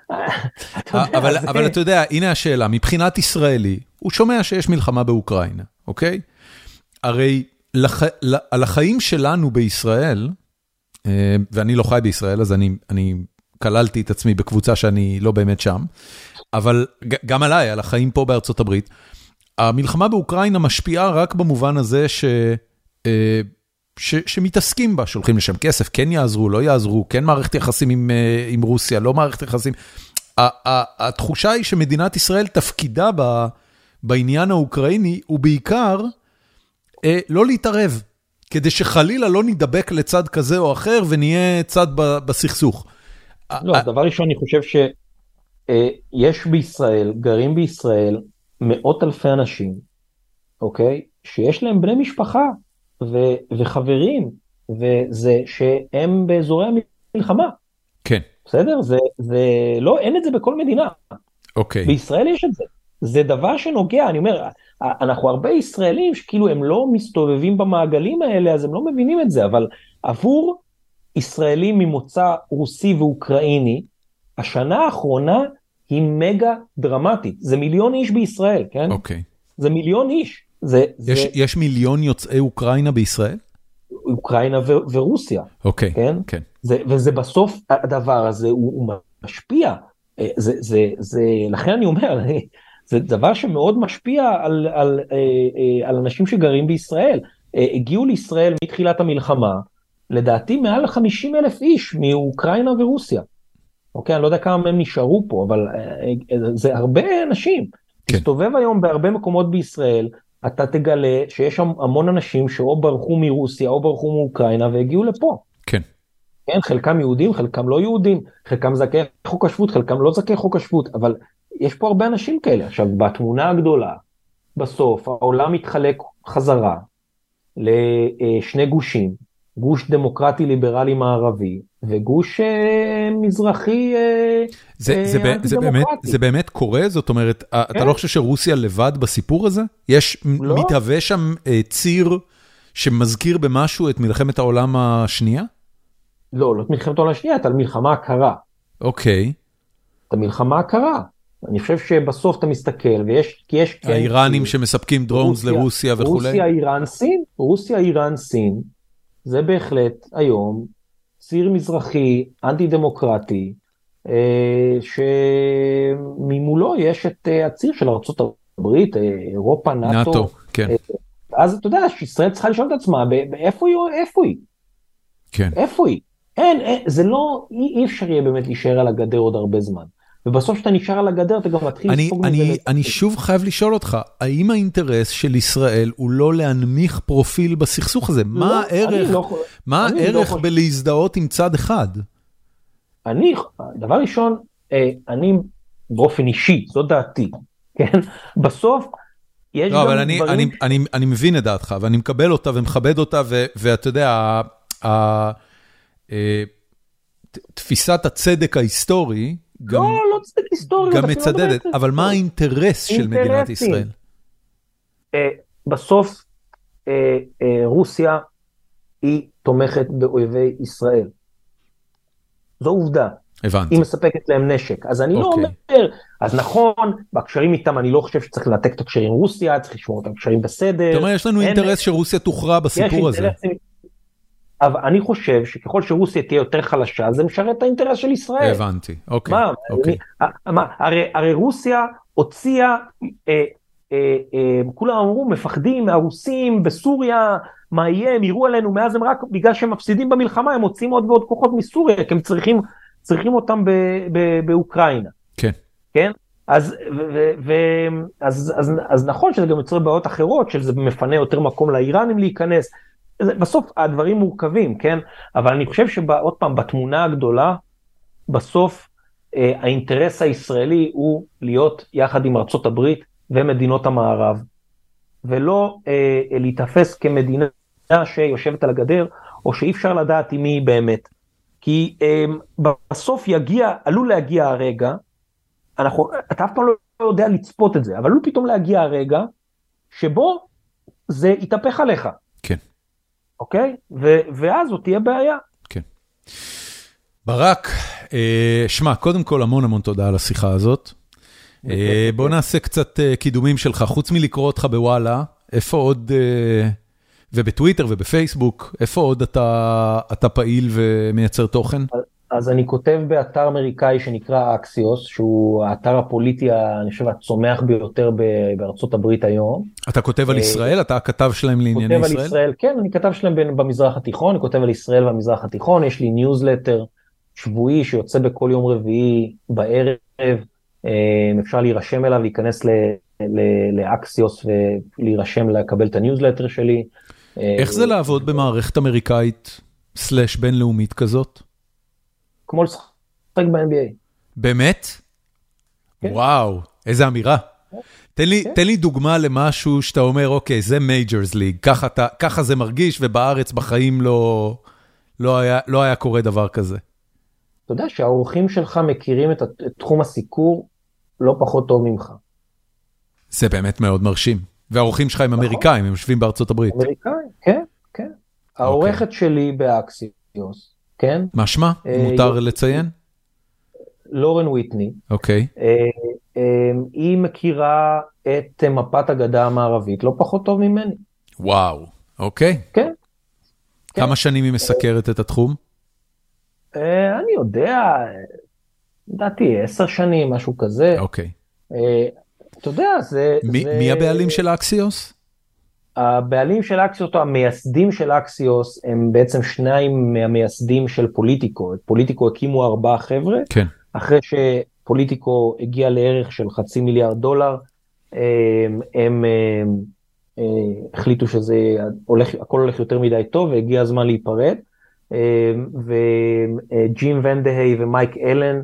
אבל, אבל אתה יודע, הנה השאלה, מבחינת ישראלי, הוא שומע שיש מלחמה באוקראינה, אוקיי? הרי לח... על החיים שלנו בישראל, ואני לא חי בישראל, אז אני, אני כללתי את עצמי בקבוצה שאני לא באמת שם, אבל גם עליי, על החיים פה בארצות הברית, המלחמה באוקראינה משפיעה רק במובן הזה ש... ש... שמתעסקים בה, שולחים לשם כסף, כן יעזרו, לא יעזרו, כן מערכת יחסים עם, עם רוסיה, לא מערכת יחסים. התחושה היא שמדינת ישראל תפקידה ב... בעניין האוקראיני, ובעיקר לא להתערב, כדי שחלילה לא נדבק לצד כזה או אחר, ונהיה צד בסכסוך. לא, דבר ראשון, אני חושב שיש בישראל, גרים בישראל, מאות אלפי אנשים, אוקיי? שיש להם בני משפחה ו- וחברים, וזה שהם באזורי המלחמה. כן. בסדר? זה, זה לא, אין את זה בכל מדינה. אוקיי. בישראל יש את זה. זה דבר שנוגע, אני אומר, אנחנו הרבה ישראלים שכאילו הם לא מסתובבים במעגלים האלה, אז הם לא מבינים את זה, אבל עבור ישראלים ממוצא רוסי ואוקראיני, השנה האחרונה היא מגה דרמטית. זה מיליון איש בישראל, כן? אוקיי. זה מיליון איש. זה, יש, זה... יש מיליון יוצאי אוקראינה בישראל? אוקראינה ו- ורוסיה. אוקיי, כן? כן. זה, וזה בסוף הדבר הזה, הוא, הוא משפיע. זה, זה, זה, לכן אני אומר, זה דבר שמאוד משפיע על, על, על אנשים שגרים בישראל. הגיעו לישראל מתחילת המלחמה, לדעתי מעל חמישים אלף איש מאוקראינה ורוסיה. אוקיי, אני לא יודע כמה מהם נשארו פה, אבל זה הרבה אנשים. כן. תסתובב היום בהרבה מקומות בישראל, אתה תגלה שיש שם המון אנשים שאו ברחו מרוסיה או ברחו מאוקראינה והגיעו לפה. כן. כן, חלקם יהודים, חלקם לא יהודים, חלקם זכאי חוק השבות, חלקם לא זכאי חוק השבות, אבל יש פה הרבה אנשים כאלה. עכשיו, בתמונה הגדולה, בסוף העולם מתחלק חזרה לשני גושים, גוש דמוקרטי ליברלי מערבי, וגוש אה, מזרחי אה, זה, זה, אה, זה, באמת, זה באמת קורה? זאת אומרת, כן? אתה לא חושב שרוסיה לבד בסיפור הזה? יש, לא. מתהווה שם אה, ציר שמזכיר במשהו את מלחמת העולם השנייה? לא, לא את מלחמת העולם השנייה, את המלחמה הקרה. אוקיי. את המלחמה הקרה. אני חושב שבסוף אתה מסתכל, ויש, כי יש... האיראנים כן, שמספקים דרונס לרוסיה וכו'. רוסיה, איראן, סין, רוסיה, איראן, סין, זה בהחלט היום ציר מזרחי, אנטי דמוקרטי, שממולו יש את הציר של ארצות הברית, אירופה, נאטו. נאטו, כן. אז אתה יודע שישראל צריכה לשאול את עצמה, איפה היא? איפה היא? כן. איפה היא? אין, אין, זה לא, אי, אי אפשר יהיה באמת להישאר על הגדר עוד הרבה זמן. ובסוף שאתה נשאר על הגדר, אתה גם מתחיל לספוג מזה. אני, אני שוב חייב לשאול אותך, האם האינטרס של ישראל הוא לא להנמיך פרופיל בסכסוך הזה? לא, מה הערך, לא, מה הערך לא בלהזדהות עם צד אחד? אני, דבר ראשון, אני באופן אישי, זו דעתי, כן? בסוף, יש לא, גם אבל אני, דברים... אני, אני, אני מבין את דעתך, ואני מקבל אותה ומכבד אותה, ו, ואתה יודע, ה, ה, תפיסת הצדק ההיסטורי, גם, לא, לא צדק היסטורי. גם מצדדת, אבל מה האינטרס של מדינת ישראל? בסוף, רוסיה היא תומכת באויבי ישראל. זו עובדה. הבנתי. היא מספקת להם נשק. אז אני לא אומר, אז נכון, בקשרים איתם אני לא חושב שצריך לנתק את הקשרים עם רוסיה, צריך לשמור את הקשרים בסדר. זאת אומרת, יש לנו אינטרס שרוסיה תוכרע בסיפור הזה. אבל אני חושב שככל שרוסיה תהיה יותר חלשה, זה משרת את האינטרס של ישראל. הבנתי, אוקיי. מה, אוקיי. מה, הרי, הרי רוסיה הוציאה, אה, אה, אה, כולם אמרו, מפחדים מהרוסים בסוריה, מה יהיה, הם יראו עלינו, מאז הם רק, בגלל שהם מפסידים במלחמה, הם מוצאים עוד ועוד כוחות מסוריה, כי הם צריכים, צריכים אותם ב, ב, באוקראינה. כן. כן? אז, ו, ו, אז, אז, אז נכון שזה גם יוצר בעיות אחרות, שזה מפנה יותר מקום לאיראנים להיכנס, בסוף הדברים מורכבים, כן? אבל אני חושב שעוד פעם, בתמונה הגדולה, בסוף אה, האינטרס הישראלי הוא להיות יחד עם ארצות הברית ומדינות המערב, ולא אה, להתאפס כמדינה שיושבת על הגדר, או שאי אפשר לדעת עם מי באמת. כי אה, בסוף יגיע, עלול להגיע הרגע, אנחנו, אתה אף פעם לא יודע לצפות את זה, אבל עלול פתאום להגיע הרגע, שבו זה יתהפך עליך. כן. אוקיי? ו- ואז זאת תהיה בעיה. כן. ברק, אה, שמע, קודם כל המון המון תודה על השיחה הזאת. אה, בוא נעשה קצת אה, קידומים שלך, חוץ מלקרוא אותך בוואלה, איפה עוד, אה, ובטוויטר ובפייסבוק, איפה עוד אתה, אתה פעיל ומייצר תוכן? אז אני כותב באתר אמריקאי שנקרא אקסיוס, שהוא האתר הפוליטי, אני חושב, הצומח ביותר בארצות הברית היום. אתה כותב על ישראל? אתה הכתב שלהם לענייני ישראל? כותב על ישראל, כן, אני כתב שלהם במזרח התיכון, אני כותב על ישראל והמזרח התיכון, יש לי ניוזלטר שבועי שיוצא בכל יום רביעי בערב, אפשר להירשם אליו, להיכנס לאקסיוס ולהירשם לקבל את הניוזלטר שלי. איך זה לעבוד במערכת אמריקאית סלש בינלאומית כזאת? כמו לשחק ב-אן בי איי. באמת? כן. וואו, איזה אמירה. תן לי, כן. תן לי דוגמה למשהו שאתה אומר, אוקיי, זה מייג'רס ליג, ככה, ככה זה מרגיש, ובארץ בחיים לא, לא היה, לא היה קורה דבר כזה. אתה יודע שהאורחים שלך מכירים את, את תחום הסיקור לא פחות טוב ממך. זה באמת מאוד מרשים. והאורחים שלך הם נכון. אמריקאים, הם יושבים בארצות הברית. אמריקאים, כן, כן. העורכת אוקיי. שלי באקסיוס, כן? מה שמה? מותר לציין? לורן וויטני. אוקיי. היא מכירה את מפת הגדה המערבית, לא פחות טוב ממני. וואו, אוקיי. כן. כמה שנים היא מסקרת את התחום? אני יודע, לדעתי עשר שנים, משהו כזה. אוקיי. אתה יודע, זה... מי הבעלים של אקסיוס? הבעלים של אקסיוס, או המייסדים של אקסיוס, הם בעצם שניים מהמייסדים של פוליטיקו. את פוליטיקו הקימו ארבעה חבר'ה, כן. אחרי שפוליטיקו הגיע לערך של חצי מיליארד דולר, הם, הם, הם החליטו שזה הולך, הכל הולך יותר מדי טוב, והגיע הזמן להיפרד, וג'ים ונדהי ומייק אלן,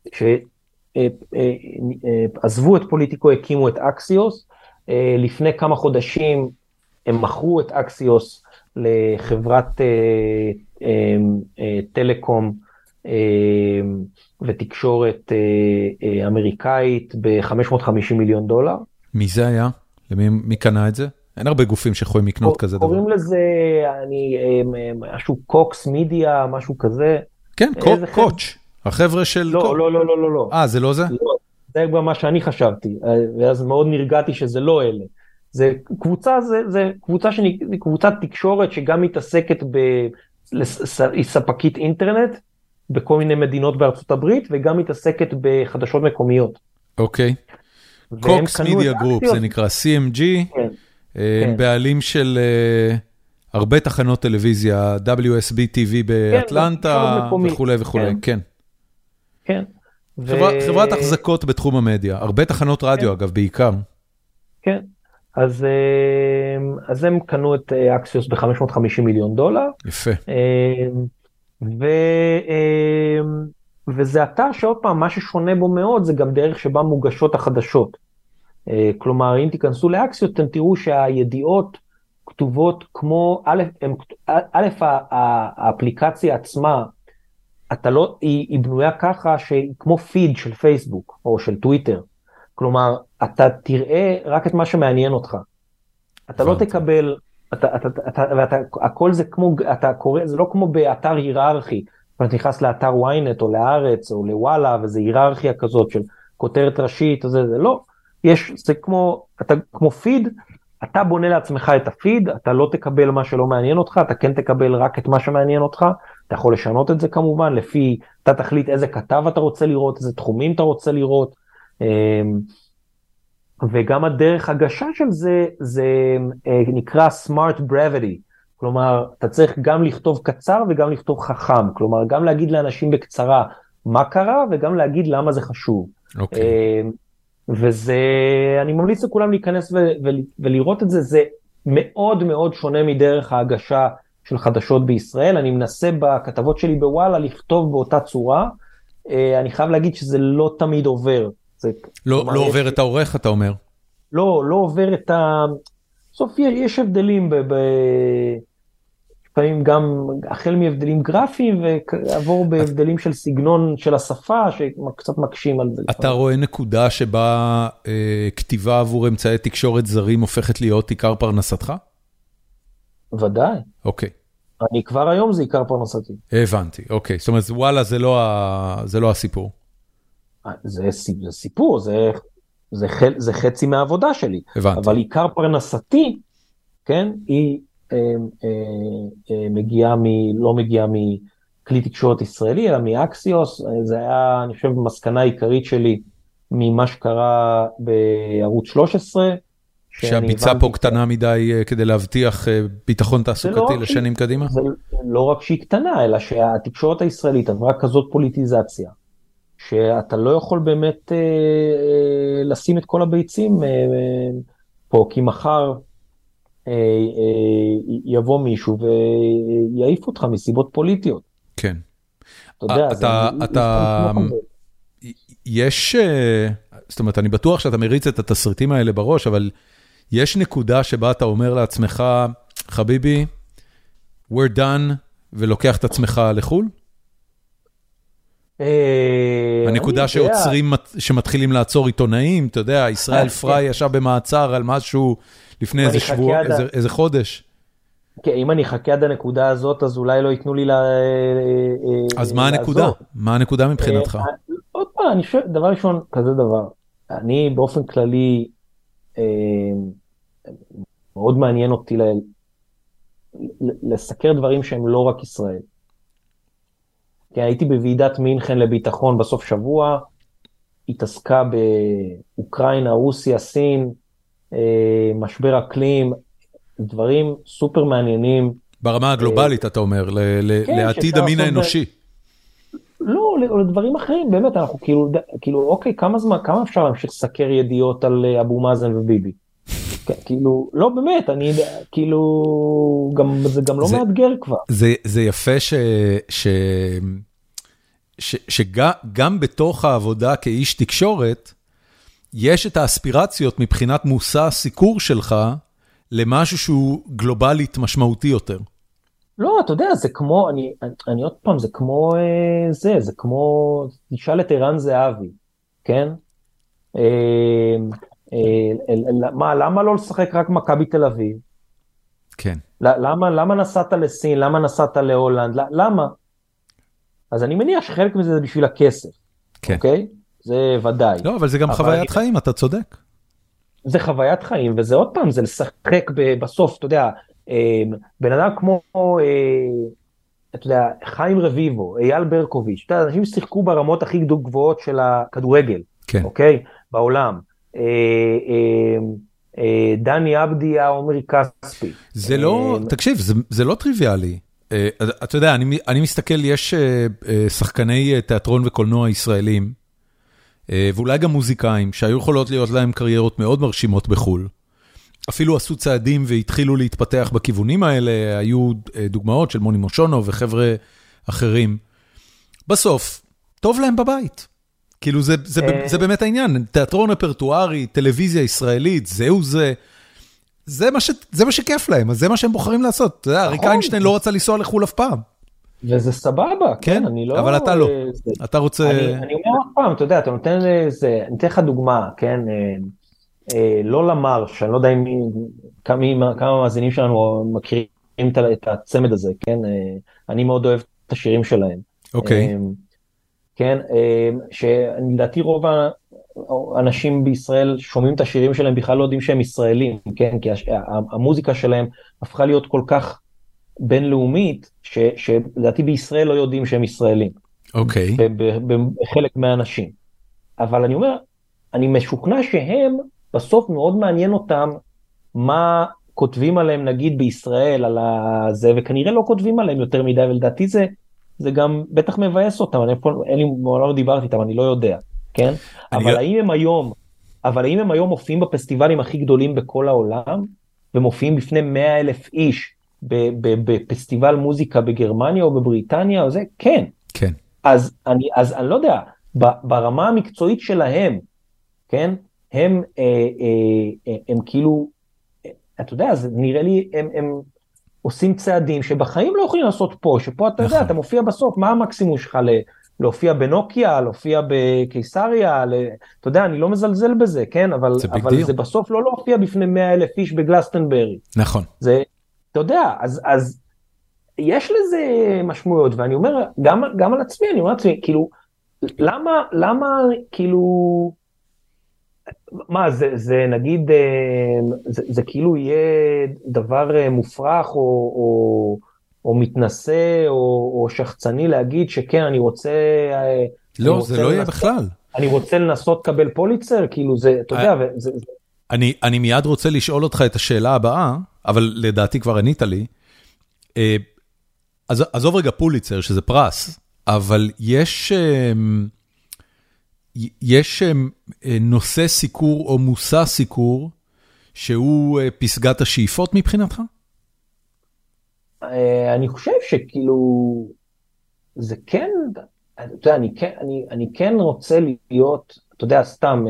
שעזבו את פוליטיקו, הקימו את אקסיוס, לפני כמה חודשים הם מכרו את אקסיוס לחברת טלקום ותקשורת אמריקאית ב-חמש מאות וחמישים מיליון דולר. מי זה היה? למי, מי קנה את זה? אין הרבה גופים שיכולים לקנות כזה דבר. קוראים לזה, אני, משהו קוקס מידיה, משהו כזה. כן, קוץ', החבר'ה של... לא, לא, לא, לא, לא. אה, זה לא זה? לא, זה כבר מה שאני חשבתי, ואז מאוד נרגעתי שזה לא אלה. זה קבוצה, זה, זה קבוצה שאני, קבוצת תקשורת שגם מתעסקת ב... היא ספקית אינטרנט בכל מיני מדינות בארצות הברית, וגם מתעסקת בחדשות מקומיות. אוקיי. קוקס מידיה גרופ, זה נקרא סי אם ג'י, הם בעלים של הרבה תחנות טלוויזיה, דאבליו אס בי טי וי באטלנטה וכו' וכו', כן. כן. חברת החזקות בתחום המדיה, הרבה תחנות רדיו אגב, בעיקר. כן. אז, אז הם קנו את אקסיוס ב-חמש מאות וחמישים מיליון דולר. יפה. ו, וזה אתר שעוד פעם, מה ששונה בו מאוד, זה גם דרך שבה מוגשות החדשות. כלומר, אם תיכנסו לאקסיוס, אתם תראו שהידיעות כתובות כמו, א', הם, א', האפליקציה עצמה, אתה לא, היא, היא בנויה ככה שהיא כמו פיד של פייסבוק או של טוויטר. כלומר, אתה תראה רק את מה שמעניין אותך. אתה לא תקבל, אתה, אתה, אתה, ואתה, הכל זה כמו, אתה קורא, זה לא כמו באתר היררכי. אתה נכנס לאתר וויינט או לארץ או לוואלה, וזה היררכיה כזאת של כותרת ראשית, זה, זה לא. יש, זה כמו, אתה, כמו פיד, אתה בונה לעצמך את הפיד, אתה לא תקבל מה שלא מעניין אותך, אתה כן תקבל רק את מה שמעניין אותך, אתה יכול לשנות את זה כמובן, לפי, אתה תחליט איזה כתב אתה רוצה לראות, איזה תחומים אתה רוצה לראות, וגם הדרך הגשה של זה, זה נקרא smart brevity, כלומר, אתה צריך גם לכתוב קצר וגם לכתוב חכם, כלומר, גם להגיד לאנשים בקצרה מה קרה, וגם להגיד למה זה חשוב. אוקיי. וזה, אני ממליץ לכולם להיכנס ו- ו- ולראות את זה, זה מאוד מאוד שונה מדרך ההגשה של חדשות בישראל, אני מנסה בכתבות שלי בוואלה לכתוב באותה צורה, אני חייב להגיד שזה לא תמיד עובר. זה, לא, כלומר, לא יש... עובר את העורך, אתה אומר? לא, לא עובר את ה... בסוף יש הבדלים, ב... ב... לפעמים גם החל מהבדלים גרפיים, ועבור בהבדלים של סגנון של השפה, שקצת מקשים על זה. אתה רואה נקודה שבה אה, כתיבה עבור אמצעי תקשורת זרים הופכת להיות עיקר פרנסתך? ודאי. אוקיי. אני כבר היום זה עיקר פרנסתי. הבנתי, אוקיי. זאת אומרת, וואלה, זה לא, ה... זה לא הסיפור. זה, זה סיפור, זה, זה, זה חצי מהעבודה שלי. הבנתי. אבל עיקר פרנסתי, כן, היא אה, אה, אה, מגיעה מ... לא מגיעה מכלי תקשורת ישראלי, אלא מאקסיוס. זה היה, אני חושב, מסקנה עיקרית שלי ממה שקרה בערוץ שלוש עשרה. שהביצה פה קטנה מדי כדי להבטיח ביטחון תעסוקתי לשנים קדימה? זה לא רק שהיא קטנה, אלא שהתקשורת הישראלית עברה כזאת פוליטיזציה, שאתה לא יכול באמת אה, אה, לשים את כל הביצים אה, אה, פה, כי מחר אה, אה, יבוא מישהו ויעיף אותך מסיבות פוליטיות. כן. אתה יודע, אתה, זה... אתה... יש... זאת אומרת, אני בטוח שאתה מריץ את התסריטים האלה בראש, אבל יש נקודה שבה אתה אומר לעצמך, חביבי, we're done, ולוקח את עצמך לחול? הנקודה שעוצרים, שמתחילים לעצור עיתונאים, אתה יודע, ישראל פריי ישב במעצר על משהו לפני איזה שבוע, איזה חודש. כן, אם אני אחכה עד הנקודה הזאת, אז אולי לא ייתנו לי לעזור. אז מה הנקודה? מה הנקודה מבחינתך? עוד פעם, אני חושב, דבר ראשון, כזה דבר, אני באופן כללי, מאוד מעניין אותי לסקר דברים שהם לא רק ישראל. כי הייתי בוועידת מינכן לביטחון בסוף שבוע, התעסקה באוקראינה, רוסיה, סין, משבר אקלים, דברים סופר מעניינים. ברמה הגלובלית, אתה אומר, לעתיד המין האנושי. לא, לדברים אחרים, באמת, אנחנו כאילו, כאילו, אוקיי, כמה זמן, כמה אפשר להמשיך לסקר ידיעות על אבו מאזן וביבי? כאילו, לא באמת, אני, כאילו, גם, זה גם לא מאתגר כבר. זה, זה יפה ש, ש, ש, שגם בתוך העבודה כאיש תקשורת, יש את האספירציות מבחינת מושא הסיקור שלך, למשהו שהוא גלובלית משמעותי יותר. לא, אתה יודע, זה כמו, אני, אני עוד פעם, זה כמו אה, זה, זה כמו, תשאל את ערן זהבי, כן? אה, אה, מה, למה לא לשחק רק מכבי תל אביב? כן. למה, למה נסעת לסין? למה נסעת להולנד? למה? אז אני מניח שחלק מזה זה בשביל הכסף. כן. אוקיי? זה ודאי. לא, אבל זה גם חוויית חיים, אתה צודק. זה חוויית חיים, וזה עוד פעם, זה לשחק בסוף, אתה יודע, בן אדם כמו, אתה יודע, חיים רביבו, אייל ברקוביץ', אתה יודע, אנשים שיחקו ברמות הכי גבוהות של הכדורגל, כן. אוקיי? בעולם. דני עבדיה, עומרי כספי. זה לא, תקשיב, זה, זה לא טריוויאלי. אתה יודע, אני, אני מסתכל, יש שחקני תיאטרון וקולנוע ישראלים, ואולי גם מוזיקאים, שהיו יכולות להיות להם קריירות מאוד מרשימות בחול. אפילו עשו צעדים והתחילו להתפתח בכיוונים האלה, היו דוגמאות של מוני מושונוב וחבר'ה אחרים. בסוף, טוב להם בבית. כאילו זה, זה, זה באמת העניין, תיאטרון רפרטוארי, טלוויזיה ישראלית, זהו זה, זה מה, ש, זה מה שכיף להם, אז זה מה שהם בוחרים לעשות. אתה יודע, אריק איינשטיין לא רצה לנסוע לחול אף פעם. וזה סבבה, כן, אני לא... אבל אתה לא, אתה רוצה... אני, אני אומר אף פעם, אתה יודע, אתה נותן לזה, אני אתן לך דוגמה, כן, לא למרש, אני לא יודע אם כמה, כמה מאזינים שלנו מכירים את הצמד הזה, כן, אני מאוד אוהב את השירים שלהם. אוקיי. כן, שאני לדעתי רוב האנשים בישראל שומעים את השירים שלהם, בכלל לא יודעים שהם ישראלים, כן, כי המוזיקה שלהם הפכה להיות כל כך בינלאומית, שלדעתי בישראל לא יודעים שהם ישראלים. אוקיי. בחלק מהאנשים. אבל אני אומר, אני משוכנע שהם בסוף מאוד מעניין אותם מה כותבים עליהם נגיד בישראל על זה, וכנראה לא כותבים עליהם יותר מדי, ולדעתי זה, זה גם בטח מבאס אותם, אני פה, אין לי, לא דיברתי איתם, אני לא יודע, כן? אבל האם הם היום, אבל האם הם היום מופיעים בפסטיבלים הכי גדולים בכל העולם, ומופיעים בפני מאה אלף איש, בפסטיבל מוזיקה בגרמניה או בבריטניה או זה, כן. כן. אז אני, אז אני לא יודע, ברמה המקצועית שלהם, כן, הם, אה, אה, הם כאילו, אתה יודע, אז נראה לי, הם, הם עושים צעדים שבחיים לא יכולים לעשות פה, שפה אתה יודע, אתה מופיע בסוף, מה המקסימום שלך להופיע בנוקיה, להופיע בקיסריה, אתה יודע, אני לא מזלזל בזה, כן, אבל, אבל זה בסוף לא להופיע בפני מאה אלף איש בגלסטנברי. נכון. זה, אתה יודע, אז, אז יש לזה משמעויות, ואני אומר, גם, גם על עצמי, אני אומר לעצמי, כאילו, למה, למה, כאילו, מה, זה, זה נגיד, זה, זה כאילו יהיה דבר מופרך, או, או, או מתנשא, או, או שחצני להגיד שכן, אני רוצה... לא, אני זה לא יהיה בכלל. אני רוצה לנסות לקבל פוליצר, כאילו זה, אתה יודע, וזה... אני, אני מיד רוצה לשאול אותך את השאלה הבאה, אבל לדעתי כבר ענית לי. אז, עזוב רגע פוליצר, שזה פרס, אבל יש, יש נושא סיקור או מושא סיקור, שהוא פסגת השאיפות מבחינתך? אני חושב שכאילו, זה כן, אתה יודע, אני כן, אני, אני כן רוצה להיות, אתה יודע, סתם,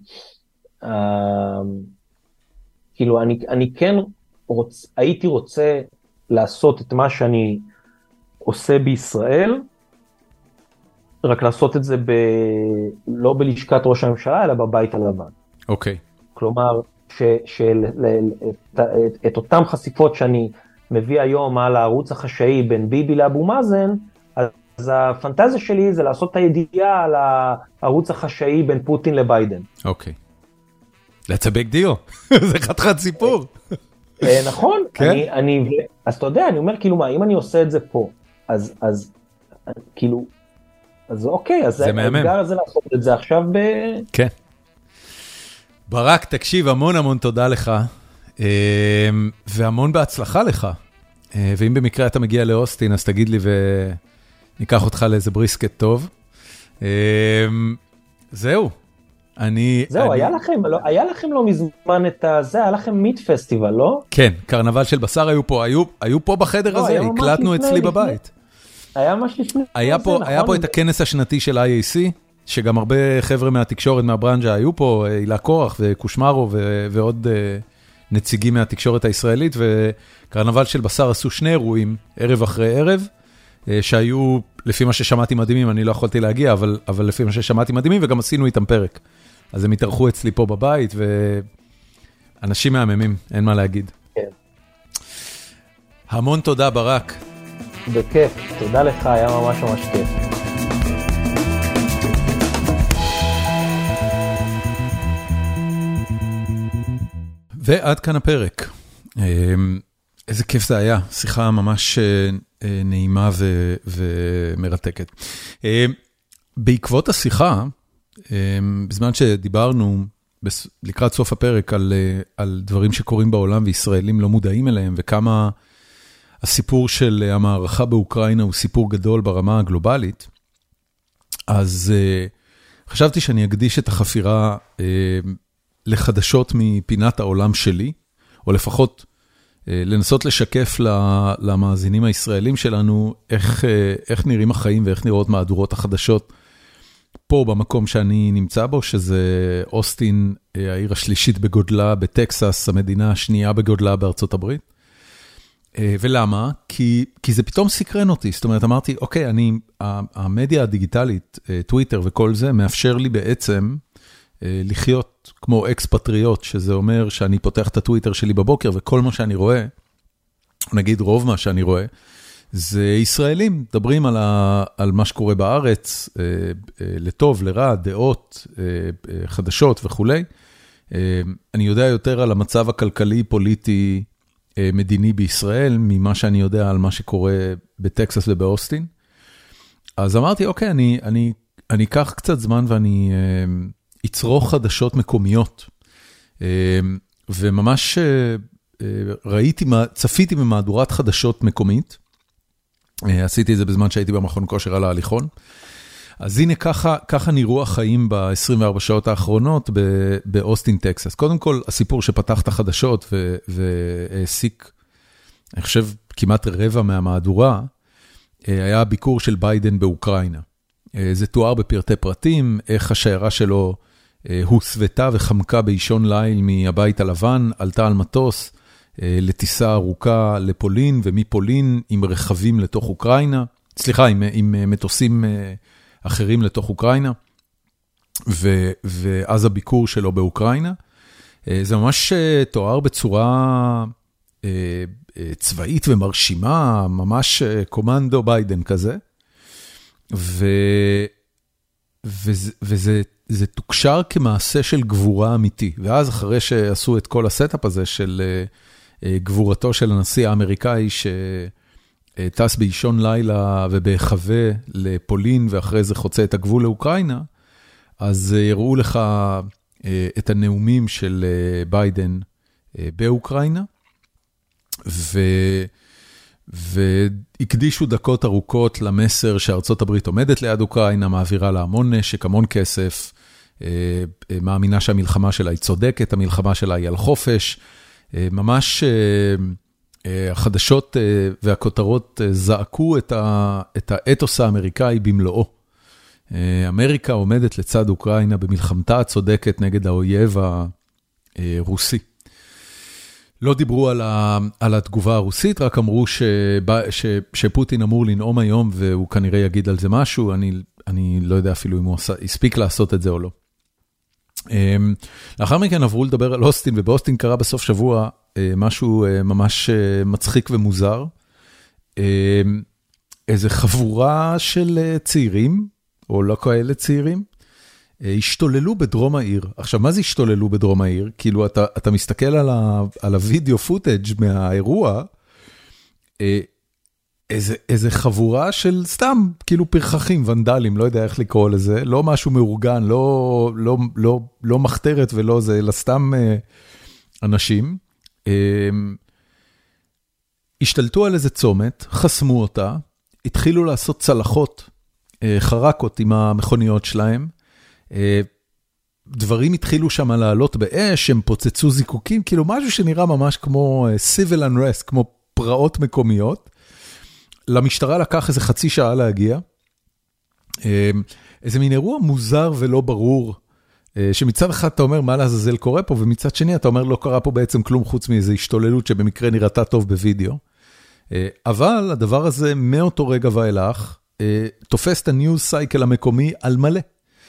כאילו, אני, אני כן רוצ, הייתי רוצה לעשות את מה שאני עושה בישראל, רק לעשות את זה ב, לא בלשכת ראש הממשלה, אלא בבית הלבן. אוקיי. כלומר, ש, של, את, את, את אותם חשיפות שאני מביא היום על הערוץ החשאי בין ביבי לאבו מאזן, אז הפנטזיה שלי זה לעשות את הידיעה על הערוץ החשאי בין פוטין לביידן. אוקיי. That's a big deal. זה חתיכת סיפור. נכון. אני, אני, אז אתה יודע, אני אומר, כאילו מה, אם אני עושה את זה פה, אז, אז, כאילו, אז אוקיי, אז האתגר הזה לעשות את זה עכשיו ב... כן. ברק, תקשיב, המון המון תודה לך, והמון בהצלחה לך. ואם במקרה אתה מגיע לאוסטין, אז תגיד לי ניקח אותך לאיזה בריסקט טוב. זהו. אני... זהו, אני... היה לכם, לא, היה לכם לא מזמן את זה, היה לכם מיט פסטיבל, לא? כן, קרנבל של בשר היו פה, היו, היו פה בחדר לא, הזה, הקלטנו אצלי לפני, בבית. היה ממש לפני. היה פה, זה, היה נכון? פה את הכנס השנתי של איי איי סי, שגם הרבה חבר'ה מהתקשורת מהברנז'ה היו פה, הילה קורח וקושמרו ו- ועוד uh, נציגים מהתקשורת הישראלית, וקרנבל של בשר עשו שני אירועים, ערב אחרי ערב, uh, שהיו, לפי מה ששמעתי מדהימים, אני לא יכולתי להגיע, אבל, אבל לפי מה ששמעתי מדהימים, וגם עשינו איתם פרק. אז הם התארחו אצלי פה בבית, ואנשים מהממים, אין מה להגיד. כן. המון תודה, ברק. בכיף, תודה לך, היה ממש ממש כיף. ועד כאן הפרק. איזה כיף זה היה, שיחה ממש נעימה ו- ומרתקת. בעקבות השיחה, בזמן שדיברנו לקראת סוף הפרק על, על דברים שקורים בעולם וישראלים לא מודעים אליהם, וכמה הסיפור של המערכה באוקראינה הוא סיפור גדול ברמה הגלובלית, אז חשבתי שאני אקדיש את החפירה לחדשות מפינת העולם שלי, או לפחות לנסות לשקף למאזינים הישראלים שלנו איך, איך נראים החיים ואיך נראות מהדורות החדשות פה במקום שאני נמצא בו, שזה אוסטין, העיר השלישית בגודלה בטקסס, המדינה השנייה בגודלה בארצות הברית. ולמה? כי, כי זה פתאום סקרן אותי, זאת אומרת, אמרתי, אוקיי, אני, המדיה הדיגיטלית, טוויטר וכל זה, מאפשר לי בעצם לחיות כמו אקס-פטריוט, שזה אומר שאני פותח את הטוויטר שלי בבוקר, וכל מה שאני רואה, נגיד רוב מה שאני רואה, זה ישראלים, מדברים על, ה, על מה שקורה בארץ, אה, אה, לטוב, לרע, דעות, אה, אה, חדשות וכו'. אה, אני יודע יותר על המצב הכלכלי, פוליטי, אה, מדיני בישראל, ממה שאני יודע על מה שקורה בטקסס ובאוסטין. אז אמרתי, אוקיי, אני, אני, אני אקח קצת זמן ואני אה, אצרוך חדשות מקומיות. אה, וממש אה, אה, ראיתי, צפיתי במהדורת חדשות מקומית, עשיתי את זה בזמן שהייתי במכון כושר על ההליכון. אז הנה ככה, ככה נראו החיים ב-עשרים וארבע שעות האחרונות באוסטין, טקסס. קודם כל, הסיפור שפתח את החדשות והעסיק, אני חושב, כמעט רבע מהמהדורה, היה הביקור של ביידן באוקראינה. זה תואר בפרטי פרטים, איך השיירה שלו הוסוותה וחמקה באישון ליל מהבית הלבן, עלתה על מטוס, לטיסה ארוכה לפולין, ומפולין עם רכבים לתוך אוקראינה, סליחה, עם, עם מטוסים אחרים לתוך אוקראינה, ו, ואז הביקור שלו באוקראינה. זה ממש תואר בצורה צבאית ומרשימה, ממש קומנדו ביידן כזה, ו, וזה, וזה זה תוקשר כמעשה של גבורה אמיתי, ואז אחרי שעשו את כל הסטאפ הזה של גבורתו של הנשיא האמריקאי שטס באישון לילה ובהחווה לפולין ואחרי זה חוצה את הגבול לאוקראינה, אז יראו לך את הנאומים של ביידן באוקראינה, ו... והקדישו דקות ארוכות למסר שארצות הברית עומדת ליד אוקראינה, מעבירה לה המון נשק, המון כסף, מאמינה שהמלחמה שלה היא צודקת, המלחמה שלה היא על חופש, ממש החדשות והכותרות זעקו את האתוס האמריקאי במלואו. אמריקה עומדת לצד אוקראינה במלחמתה הצודקת נגד האויב הרוסי. לא דיברו על, ה, על התגובה הרוסית, רק אמרו ש, ש, שפוטין אמור לנאום היום, והוא כנראה יגיד על זה משהו, אני, אני לא יודע אפילו אם הוא עשה, הספיק לעשות את זה או לא. לאחר מכן עברו לדבר על אוסטין, ובאוסטין קרה בסוף שבוע משהו ממש מצחיק ומוזר. איזה חבורה של צעירים, או לא כאלה צעירים, השתוללו בדרום העיר. עכשיו, מה זה השתוללו בדרום העיר? כאילו, אתה, אתה מסתכל על, ה, על הוידאו פוטאג' מהאירוע, איזה, איזה חבורה של סתם, כאילו פרחחים, ונדלים, לא יודע איך לקרוא לזה, לא משהו מאורגן, לא, לא, לא, לא מחתרת ולא זה, אלא סתם אנשים. השתלטו על איזה צומת, חסמו אותה, התחילו לעשות צלחות, חרקות עם המכוניות שלהם, דברים התחילו שם לעלות באש, הם פוצצו זיקוקים, כאילו משהו שנראה ממש כמו civil unrest, כמו פרעות מקומיות. למשטרה לקח איזה חצי שעה להגיע, איזה מין אירוע מוזר ולא ברור, שמצד אחד אתה אומר מה לעזאזל קורה פה, ומצד שני אתה אומר לא קרה פה בעצם כלום חוץ מאיזו השתוללות שבמקרה נראתה טוב בווידאו. אבל הדבר הזה מאותו רגע ואילך, תופס את הניוז סייקל המקומי על מלא.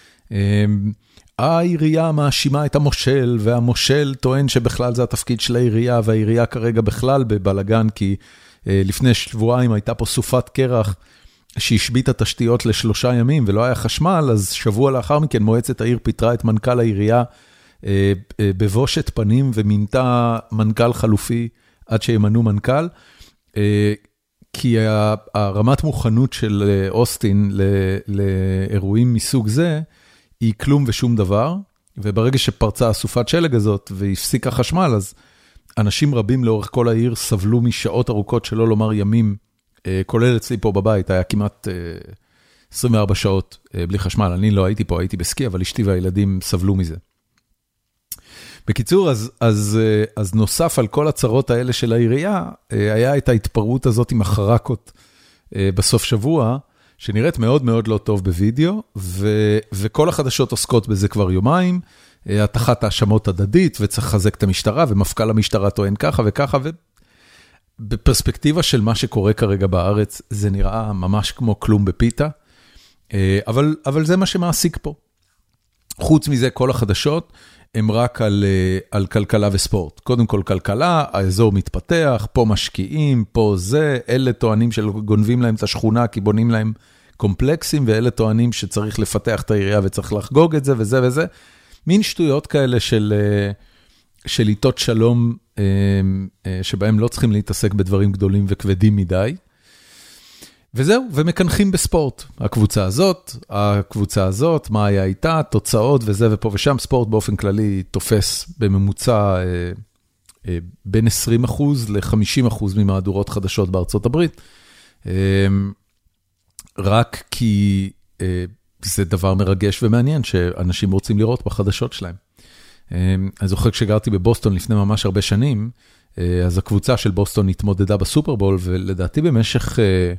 העירייה מאשימה את המושל, והמושל טוען שבכלל זה התפקיד של העירייה, והעירייה כרגע בכלל בבלגן, כי לפני שבועיים הייתה פה סופת קרח, שהשבית התשתיות לשלושה ימים, ולא היה חשמל, אז שבוע לאחר מכן מועצת העיר פיטרה את מנכ"ל העירייה, בבושת פנים, ומינתה מנכ"ל חלופי, עד שימנו מנכ"ל, כי הרמת מוכנות של אוסטין לאירועים מסוג זה, היא כלום ושום דבר, וברגע שפרצה הסופת שלג הזאת, והפסיק החשמל, אז אנשים רבים לאורך כל העיר סבלו משעות ארוכות, שלא לומר ימים, כולל אצלי פה בבית, היה כמעט עשרים וארבע שעות בלי חשמל, אני לא הייתי פה, הייתי בסקי, אבל אשתי והילדים סבלו מזה. בקיצור, אז, אז, אז נוסף על כל הצרות האלה של העירייה, היה את ההתפרעות הזאת עם החרקות בסוף שבוע, שנראית מאוד מאוד לא טוב בווידאו, ו, וכל החדשות עוסקות בזה כבר יומיים, התחת האשמות הדדית, וצריך לחזק את המשטרה, ומפכ"ל המשטרה טוען ככה וככה, ובפרספקטיבה של מה שקורה כרגע בארץ, זה נראה ממש כמו כלום בפיתה, אבל, אבל זה מה שמעסיק פה. חוץ מזה, כל החדשות, הם רק על, על כלכלה וספורט. קודם כל כלכלה, האזור מתפתח, פה משקיעים, פה זה, אלה טוענים שגונבים להם את השכונה, כי בונים להם קומפלקסים, ואלה טוענים שצריך לפתח את העירייה וצריך לחגוג את זה וזה וזה. מין שטויות כאלה של, של עיתות שלום, שבהם לא צריכים להתעסק בדברים גדולים וכבדים מדי. וזהו, ומקנחים בספורט. הקבוצה הזאת, הקבוצה הזאת, מה היה איתה, תוצאות וזה ופה ושם, ספורט באופן כללי תופס בממוצע אה, אה, בין עשרים אחוז ל-חמישים אחוז ממהדורות חדשות בארצות הברית, אה, רק כי אה, זה דבר מרגש ומעניין שאנשים רוצים לראות בחדשות שלהם. אה, אני זוכר כשגרתי בבוסטון לפני ממש הרבה שנים, אה, אז הקבוצה של בוסטון התמודדה בסופרבול, ולדעתי במשך... אה,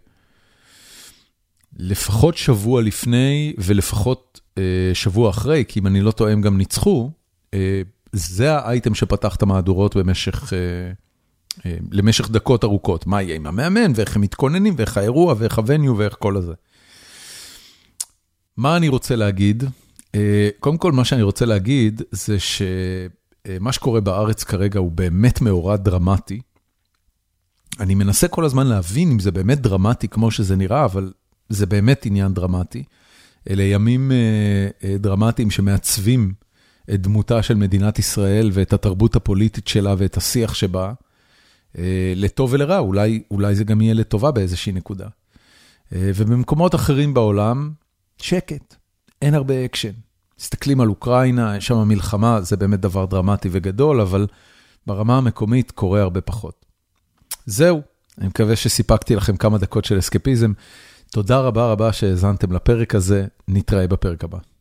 לפחות שבוע לפני ולפחות אה, שבוע אחרי, כי אם אני לא טועה הם גם ניצחו, אה, זה האייטם שפתח את המהדורות במשך, אה, אה, למשך דקות ארוכות. מה יהיה עם המאמן, ואיך הם מתכוננים, ואיך האירוע, ואיך הווניו, ואיך כל הזה. מה אני רוצה להגיד? אה, קודם כל, מה שאני רוצה להגיד, זה שמה שקורה בארץ כרגע הוא באמת מאורע דרמטי. אני מנסה כל הזמן להבין אם זה באמת דרמטי כמו שזה נראה, אבל זה באמת עניין דרמטי. אלה ימים דרמטיים שמעצבים את דמותה של מדינת ישראל ואת התרבות הפוליטית שלה ואת השיח שבה, לטוב ולרע, אולי, אולי זה גם יהיה לטובה באיזושהי נקודה. ובמקומות אחרים בעולם, שקט, אין הרבה אקשן. מסתכלים על אוקראינה, יש שם מלחמה, זה באמת דבר דרמטי וגדול, אבל ברמה המקומית קורה הרבה פחות. זהו, אני מקווה שסיפקתי לכם כמה דקות של אסקפיזם. תודה רבה רבה שהזנתם לפרק הזה, נתראה בפרק הבא.